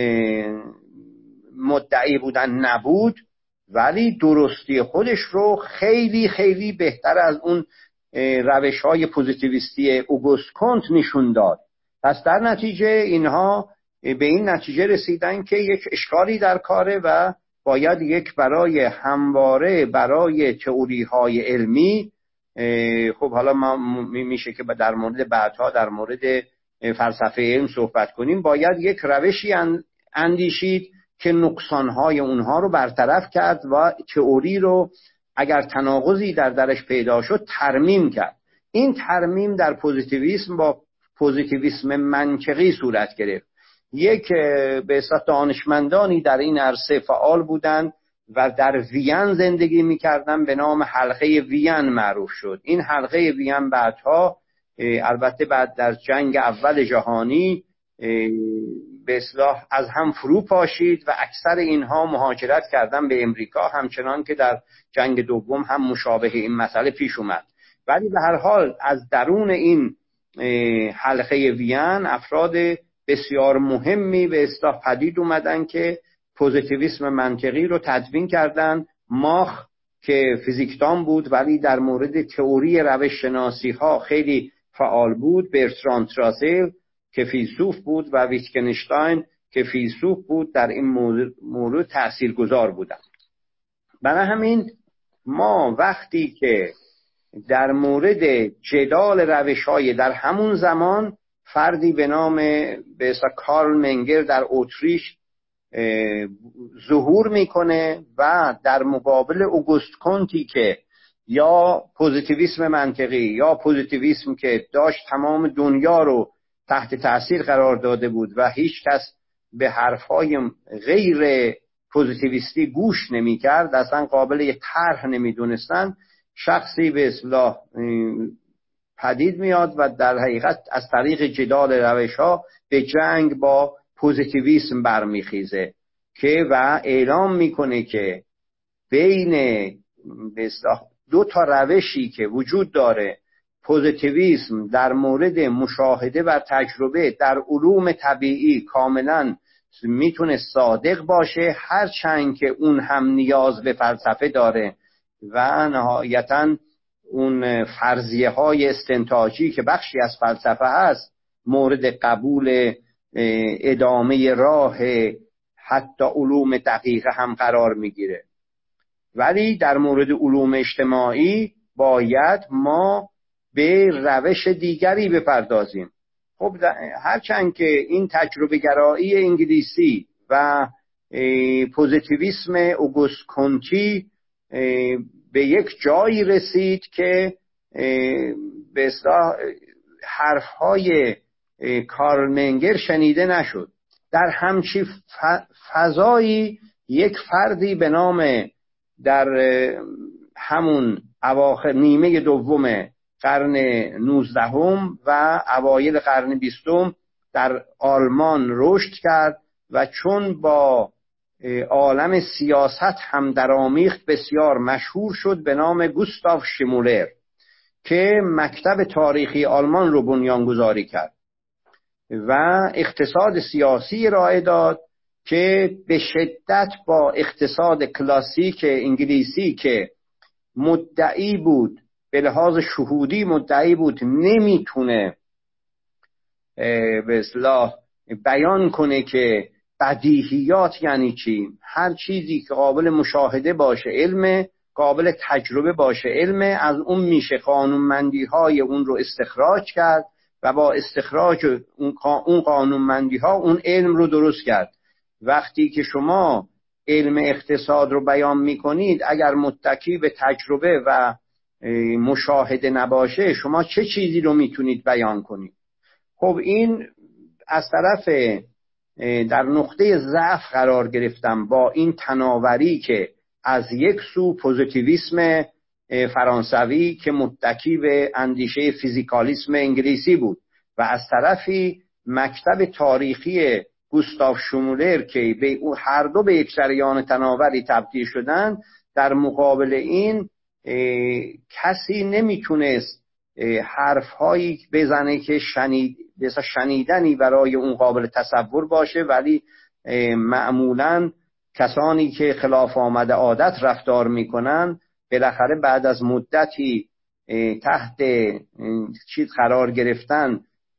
مدعی بودن نبود، ولی درستی خودش رو خیلی خیلی بهتر از اون روش های پوزیتیویستی اوگوست کونت نشون داد. پس در نتیجه اینها به این نتیجه رسیدن که یک اشکالی در کاره و باید یک برای همواره برای تئوری های علمی، خب حالا ما میشه که در مورد بعدها در مورد فلسفه علم صحبت کنیم، باید یک روشی اندیشید که نقصانهای اونها رو برطرف کرد و تئوری رو اگر تناقضی در درش پیدا شد ترمیم کرد. این ترمیم در پوزیتیویسم با پوزیتیویسم منطقی صورت گرفت. یک به اصطلاح دانشمندانی در این عرصه فعال بودند و در وین زندگی می‌کردند، به نام حلقه وین معروف شد. این حلقه وین بعدها البته بعد در جنگ اول جهانی به اصطلاح از هم فرو پاشید و اکثر اینها مهاجرت کردن به امریکا، همچنان که در جنگ دوم هم مشابه این مسئله پیش اومد. ولی به هر حال از درون این حلقه وین افراد بسیار مهمی به اصطلاح پدید اومدن که پوزیتیویسم منطقی رو تدوین کردن. ماخ که فیزیکدان بود ولی در مورد تئوری روش شناسی ها خیلی فعال بود، برتراند راسل که فیلسوف بود و ویتکنشتاین که فیلسوف بود در این مورد تاثیرگذار بودند. برای همین ما وقتی که در مورد جدال روش‌های در همون زمان فردی به نام به اصطلاح کارل منگر در اتریش ظهور میکنه و در مقابل اوگوست کونتی که یا پوزیتیویسم منطقی یا پوزیتیویسم که داشت تمام دنیا رو تحت تاثیر قرار داده بود و هیچ کس به حرفهای غیر پوزیتیویستی گوش نمی کرد، اصلا قابل یک طرح نمی دونستن، شخصی به اصطلاح پدید میاد و در حقیقت از طریق جدال روش ها به جنگ با پوزیتیویسم برمیخیزه که و اعلام میکنه که بین به اصطلاح دو تا روشی که وجود داره، پوزیتیویسم در مورد مشاهده و تجربه در علوم طبیعی کاملا میتونه صادق باشه، هرچند که اون هم نیاز به فلسفه داره و نهایتاً اون فرضیه های استنتاجی که بخشی از فلسفه هست مورد قبول ادامه راه حتی علوم دقیقه هم قرار میگیره. ولی در مورد علوم اجتماعی باید ما به روش دیگری بپردازیم. خب هرچند که این تجربه گرایی انگلیسی و پوزیتیویسم اوگوست کنتی به یک جایی رسید که به اصطلاح حرفهای کارل منگر شنیده نشد، در همچی فضایی یک فردی به نام در همون اواخر نیمه دوم قرن نوزدهم و اوایل قرن بیستم در آلمان رشد کرد و چون با عالم سیاست هم درآمیخت بسیار مشهور شد به نام گوستاف شمولر که مکتب تاریخی آلمان رو بنیانگذاری کرد و اقتصاد سیاسی ارائه داد که به شدت با اقتصاد کلاسیک انگلیسی که مدعی بود به لحاظ شهودی مدعی بود نمیتونه به اصطلاح بیان کنه که بدیهیات یعنی چی، هر چیزی که قابل مشاهده باشه علم، قابل تجربه باشه علم، از اون میشه قانونمندی های اون رو استخراج کرد و با استخراج اون قانونمندی ها اون علم رو درست کرد. وقتی که شما علم اقتصاد رو بیان میکنید اگر متکی به تجربه و مشاهده نباشه شما چه چیزی رو میتونید بیان کنید؟ خب این از طرف در نقطه ضعف قرار گرفتم با این تناوری که از یک سو پوزیتیویسم فرانسوی که متکی به اندیشه فیزیکالیسم انگلیسی بود و از طرفی مکتب تاریخی گوستاف شمولر که به هر دو به یک جریان تناوری تبدیل شدن. در مقابل این کسی نمیتونست حرفهایی بزنه که شنید شنیدنی برای اون قابل تصور باشه، ولی معمولاً کسانی که خلاف آمده عادت رفتار میکنن بالاخره بعد از مدتی تحت چیز قرار گرفتن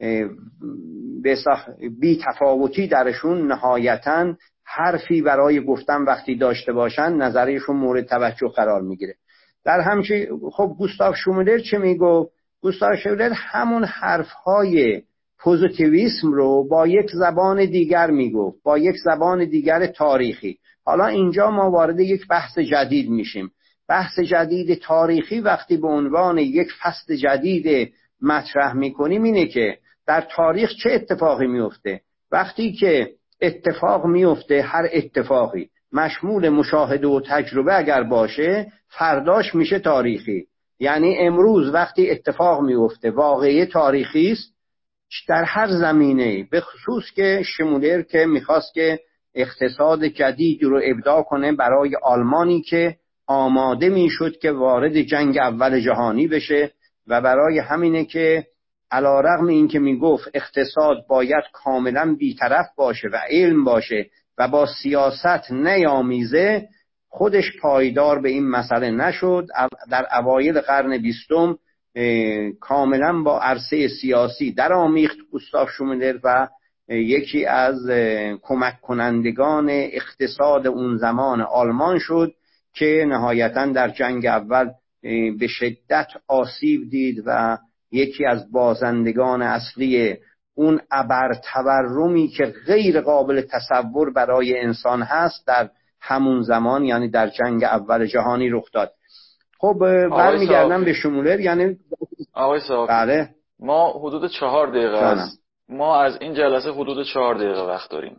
بی تفاوتی درشون نهایتاً حرفی برای گفتن وقتی داشته باشن نظریشون مورد توجه قرار میگیره. در همچه خب گوستاف شومولر چه میگو؟ گوستاف شومولر همون حرفهای پوزیتیویسم رو با یک زبان دیگر میگفت، با یک زبان دیگر تاریخی. حالا اینجا ما وارد یک بحث جدید میشیم. بحث جدید تاریخی وقتی به عنوان یک فصل جدید مطرح میکنیم اینه که در تاریخ چه اتفاقی میفته. وقتی که اتفاق میفته هر اتفاقی مشمول مشاهده و تجربه اگر باشه فرداش میشه تاریخی. یعنی امروز وقتی اتفاق میفته واقعه تاریخی است در هر زمینه، به خصوص که شمولر که میخواست که اقتصاد جدید رو ابداع کنه برای آلمانی که آماده میشد که وارد جنگ اول جهانی بشه و برای همینه که علیرغم این که میگفت اقتصاد باید کاملا بیطرف باشه و علم باشه و با سیاست نیامیزه، خودش پایدار به این مسئله نشد. در اوایل قرن بیستم کاملا با عرصه سیاسی در آمیخت گوستاف شومولر و یکی از کمک کنندگان اقتصاد اون زمان آلمان شد که نهایتا در جنگ اول به شدت آسیب دید و یکی از بازندگان اصلی اون ابرتورمی که غیر قابل تصور برای انسان هست در همون زمان یعنی در جنگ اول جهانی رخ داد. خب برمیگردم به شمولر. یعنی آقای صاحب بله ما حدود چهار دقیقه است. ما از این جلسه حدود چهار دقیقه وقت داریم.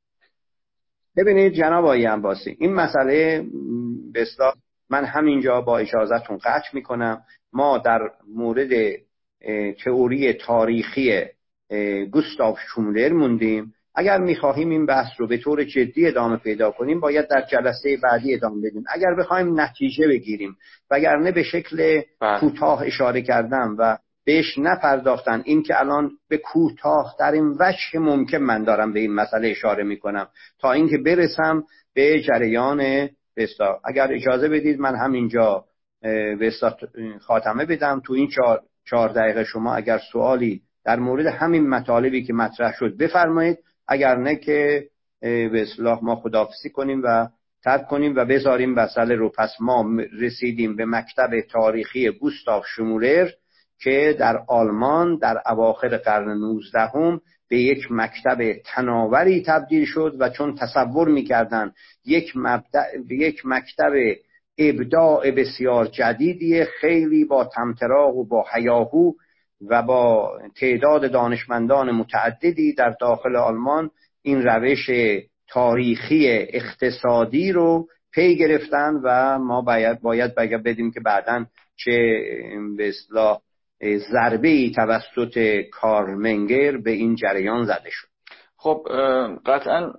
ببینید جناب آقای عباسی، این مسئله به اصطلاح من همینجا با اجازهتون قطع میکنم. ما در مورد تئوری تاریخی گوستاف شومولر موندیم. اگر میخواهیم این بحث رو به طور جدی ادامه پیدا کنیم باید در جلسه بعدی ادامه بدیم. اگر بخوایم نتیجه بگیریم، وگرنه به شکل کوتاه اشاره کردم و بهش نپرداختن. این که الان به کوتاه‌ترین وجه ممکن من دارم به این مسئله اشاره میکنم تا اینکه برسم به جریان بستا. اگر اجازه بدید من همینجا بستا خاتمه بدم. تو این چهار, چهار دقیقه شما اگر سوالی در مورد همین مطالبی که مطرح شد بفرمایید، اگر نه که به اصطلاح ما خداحافظی کنیم و ترک کنیم و بذاریم مسئله رو. پس ما رسیدیم به مکتب تاریخی گوستاف شمولر که در آلمان در اواخر قرن نوزدهم به یک مکتب تناوری تبدیل شد و چون تصور می‌کردند یک مبدأ یک مکتب ابداع بسیار جدیدی، خیلی با طمطراق و با هیاهو و با تعداد دانشمندان متعددی در داخل آلمان این روش تاریخی اقتصادی رو پی گرفتن و ما باید باید باید بدیم که بعداً چه به اصطلاح ضربه‌ای توسط کارل منگر به این جریان زده شد. خب قطعاً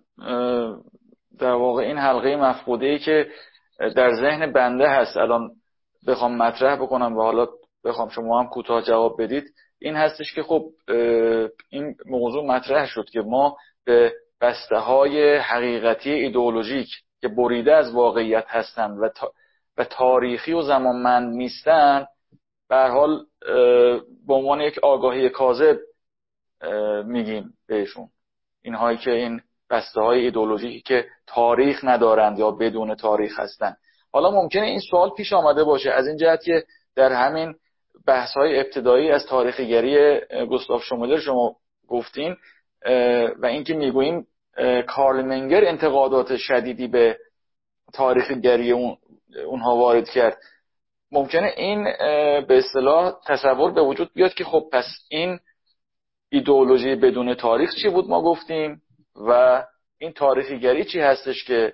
در واقع این حلقه مفقوده‌ای که در ذهن بنده هست الان بخوام مطرح بکنم و حالا بخوام شما هم کوتاه جواب بدید، این هستش که خب این موضوع مطرح شد که ما به بسته‌های حقیقتی ایدئولوژیک که بریده از واقعیت هستند و و تاریخی و زمانمند نیستن، به هر حال به عنوان یک آگاهی کاذب میگیم بهشون، اینهایی که این بسته‌های ایدئولوژیکی که تاریخ ندارند یا بدون تاریخ هستند. حالا ممکنه این سوال پیش آمده باشه از این جهت که در همین بحث‌های ابتدایی از تاریخیگری گوستاف شومولر شما گفتین و اینکه میگوییم کارل منگر انتقادات شدیدی به تاریخیگری اون اونها وارد کرد، ممکنه این به اصطلاح تصور به وجود بیاد که خب پس این ایدئولوژی بدون تاریخ چی بود ما گفتیم و این تاریخیگری چی هستش که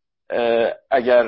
اگر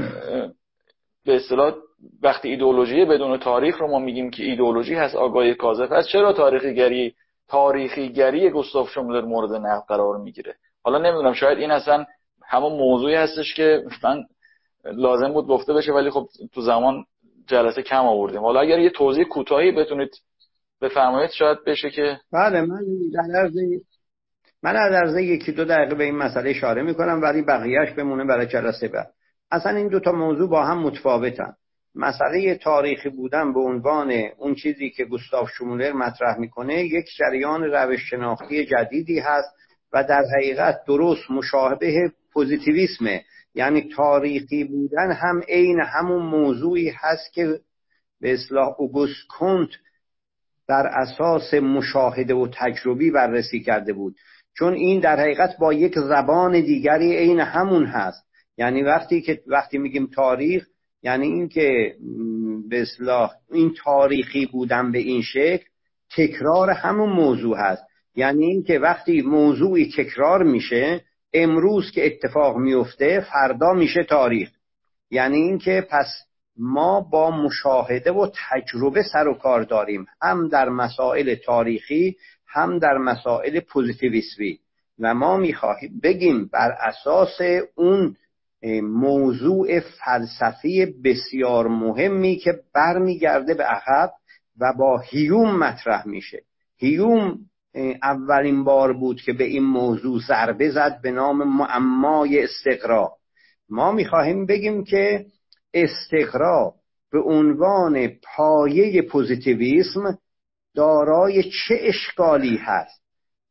به اصطلاح وقتی ایدئولوژی بدون تاریخ رو ما میگیم که ایدئولوژی هست آگاهی کاذب هست، چرا تاریخیگری تاریخیگری گوستاف شومولر مورد نقد قرار میگیره؟ حالا نمیدونم، شاید این اصلا همون موضوعی هستش که من لازم بود گفته بشه ولی خب تو زمان جلسه کم آوردیم. حالا اگر یه توضیح کوتاهی بتونید بفرمایید شاید بشه که بله. من در عرض من در عرض یکی دو دقیقه به این مسئله اشاره میکنم ولی بقیه‌اش بمونه برای جلسه بعد. اصلا این دو تا موضوع با هم متفاوتن. مسئله تاریخی بودن به عنوان اون چیزی که گوستاف شومولر مطرح میکنه یک جریان روش شناختی جدیدی هست و در حقیقت درست مشابه پوزیتیویسمه. یعنی تاریخی بودن هم عین همون موضوعی هست که به اصطلاح اوگوست کونت بر اساس مشاهده و تجربی بررسی کرده بود، چون این در حقیقت با یک زبان دیگری عین همون هست. یعنی وقتی که وقتی میگیم تاریخ، یعنی این که به اصطلاح این تاریخی بودن به این شکل تکرار همون موضوع هست. یعنی این که وقتی موضوعی تکرار میشه، امروز که اتفاق میفته فردا میشه تاریخ. یعنی این که پس ما با مشاهده و تجربه سر و کار داریم، هم در مسائل تاریخی هم در مسائل پوزیتیویسمی، و ما میخواهیم بگیم بر اساس اون موضوع فلسفی بسیار مهمی که برمیگرده به عقب و با هیوم مطرح میشه. هیوم اولین بار بود که به این موضوع ضربه زد به نام معمای استقرا. ما میخواهیم بگیم که استقرا به عنوان پایه پوزیتیویسم دارای چه اشکالی هست.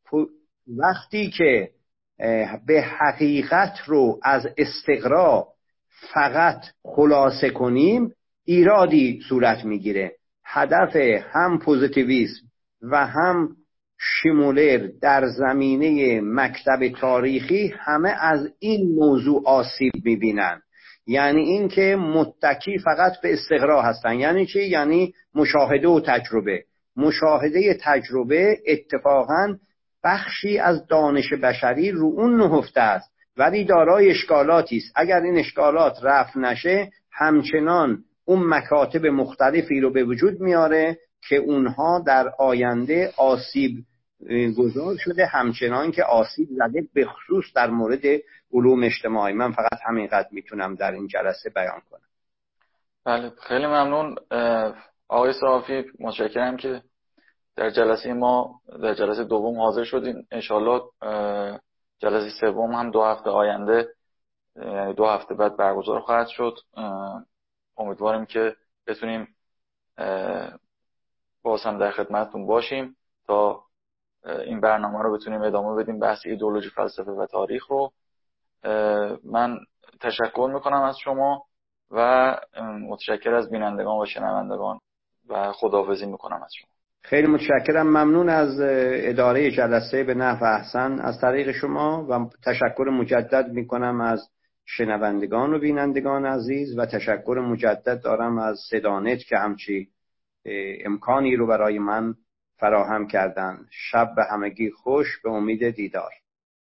وقتی که به حقیقت رو از استقرا فقط خلاصه کنیم ایرادی صورت میگیره. هدف هم پوزیتیویسم و هم شومولر در زمینه مکتب تاریخی همه از این موضوع آسیب میبینن. یعنی این که متکی فقط به استقرا هستن. یعنی چی؟ یعنی مشاهده و تجربه. مشاهده تجربه اتفاقاً بخشی از دانش بشری رو اون نهفته است ولی دارای اشکالاتی است. اگر این اشکالات رفع نشه همچنان اون مکاتب مختلفی رو به وجود میاره که اونها در آینده آسیب گذار شده، همچنان که آسیب زده به خصوص در مورد علوم اجتماعی. من فقط همینقدر میتونم در این جلسه بیان کنم. بله، خیلی ممنون آقای صحافی متشکرم که در جلسه ما در جلسه دوم حاضر شدین. انشالله جلسه سوم هم دو هفته آینده، یعنی دو هفته بعد برگزار خواهد شد. امیدواریم که بتونیم باز هم در خدمتتون باشیم تا این برنامه رو بتونیم ادامه بدیم، بحث ایدئولوژی، فلسفه و تاریخ رو. من تشکر میکنم از شما و متشکر از بینندگان و شنوندگان و خداحافظی میکنم از شما. خیلی متشکرم، ممنون از اداره جلسه به نحو احسن از طریق شما و تشکر مجدد میکنم از شنوندگان و بینندگان عزیز و تشکر مجدد دارم از صدانت که همچی امکانی رو برای من فراهم کردن. شب به همگی خوش، به امید دیدار.